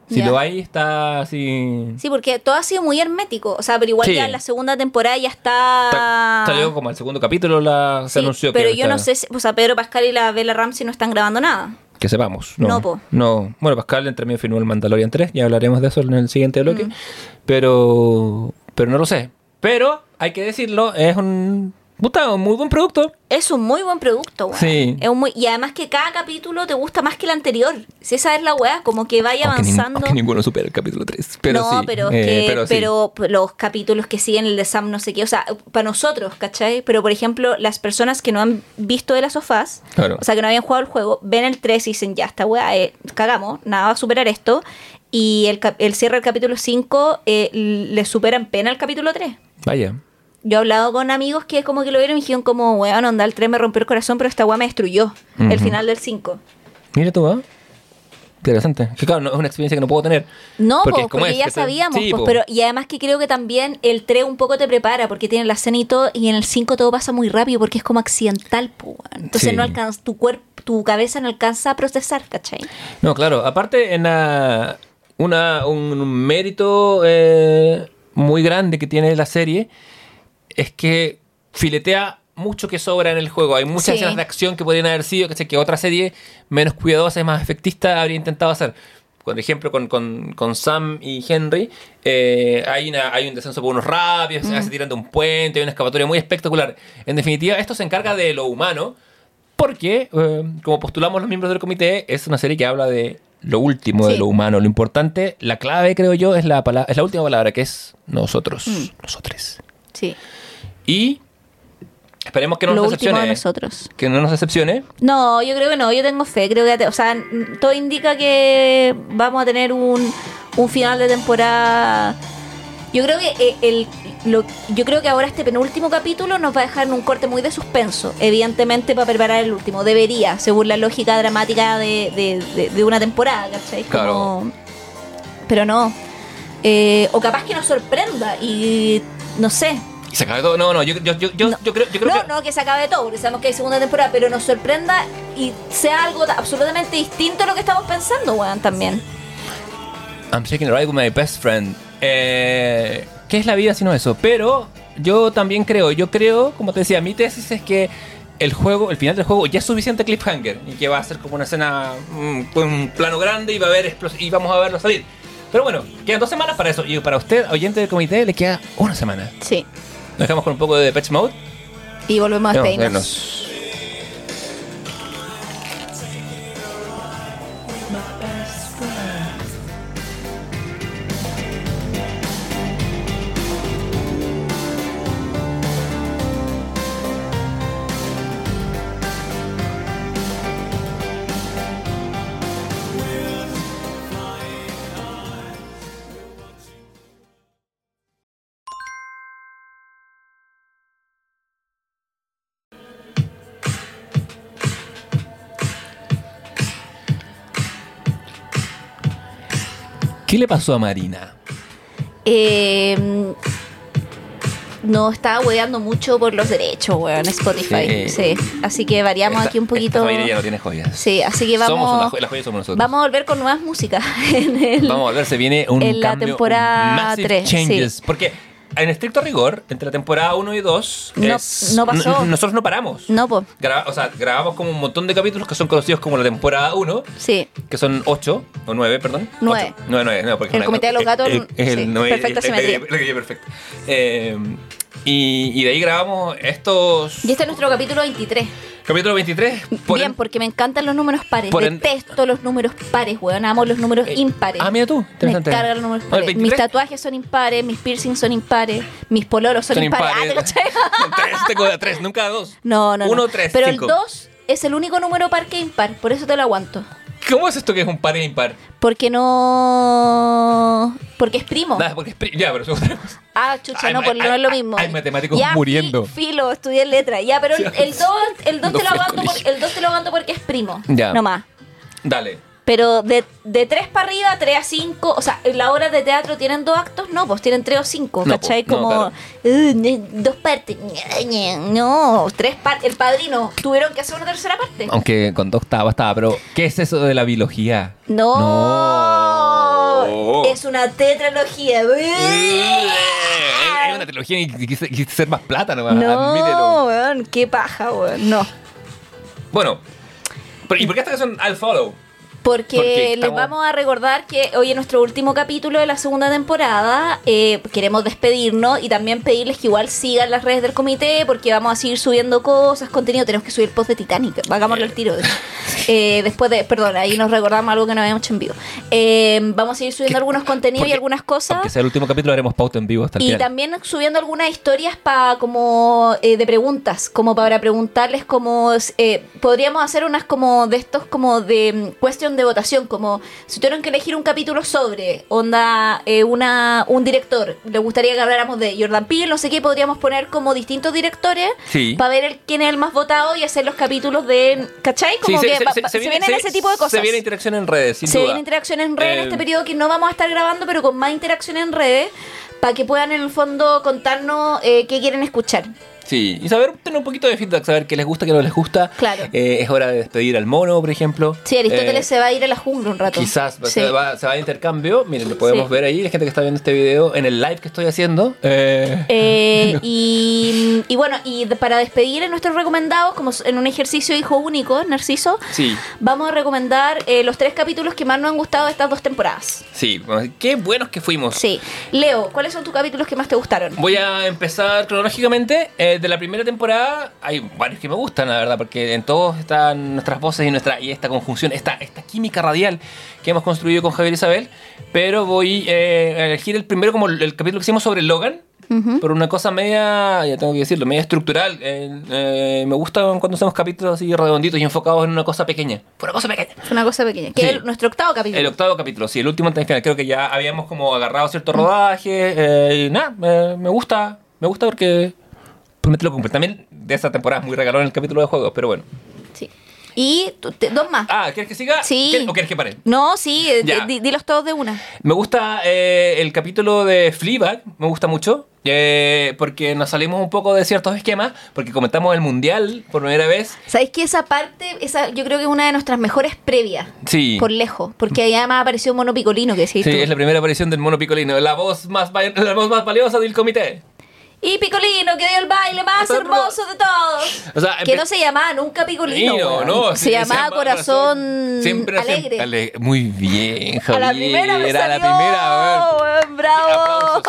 Si lo hay, está así... Sí, porque todo ha sido muy hermético. O sea, pero igual ya en la segunda temporada ya está... Salió como el segundo capítulo, se anunció pero que... yo no sé si... O sea, Pedro Pascal y la Bella Ramsey no están grabando nada. Que sepamos. No. Bueno, Pascal entre medio firmó el Mandalorian 3. Ya hablaremos de eso en el siguiente bloque. Pero no lo sé. Pero, hay que decirlo, es un muy buen producto. Es un muy buen producto, weón. Sí. Y además que cada capítulo te gusta más que el anterior. Si esa es la weá, como que vaya avanzando. Aunque ninguno supera el capítulo 3. Pero no, sí. pero los capítulos que siguen el de Sam no sé qué, o sea, para nosotros, ¿cachai? Pero por ejemplo, las personas que no han visto de las sofás, o sea, que no habían jugado el juego, ven el 3 y dicen, ya, esta weá, cagamos, nada va a superar esto. Y el cierre del capítulo 5 le supera en pena el capítulo 3. Vaya. Yo he hablado con amigos que como que lo vieron y dijeron como, weón, onda, el 3 me rompió el corazón, pero esta weá me destruyó. El final del 5. Mira tú, ¿eh? Interesante. Que claro, no, es una experiencia que no puedo tener. No, porque ya sabíamos. Sí, pero, y además que creo que también el 3 un poco te prepara, porque tiene la escena y todo, y en el 5 todo pasa muy rápido, porque es como accidental, pues. Entonces no alcanza, tu cabeza no alcanza a procesar, ¿cachai? No, claro. Aparte, en un mérito muy grande que tiene la serie es que filetea mucho que sobra en el juego. Hay muchas escenas de acción que podrían haber sido que otra serie menos cuidadosa y más efectista habría intentado hacer. Por ejemplo, con Sam y Henry hay un descenso por unos rápidos, se tiran de un puente, hay una escapatoria muy espectacular. En definitiva, esto se encarga de lo humano porque, como postulamos los miembros del comité, es una serie que habla de lo último, de lo humano. Lo importante, la clave, creo yo, es la última palabra, que es nosotros. Nosotres. Sí. Y esperemos que no nos decepcione. Nosotros. Que no nos decepcione. No, yo creo que no. Yo tengo fe. Creo que, todo indica que vamos a tener un final de temporada. Yo creo que yo creo que ahora este penúltimo capítulo nos va a dejar en un corte muy de suspenso. Evidentemente para preparar el último. Debería, según la lógica dramática de una temporada, ¿cachai? Claro. Pero no. O capaz que nos sorprenda y no sé. ¿Y se acabe todo? No, yo creo que se acabe todo, porque sabemos que hay segunda temporada, pero nos sorprenda y sea algo absolutamente distinto a lo que estamos pensando, weón, también. I'm taking a ride with my best friend. ¿Qué es la vida sino eso? Pero yo también creo, como te decía, mi tesis es que el final del juego ya es suficiente cliffhanger y que va a ser como una escena, un plano grande y y vamos a verlo salir. Pero bueno, quedan 2 semanas para eso. Y para usted, oyente del comité, le queda 1 semana. Sí. Nos dejamos con un poco de Depeche Mode. Y volvemos a despedirnos. ¿Qué le pasó a Marina? No, estaba hueveando mucho por los derechos, weón, Spotify. Sí. Así que variamos aquí un poquito. Esta ya no tiene joyas. Sí, así que vamos. Las joyas somos nosotros. Vamos a volver con nuevas músicas. Vamos a volver, se viene un en la cambio, temporada 3. Changes. Sí. Porque en estricto rigor, entre la temporada 1 y 2, no pasó. Nosotros no paramos. No, po. Grabamos como un montón de capítulos que son conocidos como la temporada 1. Sí. Que son 8, o 9, perdón. 9. 9, no, porque el comité de los gatos es el 9. Perfecta simetría. Perfecto. Y de ahí grabamos estos... Y este es nuestro capítulo 23. Capítulo 23. Bien, porque me encantan los números pares. Detesto los números pares, weón. Amo los números impares. Mira tú. Interesante. Me cargan los números pares. Mis tatuajes son impares, mis piercings son impares, mis pololos son impares. ¿Te cachai? 3, tengo de 3, nunca 2. No. 1, 3, pero 5. El 2 es el único número par que impar, por eso te lo aguanto. ¿Cómo es esto que es un par e impar? Porque es primo. Nada, porque es primo. Ya, pero eso otra cosa. Chucha, no es lo mismo. Hay matemáticos muriendo. Filo, estudié letra. Ya, pero el 2 te lo aguanto porque es primo. Ya. No más. Dale. Pero de 3 para arriba, 3 a 5, o sea, en la obra de teatro tienen 2 actos, no, pues tienen 3 o 5, ¿cachai? Como claro. 2 partes, no, 3 partes. El Padrino, tuvieron que hacer una tercera parte. Aunque con 2 bastaba, pero ¿qué es eso de la biología? No. Es una tetralogía. Es una trilogía y quisiste ser más plata nomás. No, weón, qué paja, weón. No. Bueno, ¿y por qué esta canción I'll Follow? Porque les vamos a recordar que hoy es nuestro último capítulo de la segunda temporada. Queremos despedirnos y también pedirles que igual sigan las redes del comité, porque vamos a seguir subiendo cosas, contenido. Tenemos que subir post de Titanic, hagámoslo al tiro. Después de, perdón, ahí nos recordamos algo que no habíamos hecho en vivo. Vamos a seguir subiendo algunos contenidos y algunas cosas. Aunque sea el último capítulo, haremos pauta en vivo hasta el final. Y también subiendo algunas historias como de preguntas, como para preguntarles como podríamos hacer unas como de estos como de cuestión de votación, como si tuvieran que elegir un capítulo sobre onda un director, le gustaría que habláramos de Jordan Peele, no sé qué, podríamos poner como distintos directores para ver quién es el más votado y hacer los capítulos de, ¿cachai? Como que se vienen ese tipo de cosas. Se viene interacción en redes, sin duda. Se viene interacción en redes en este periodo que no vamos a estar grabando, pero con más interacción en redes, para que puedan en el fondo contarnos qué quieren escuchar. Sí, y tener un poquito de feedback, saber qué les gusta, qué no les gusta. Claro. Es hora de despedir al mono, por ejemplo. Sí, Aristóteles se va a ir a la jungla un rato. Quizás se va a intercambio. Miren, lo podemos ver ahí, la gente que está viendo este video en el live que estoy haciendo. Y bueno, y para despedir en nuestros recomendados, como en un ejercicio hijo único, Narciso, vamos a recomendar los 3 capítulos que más nos han gustado de estas 2 temporadas. Sí, qué buenos que fuimos. Sí. Leo, ¿cuáles son tus capítulos que más te gustaron? Voy a empezar cronológicamente. De la primera temporada hay varios que me gustan, la verdad, porque en todos están nuestras voces y esta conjunción, esta química radial que hemos construido con Javier Isabel. Pero voy a elegir el primero como el capítulo que hicimos sobre Logan. Por una cosa media, ya tengo que decirlo, media estructural. Me gusta cuando hacemos capítulos así redonditos y enfocados en una cosa pequeña. Fue una cosa pequeña. Que es nuestro 8º capítulo. El 8º capítulo, sí, el último hasta el final. Creo que ya habíamos como agarrado cierto rodaje. Y nada, me gusta porque promete lo cumple. También de esa temporada es muy regalón el capítulo de juegos, pero bueno. Sí. Y 2 más. ¿Quieres que siga? Sí. ¿O quieres que pare? No, sí, dilos todos de una. Me gusta el capítulo de Fleabag, me gusta mucho, porque nos salimos un poco de ciertos esquemas, porque comentamos el Mundial por primera vez. ¿Sabéis que esa parte, yo creo que es una de nuestras mejores previas? Sí. Por lejos, porque ahí además apareció Mono Picolino, que decís tú. Sí, es la primera aparición del Mono Picolino, la voz más valiosa del comité. Y Picolino, que dio el baile más hermoso de todos. O sea, que no se llamaba nunca Picolino. No, se llamaba Corazón siempre Alegre. Muy bien, Javier. A la primera me Era salió, la primera. ¡Bravo!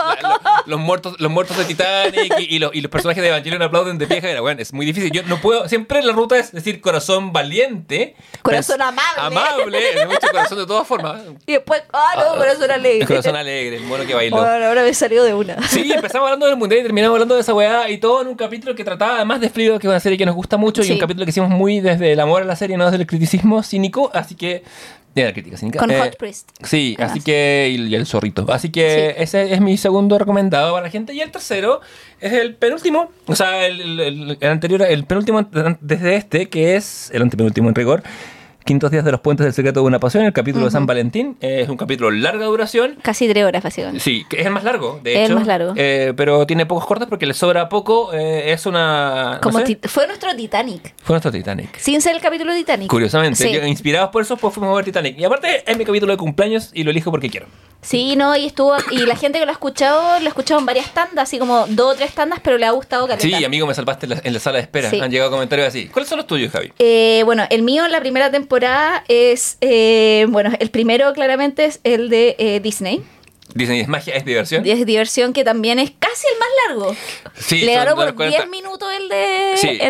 Los muertos de Titanic y los personajes de Evangelion aplauden de pie. Era bueno, es muy difícil. Yo no puedo. Siempre la ruta es decir corazón valiente. Corazón amable. Amable. Me gusta corazón de todas formas. Y después, corazón alegre. Corazón alegre, el mono que bailó. Bueno, ahora me salió de una. Sí, empezamos hablando del Mundial y terminamos hablando de esa weá. Y todo en un capítulo que trataba además de Fleabag, que es una serie que nos gusta mucho. Y un capítulo que hicimos muy desde el amor a la serie, no desde el criticismo cínico. Así que. De la crítica cínica. Con Hot Priest. Sí, además. Así que. Y el zorrito. Así que ese es mi segundo recomendado para la gente. Y el tercero es el penúltimo. O sea, el anterior, el penúltimo desde este, que es el antepenúltimo en rigor. 500 días de los puentes del secreto de una pasión, el capítulo de San Valentín. Es un capítulo de larga duración. Casi 3 horas, básicamente. Sí, que es el más largo, de hecho. Es el más largo. Pero tiene pocos cortes porque le sobra poco. Es una... Como fue nuestro Titanic. Fue nuestro Titanic. Sin ser el capítulo de Titanic. Curiosamente. Inspirados por eso, pues fuimos a ver Titanic. Y aparte, es mi capítulo de cumpleaños y lo elijo porque quiero. Sí, no, y la gente que lo ha escuchado en varias tandas, así como 2 o 3 tandas, pero le ha gustado caleta. Sí, amigo, me salvaste en la sala de espera. Han llegado comentarios así. ¿Cuáles son los tuyos, Javi? Bueno, el mío en la primera temporada es, el primero claramente es el de Disney. Disney es magia, es diversión. Es diversión, que también es casi el más largo. Sí, le ganó por 10 minutos el de... Sí.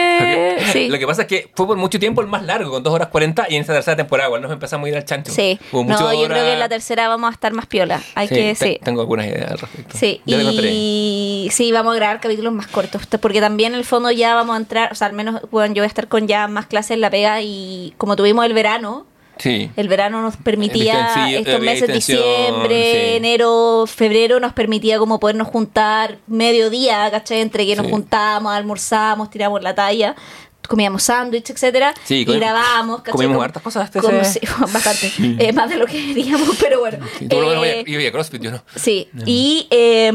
Sí. Lo que pasa es que fue por mucho tiempo el más largo, con 2 horas 40, y en esta tercera temporada igual nos empezamos a ir al chancho. Sí. Yo creo que en la tercera vamos a estar más piola. Tengo algunas ideas al respecto. Sí, y sí, vamos a grabar capítulos más cortos, porque también en el fondo ya vamos a entrar, o sea, al menos yo voy a estar con ya más clases en la pega, y como tuvimos el verano... Sí. El verano nos permitía estos meses, diciembre, enero, febrero, nos permitía como podernos juntar mediodía, ¿cachai? Entre que nos juntábamos, almorzábamos, tiramos la talla, comíamos sándwich, etcétera, y grabábamos, ¿cachai? Comimos hartas cosas bastante, más de lo que queríamos, pero bueno. Tú yo voy a CrossFit, yo no. Sí, y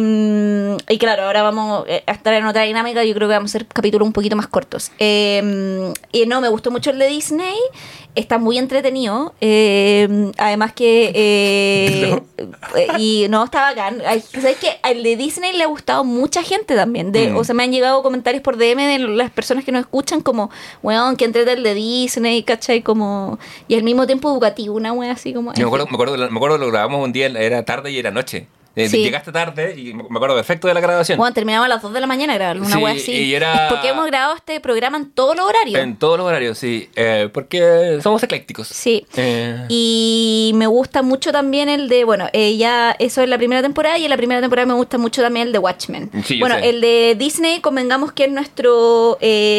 claro, ahora vamos a estar en otra dinámica. Yo creo que vamos a hacer capítulos un poquito más cortos. Y no, me gustó mucho el de Disney. está muy entretenido. Además que... y no, está bacán. ¿Sabes qué? Al de Disney le ha gustado mucha gente también. O sea, me han llegado comentarios por DM de las personas que nos escuchan como, weón, que entrete el de Disney, ¿cachai? Como... Y al mismo tiempo educativo, una wea así como... Yo me acuerdo lo grabamos un día, era tarde y era noche. Sí. Llegaste tarde y me acuerdo perfecto de la grabación. Bueno, terminaba a las 2 de la mañana grabar una wea así. Y era... Es porque hemos grabado este programa en todos los horarios. En todos los horarios, sí. Porque somos eclécticos. Sí. Y me gusta mucho también el de... Bueno, ya eso es la primera temporada. Y en la primera temporada me gusta mucho también el de Watchmen. Sí, bueno, el de Disney, convengamos que es nuestro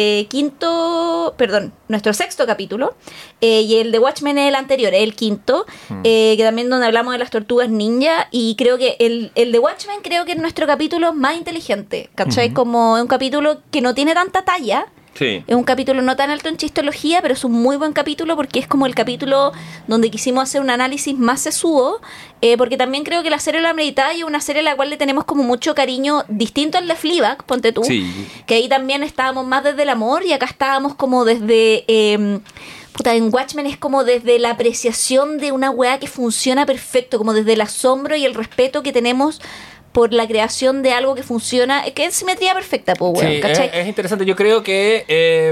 nuestro sexto capítulo. Y el de Watchmen es el anterior, es el quinto. Que también donde hablamos de las tortugas ninja. Y creo que el de Watchmen creo que es nuestro capítulo más inteligente, ¿cachai? Como es un capítulo que no tiene tanta talla. Sí. Es un capítulo no tan alto en chistología, pero es un muy buen capítulo porque es como el capítulo donde quisimos hacer un análisis más sesudo, porque también creo que la serie La Meditada es una serie a la cual le tenemos como mucho cariño, distinto al de Fleabag, ponte tú, sí. Que ahí también estábamos más desde el amor y acá estábamos como desde... en Watchmen es como desde la apreciación de una weá que funciona perfecto, como desde el asombro y el respeto que tenemos por la creación de algo que funciona, que es simetría perfecta, pues, weón, sí, ¿cachai? Es interesante, yo creo que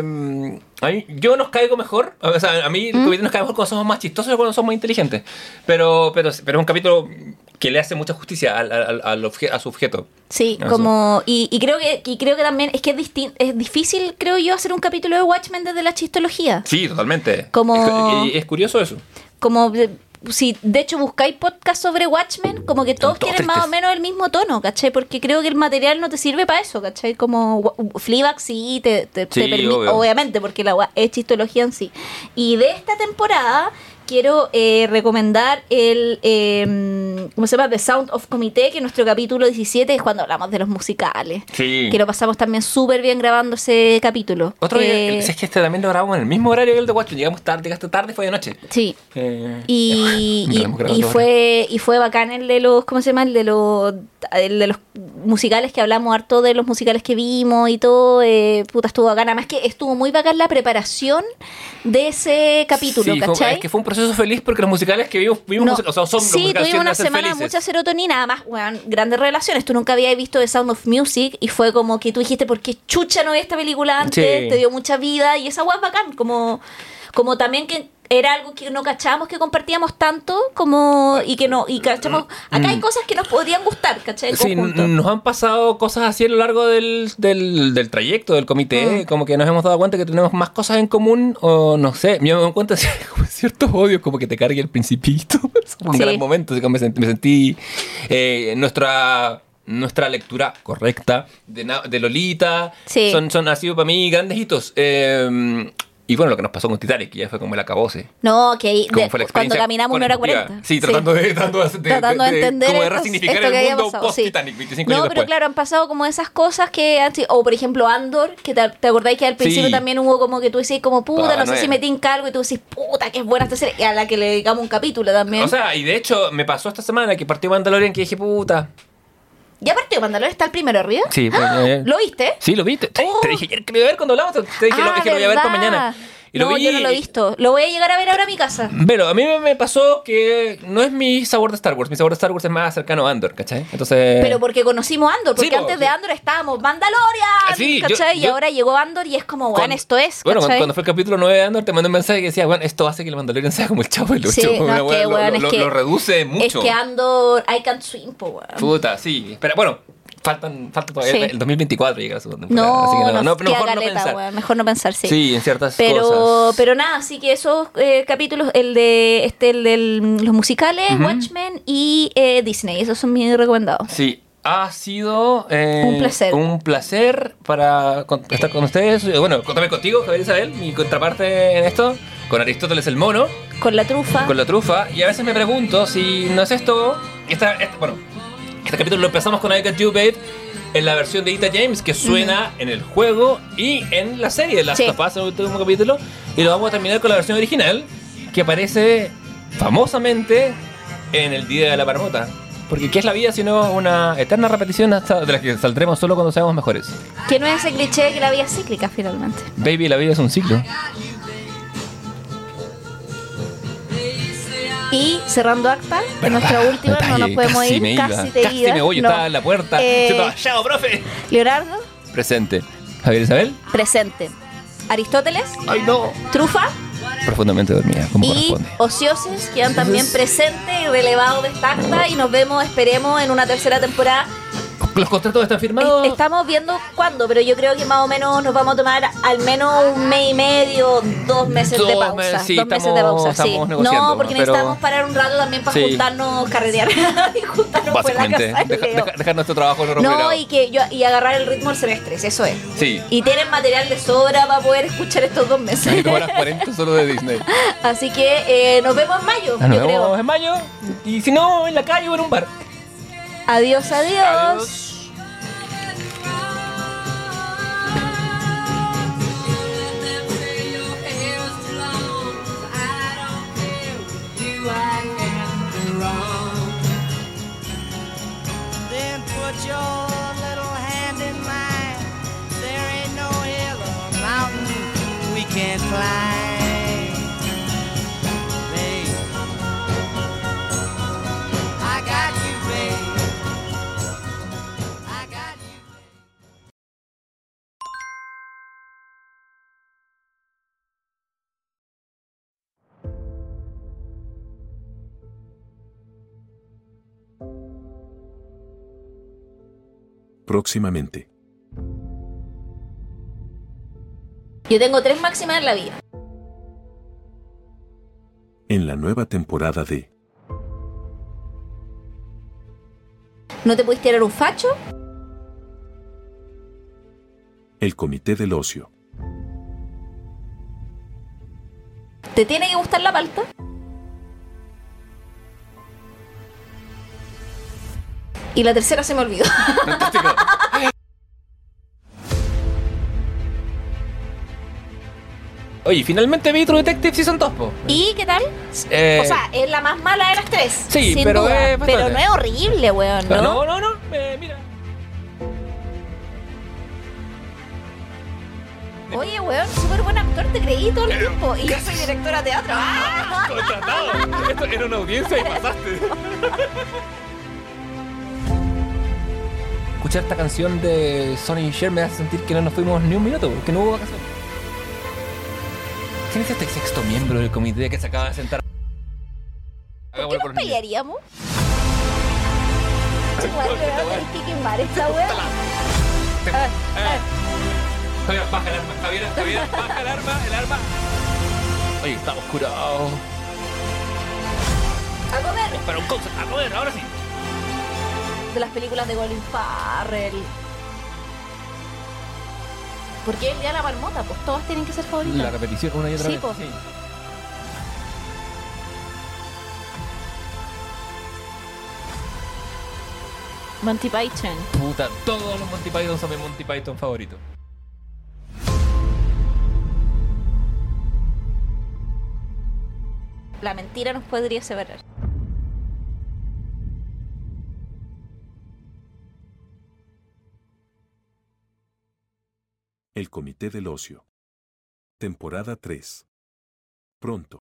yo nos caigo mejor, o sea, a mí el capítulo nos cae mejor cuando somos más chistosos y cuando somos más inteligentes, pero es un capítulo que le hace mucha justicia a su objeto. Sí, como y creo que también es que es difícil, creo yo, hacer un capítulo de Watchmen desde la chistología. Sí, totalmente. Es curioso eso. Como si de hecho buscáis podcast sobre Watchmen, como que todos tienen más o menos el mismo tono, ¿cachai? Porque creo que el material no te sirve para eso, ¿cachai? Como Fleabag sí te permite, obviamente, porque es chistología en sí. Y de esta temporada quiero recomendar el ¿cómo se llama? The Sound of Comité, que nuestro capítulo 17 es cuando hablamos de los musicales. Sí. Que lo pasamos también súper bien grabando ese capítulo. Otro día, es que también lo grabamos en el mismo horario que el de Watchmen. Llegaste tarde, fue de noche. Sí. Y fue bacán el de los, ¿cómo se llama? El de los musicales, que hablamos harto de los musicales que vimos y todo. Estuvo bacán. Además que estuvo muy bacán la preparación de ese capítulo, ¿cachai? Es que fue un proceso feliz porque los musicales que vimos o sea, son sí, los musicales tuvimos una semana de mucha serotonina. Además, bueno, grandes relaciones. Tú nunca habías visto The Sound of Music y fue como que tú dijiste, ¿por qué chucha no vi esta película antes? Sí. Te dio mucha vida y esa guay es bacán. Como también que era algo que no cachábamos que compartíamos tanto y cachamos. Acá hay cosas que nos podrían gustar, ¿cachai? Sí, nos han pasado cosas así a lo largo del trayecto del comité, como que nos hemos dado cuenta que tenemos más cosas en común, o no sé, yo me doy cuenta de ciertos odios, como que te cargue El Principito. Fue un gran momento, me sentí nuestra lectura correcta de Lolita, sí. Han sido para mí grandes hitos. Y bueno, lo que nos pasó con Titanic, que ya fue como el acabose. No, que cuando caminamos 1 hora 40. Sí, tratando de entender como de resignificar el mundo post-Titanic, 25 años después. Pero claro, han pasado como esas cosas que o por ejemplo Andor, que te acordáis que al principio también hubo como que tú decís como puta, no sé si me tinca algo, y tú decís puta, que es buena esta serie, y a la que le dedicamos un capítulo también. O sea, y de hecho me pasó esta semana que partió Mandalorian, que dije puta... ¿Ya partió Mandalorian? ¿Está el primero arriba? Sí. ¿Lo viste? Sí, lo vi. Te dije ayer que lo iba a ver cuando hablamos. Te dije que lo voy a ver para mañana. Y yo no lo he visto. Lo voy a llegar a ver ahora a mi casa. Pero a mí me pasó que no es mi sabor de Star Wars. Mi sabor de Star Wars es más cercano a Andor, ¿cachai? Entonces... Pero porque conocimos Andor. Porque antes de Andor estábamos Mandalorian, ¿cachai? Y ahora llegó Andor y es como, bueno, esto es, ¿cachai? Bueno, cuando fue el capítulo 9 de Andor te mandé un mensaje que decía, bueno, esto hace que el Mandalorian sea como el Chavo del 8. Sí, lo reduce mucho. Es que Andor, I can't swim, po, weón. Puta, sí. Pero bueno... Falta todavía el 2024 llega la segunda temporada. Así que mejor no pensar, sí. Sí, en ciertas cosas. Pero nada, así que esos capítulos, el de los musicales, Watchmen y Disney, esos son mis recomendados. Sí, ha sido un placer para estar con ustedes. Bueno, también contigo, Javier Isabel, mi contraparte en esto, con Aristóteles el Mono. Con la trufa. Y a veces me pregunto si no es esto... Este capítulo lo empezamos con I Got You, Babe, en la versión de Etta James, que suena en el juego y en la serie de Last of Us, en el último capítulo. Y lo vamos a terminar con la versión original, que aparece famosamente en el Día de la Marmota. Porque ¿qué es la vida sino una eterna repetición de la que saldremos solo cuando seamos mejores? Que no es ese cliché de que la vida es cíclica, finalmente. Baby, la vida es un ciclo. Y cerrando acta, en nuestra última, no nos podemos ir, casi me voy, yo estaba en la puerta. ¡Chao, profe! Leonardo. Presente. Javier Isabel. Presente. Aristóteles. ¡Ay, no! Trufa. Profundamente dormida, como corresponde. Ociosos quedan también presentes y relevados de esta acta y nos vemos, esperemos, en una tercera temporada. ¿Los contratos están firmados? Estamos viendo cuándo, pero yo creo que más o menos nos vamos a tomar al menos un mes y medio, 2 meses de pausa. Sí, 2 meses de pausa, sí. No, porque necesitamos parar un rato también para juntarnos, carretear y juntarnos por la casa. Dejar nuestro trabajo no remunerado. Y agarrar el ritmo del semestre, eso es. Sí. Y tienen material de sobra para poder escuchar estos 2 meses. Como las 40 solo de Disney. Así que nos vemos en mayo, nos vemos en mayo. Y si no, en la calle o en un bar. Adiós, adiós. Put your little hand in mine. There ain't no hill or mountain we can't climb. Babe, I got you, babe. I got you. Próximamente. Yo tengo 3 máximas en la vida. En la nueva temporada de ¿No te puedes tirar un facho? El Comité del Ocio. ¿Te tiene que gustar la palta? Y la tercera se me olvidó. Oye, finalmente vi True Detective Season 2, po. ¿Y qué tal? O sea, es la más mala de las 3. Sí, sin pero duda. es Pero no es horrible, weón, ¿no? No, mira. Oye, weón, súper buen actor, te creí todo el tiempo. Y yo soy directora de teatro. ¡Ah! Contratado. Esto era una audiencia y pasaste. Escuchar esta canción de Sonny y Cher me hace sentir que no nos fuimos ni un minuto, que no hubo vacaciones. ¿Quién es este sexto miembro del comité que se acaba de sentar? ¿Por qué nos pelearíamos? El kicking bar, esta weá. Javier, baja el arma, Javier, baja el arma. Oye, estamos curados. A comer. Para un concert, a comer, ahora sí. De las películas de Colin Farrell. ¿Por qué el día de la marmota? Pues todas tienen que ser favoritas. La repetición una y otra vez. Pues. Sí. Monty Python. Puta, todos los Monty Python son mi Monty Python favorito. La mentira nos podría separar. El Comité del Ocio. Temporada 3. Pronto.